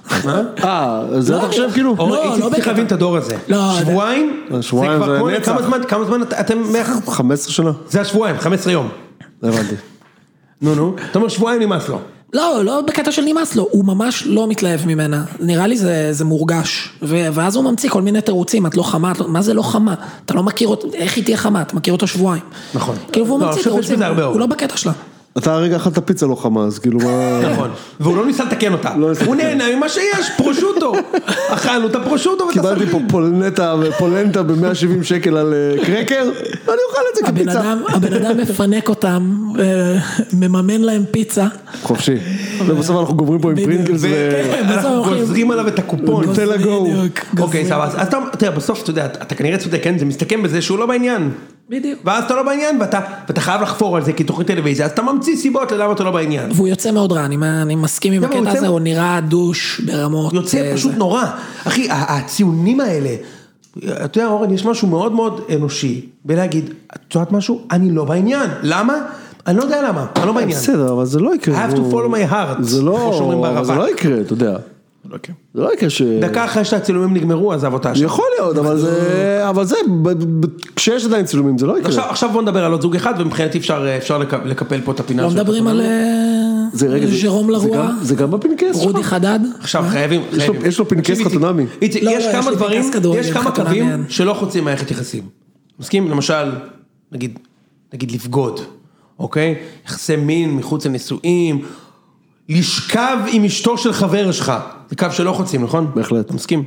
זה אתה חושב כאילו? איציק צריך להבין את הדור הזה. שבועיים? שבועיים זה נצח. כמה זמן אתם... 15 שנה. זה השבועיים, 15 יום. הבנתי. נו, אתה אומר שבועיים נמאס לו. לא בקטע של נמאס לו, הוא ממש לא מתלהב ממנה, נראה לי זה מורגש, ואז הוא ממציא כל מיני תירוצים, את לא חמה, מה זה לא חמה? אתה לא מכיר אותו, איך היא תהיה חמה? אתה מכיר אותו שבועיים. נכון. כאילו הוא ממציא תירוצים, הוא לא בקטע שלה. אתה הרגע אכלת פיצה לא חמה, אז כאילו מה... נכון, והוא לא ניסה לתקן אותה, הוא נהנה ממה שיש, פרושוטו, אכלנו את הפרושוטו ואתה קיבלתי פה פולנטה ב-170 שקל על קרקר, אני אוכל את זה כפיצה. הבן אדם מפנק אותם, מממן להם פיצה. חופשי, ובסוף אנחנו גוברים פה עם פרינגלס ואנחנו גוזרים עליו את הקופון. תל הגו. אוקיי, סבבה, אז אתה בסוף, אתה יודע, אתה כנראה צודק, זה מסתכם בזה שהוא לא בעניין. בדיוק. ואז אתה לא בעניין, ואתה חייב לחפור על זה כתוכנית טלוויזיה, אז אתה ממציא סיבות ללמה אתה לא בעניין. והוא יוצא מאוד רע, אני מסכים עם הקטע הזה, הוא נראה דוש ברמות. יוצא פשוט נורא. אחי, הציונים האלה, אתה יודע, אורן, יש משהו מאוד מאוד אנושי, בלהגיד, את יודעת משהו? אני לא בעניין. למה? אני לא יודע למה, אני לא בעניין. בסדר, אבל זה לא יקרה. I have to follow my heart. זה לא יקרה, אתה יודע. זה לא יקרה ש... דקה אחרי שהצילומים נגמרו, עזב אותה. יכול להיות, אבל זה, כשיש עדיין צילומים, זה לא יקרה. עכשיו בוא נדבר על עוד זוג אחד, ומבחינתי אפשר לקפל פה את הפינה. לא מדברים על ז'רום לרואה? זה גם בפנקס? רודי חדד? עכשיו חייבים. יש לו פנקס חתונמי. יש כמה דברים, יש כמה קווים שלא חוצים מערכת יחסים. מסכים? למשל, נגיד לבגוד, אוקיי? יחסי מין מחוץ לנישואים, לשכב עם אשתו של חבר שלך, זה קו שלא חוצים, נכון? בהחלט. אתה מסכים?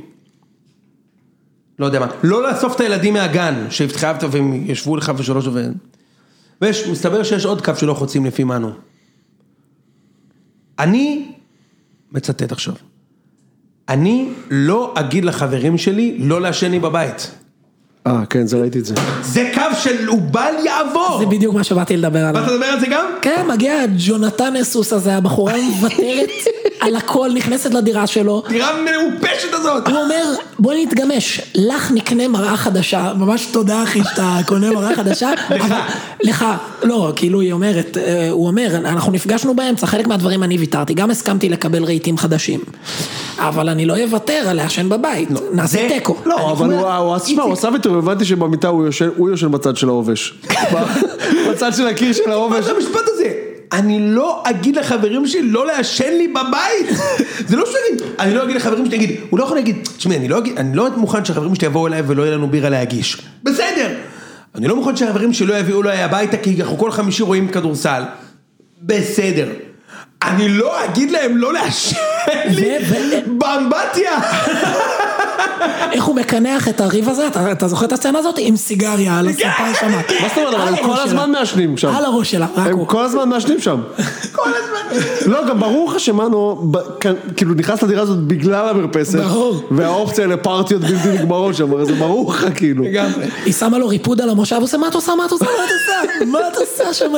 לא יודע מה. לא לאסוף את הילדים מהגן, שהתחייבת והם ישבו לך ושלוש עובד. ומסתבר שיש עוד קו שלא חוצים לפי מנו. אני, מצטט עכשיו, אני לא אגיד לחברים שלי לא לעשני בבית. כן, זה ראיתי את זה. זה קו של הוא בל יעבור. זה בדיוק מה שבאתי לדבר עליו. באת לדבר על זה גם? כן, מגיע ג'ונתן אסוס הזה, הבחורה מוותרת על הכל, נכנסת לדירה שלו. דירה מנופשת הזאת. הוא אומר, בוא נתגמש, לך נקנה מראה חדשה, ממש תודה אחי שאתה קונה מראה חדשה. לך, לא, כאילו היא אומרת, הוא אומר, אנחנו נפגשנו באמצע, חלק מהדברים אני ויתרתי, גם הסכמתי לקבל רהיטים חדשים. אבל אני לא אוותר על לעשן בבית, נעשה טקו. לא, אבל הוא עשה ויתור, הבנתי שבמיטה הוא יושן בצד של העובש. בצד של הקיר של העובש. מה זה המשפט הזה? אני לא אגיד לחברים שלי לא לעשן לי בבית. זה לא שאני, אני לא אגיד לחברים שלי, נגיד, הוא לא יכול להגיד, תשמע, אני לא מוכן שהחברים שלי יבואו אליי ולא יהיה לנו בירה להגיש. בסדר. אני לא מוכן שהחברים שלי לא יביאו אליי הביתה, כי אנחנו כל חמישי רואים כדורסל. בסדר. אני לא אגיד להם לא לעשן לי באמבטיה. איך הוא מקנח את הריב הזה, אתה זוכר את הסצנה הזאת? עם סיגריה על הספה שמה. מה זאת אומרת, אבל הם כל הזמן מעשנים שם. על הראש שלה, הם כל הזמן מעשנים שם. כל הזמן. לא, גם ברור לך שמנו, כאילו נכנס לדירה הזאת בגלל המרפסת. ברור. והאופציה לפרטיות בלתי נגמרות שם, זה ברור לך כאילו. היא שמה לו ריפוד על המושב, הוא עושה, מה אתה עושה? מה אתה עושה שם?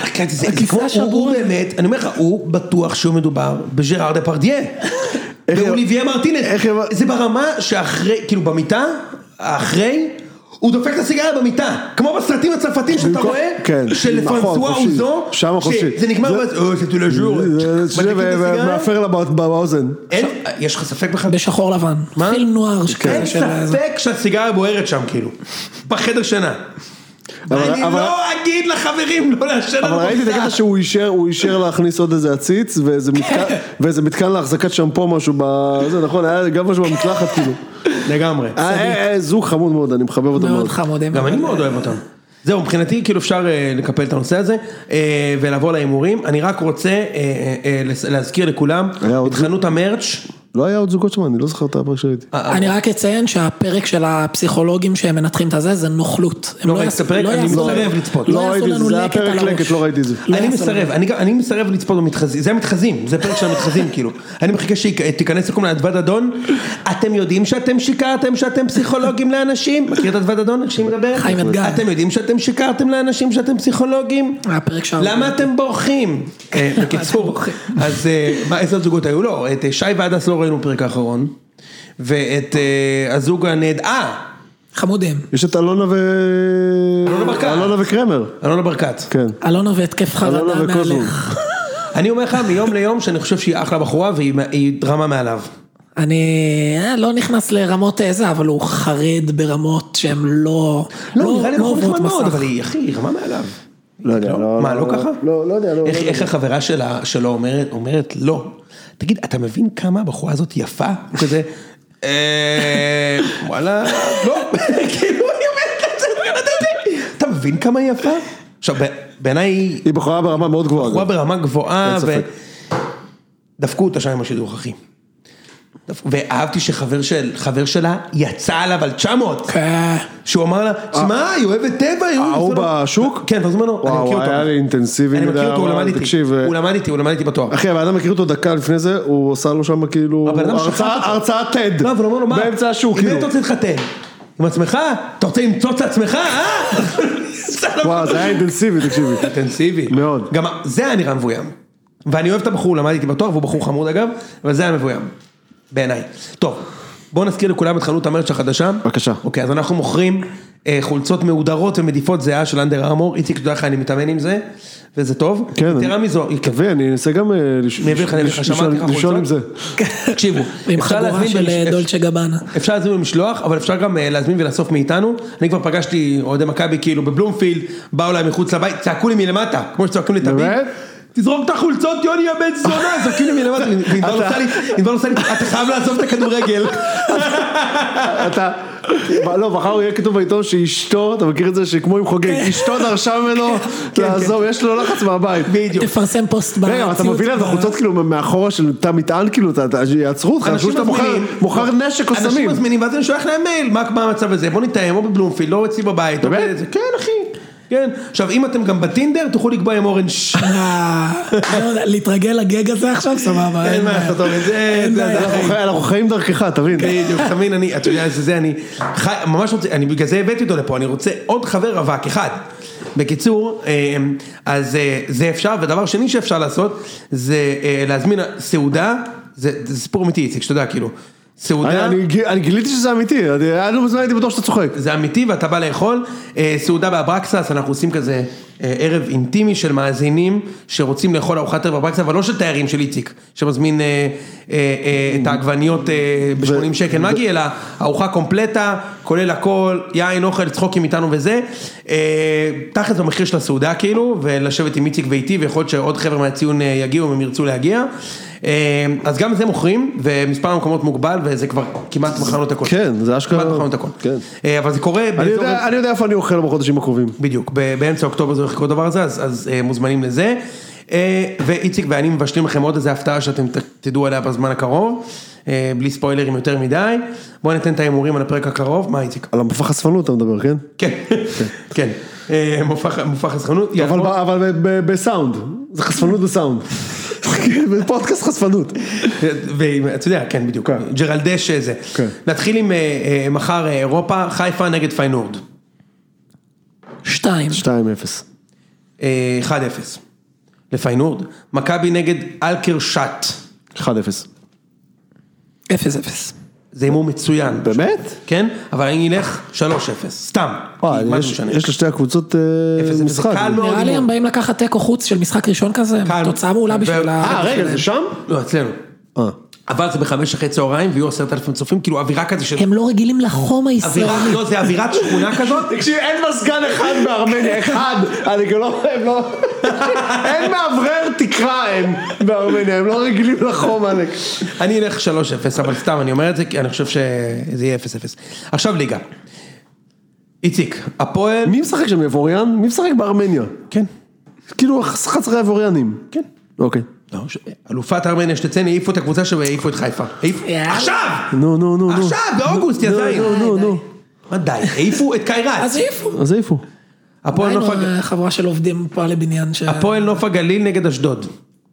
הוא באמת, אני אומר לך, הוא בטוח שהוא מדובר בז'ראר דפרדיה. ואוליביה מרטינס, זה ברמה שאחרי, כאילו במיטה, אחרי, הוא דופק את הסיגריה במיטה, כמו בסרטים הצרפתים שאתה רואה, של פרנסואה אוזו, שזה נגמר, זה tout le jour, ומאפר לה באוזן. יש לך ספק בכלל? בשחור לבן, פילם נוער. אין ספק שהסיגריה בוערת שם, כאילו, בחדר שינה. אני לא אגיד לחברים לא לעשן. אבל ראיתי את הקטע שהוא אישר להכניס עוד איזה עציץ ואיזה מתקן להחזקת שמפו משהו בזה, נכון, היה גם משהו במקלחת כאילו. לגמרי. זוג חמוד מאוד, אני מחבב אותם מאוד. מאוד חמודים. גם אני מאוד אוהב אותם. זהו, מבחינתי כאילו אפשר לקפל את הנושא הזה ולעבור להימורים. אני רק רוצה להזכיר לכולם את חנות המרץ'. לא היה עוד זוגות שם, אני לא זוכר את הפרק שראיתי. אני רק אציין שהפרק של הפסיכולוגים שהם מנתחים את זה נוכלות. לא ראיתי את הפרק, אני מסרב לצפות. לא ראיתי את זה, זה היה פרק לקט, לא ראיתי את זה. אני מסרב לצפות במתחזים, זה המתחזים, זה פרק של המתחזים כאילו. אני מחכה שתיכנס לכל מיני אדוות אדון, אתם יודעים שאתם שיקרתם שאתם פסיכולוגים לאנשים? מכיר את אדוות אדון? כשהיא מדבר? חיים אתגר. אתם יודעים שאתם שיקרתם לאנשים שאתם פסיכולוגים? למה אתם בורחים? בקיצור, אז איזה זוגות היו? לא, את שי ועדס לא ראינו פרק האחרון, ואת הזוג חמודים. יש את אלונה וקרמר. אלונה ברקת. כן. אלונה והתקף חרדה מהלך. אני אומר לך מיום ליום שאני חושב שהיא אחלה בחורה והיא דרמה מעליו. אני לא נכנס לרמות איזה, אבל הוא חרד ברמות שהן לא נראה לי נכון נחמד מאוד, אבל היא אחי, היא רמה מעליו. לא יודע. מה, לא ככה? לא יודע. איך החברה שלו אומרת לא. תגיד, אתה מבין כמה הבחורה הזאת יפה? הוא כזה, וואלה, לא, כאילו היא אומרת לצאת, אתה מבין כמה היא יפה? עכשיו, בעיניי היא בחורה ברמה מאוד גבוהה. בחורה ברמה גבוהה, ודפקו אותה שם עם השידוך, אחי. ואהבתי שחבר שלה יצא עליו על 900. שהוא אמר לה, תשמע, היא אוהבת טבע. הוא בשוק? כן, בזמנו, אני מכיר אותו. היה לי אינטנסיבי. אני מכיר אותו, הוא למד איתי בתואר. אחי, הבן אדם מכיר אותו דקה לפני זה, הוא עושה לו שם כאילו הרצאת TED. לא, אבל הוא אומר לו, מה? באמצע השוק, כאילו. אם אתה רוצה להתחתן עם עצמך, אתה רוצה למצוץ לעצמך, וואו, זה היה אינטנסיבי, תקשיבי. אינטנסיבי. מאוד. גם זה היה נראה מבוים. ואני אוהב את הבחור, הוא למד איתי בתואר, והוא בחור חמוד אגב, אבל זה היה מבוים. בעיניי. טוב, בואו נזכיר לכולם את חנות המרץ' החדשה. בבקשה. אוקיי, אז אנחנו מוכרים חולצות מהודרות ומדיפות זהה של אנדר ארמור. איציק, תדע לך, אני מתאמן עם זה, וזה טוב. כן. תראה מזו. מקווה, אני אנסה גם לשאול עם זה. תקשיבו. עם חבורה של דולצ'ה גבאנה. אפשר להזמין במשלוח, אבל אפשר גם להזמין ולאסוף מאיתנו. אני כבר פגשתי אוהדי מכבי כאילו בבלומפילד, באו להם מחוץ לבית, צעקו לי מלמטה, כמו שצועקים לי תמיד. תזרוק את החולצות, יוני הבן זונה, זורקים לי מלמטה, נדבר עושה לי, אתה חייב לעזוב את הכדורגל. לא, מחר יהיה כתוב בעיתון שאשתו, אתה מכיר את זה שכמו עם חוגג, אשתו דרשה ממנו לעזוב, יש לו לחץ מהבית. בדיוק. תפרסם פוסט בעציות. רגע, אתה מביא להם את החולצות כאילו מאחורה של תא מטען, כאילו, יעצרו אותך, חושב שאתה מוכר נשק או סמים. אנשים מזמינים, ואז אני שולח להם מייל, מה המצב הזה, בוא נתאם, או בבלומפילד, לא אצלי בבית, כן אחי. כן, עכשיו אם אתם גם בטינדר תוכלו לקבוע עם אורן להתרגל לגג הזה עכשיו, סבבה. אין מה, אתה טוב, אנחנו חיים דרכך, תבין. בדיוק, תבין, אתה יודע, זה אני ממש רוצה, אני בגלל זה הבאתי אותו לפה, אני רוצה עוד חבר רווק, אחד. בקיצור, אז זה אפשר, ודבר שני שאפשר לעשות, זה להזמין סעודה, זה סיפור אמיתי, איציק, שאתה יודע, כאילו. סעודה, אני גיליתי שזה אמיתי, אני לא מזמן הייתי בטוח שאתה צוחק. זה אמיתי ואתה בא לאכול, סעודה באברקסס, אנחנו עושים כזה ערב אינטימי של מאזינים שרוצים לאכול ארוחת ערב באברקסס, אבל לא של תיירים של איציק, שמזמין את העגבניות ב-80 שקל מגי, אלא ארוחה קומפלטה, כולל הכל, יין, אוכל, צחוקים איתנו וזה, תחת במחיר של הסעודה כאילו, ולשבת עם איציק ואיתי, ויכול להיות שעוד חבר'ה מהציון יגיעו, אם ירצו להגיע. אז גם זה מוכרים, ומספר המקומות מוגבל, וזה כבר כמעט מחנות הכל. כן, זה אשכרה. כמעט מחנות הכל. כן. אבל זה קורה... אני יודע איפה אני אוכל בחודשים הקרובים. בדיוק, באמצע אוקטובר זה הולך לקרות דבר הזה, אז מוזמנים לזה. ואיציק ואני מבשלים לכם עוד איזה הפתעה שאתם תדעו עליה בזמן הקרוב, בלי ספוילרים יותר מדי. בואו ניתן את האימורים על הפרק הקרוב. מה איציק? על המופע חשפנות אתה מדבר, כן? כן, כן. מופע חשפנות. אבל בסאונד, זה חשפנות בסאונד. בפודקאסט חשפנות. ואתה יודע, כן, בדיוק. ג'רלדש זה. נתחיל עם מחר אירופה, חיפה נגד פיינורד. 2-0. 2-0. 1-0. לפיינורד. מכבי נגד אלקרשט. 1-0. 0-0. זה אימור מצוין. באמת? כן, אבל אני אלך 3-0. סתם. יש לשתי הקבוצות משחק. נראה לי הם באים לקחת תיקו חוץ של משחק ראשון כזה, תוצאה מעולה בשביל רגע, זה שם? לא, אצלנו. אבל זה ב5:00 צהריים, ויהיו 10,000 צופים, כאילו אווירה כזה של... הם לא רגילים לחום הישראלי. לא, זה אווירת שכונה כזאת. תקשיב, אין מסגן אחד בארמניה, אחד. אני כאילו, הם לא... אין מעברר תקרא הם בארמניה, הם לא רגילים לחום עלק. אני אלך 3-0, אבל סתם, אני אומר את זה, כי אני חושב שזה יהיה 0-0. עכשיו ליגה. איציק, הפועל... מי משחק שם, אבוריאן? מי משחק בארמניה? כן. כאילו חצרי אבוריאנים. כן. אוקיי. אלופת ארמניה שתצא, העיפו את הקבוצה שהעיפו את חיפה. עכשיו! נו. עכשיו, באוגוסט, יא זין. נו. מה די? העיפו את קיירת. אז העיפו. היינו חבורה של עובדים פה לבניין. הפועל נוף הגליל נגד אשדוד.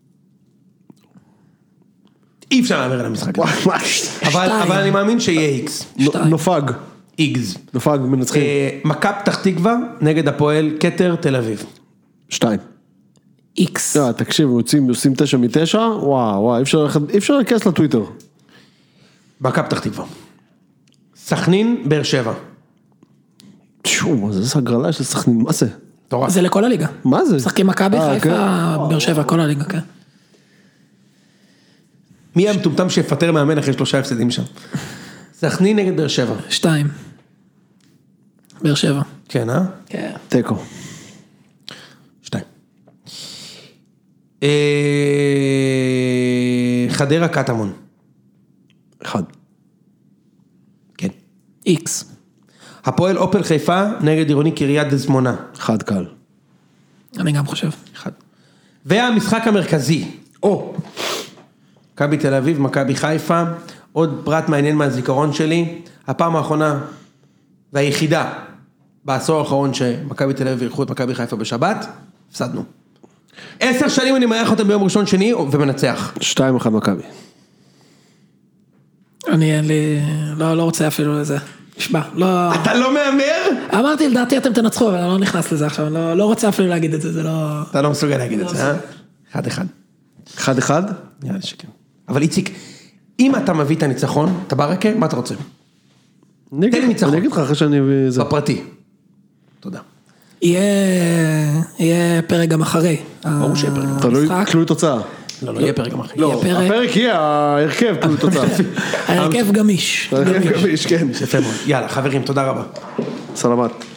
אי אפשר להמר על המשחק הזה. אבל אני מאמין שיהיה איקס. נופג. איגז. נופג מנצחים. מכבי פתח תקווה נגד הפועל כתר תל אביב. 2. איקס. תקשיב, עושים 9 מ-9, וואו, אי אפשר להיכנס לטוויטר. מכבי פתח תקווה. סכנין, באר שבע. זה הגרלה של סכנין, מה זה? זה לכל הליגה. מה זה? משחקים מכבי, חיפה, באר שבע, כל הליגה, כן. מי המטומטם שיפטר מאמן אחרי 3 הפסדים שם? סכנין נגד באר שבע. 2. באר שבע. כן, כן. תיקו. 2. חדרה קטמון. 1. כן. איקס. הפועל אופל חיפה נגד עירוני קריית שמונה. 1 קל. אני גם חושב. 1. והמשחק המרכזי. מכבי תל אביב, מכבי חיפה. עוד פרט מעניין מהזיכרון שלי. הפעם האחרונה והיחידה בעשור האחרון שמכבי תל אביב אירחו את מכבי חיפה בשבת, הפסדנו. 10 שנים אני מארח אותם ביום ראשון שני ומנצח. 2-1 מכבי. אני אין לי, לא רוצה אפילו לזה. נשבע, לא... אתה לא מאמר? אמרתי, לדעתי אתם תנצחו, אבל אני לא נכנס לזה עכשיו, לא רוצה אפילו להגיד את זה, זה לא... אתה לא מסוגל להגיד את זה, 1-1. 1-1? נראה שכן. אבל איציק, אם אתה מביא את הניצחון, אתה ברקה, מה אתה רוצה? תן לי ניצחון. אני אגיד לך אחרי שאני אביא זה. בפרטי. תודה. יהיה פרק גם אחרי. ברור שיהיה פרק גם אחרי. תלוי תוצאה. לא יהיה פרק גם אחרי. לא, הפרק יהיה ההרכב תלוי תוצאה. ההרכב גמיש. ההרכב גמיש, כן. יפה מאוד. יאללה, חברים, תודה רבה. סלמת.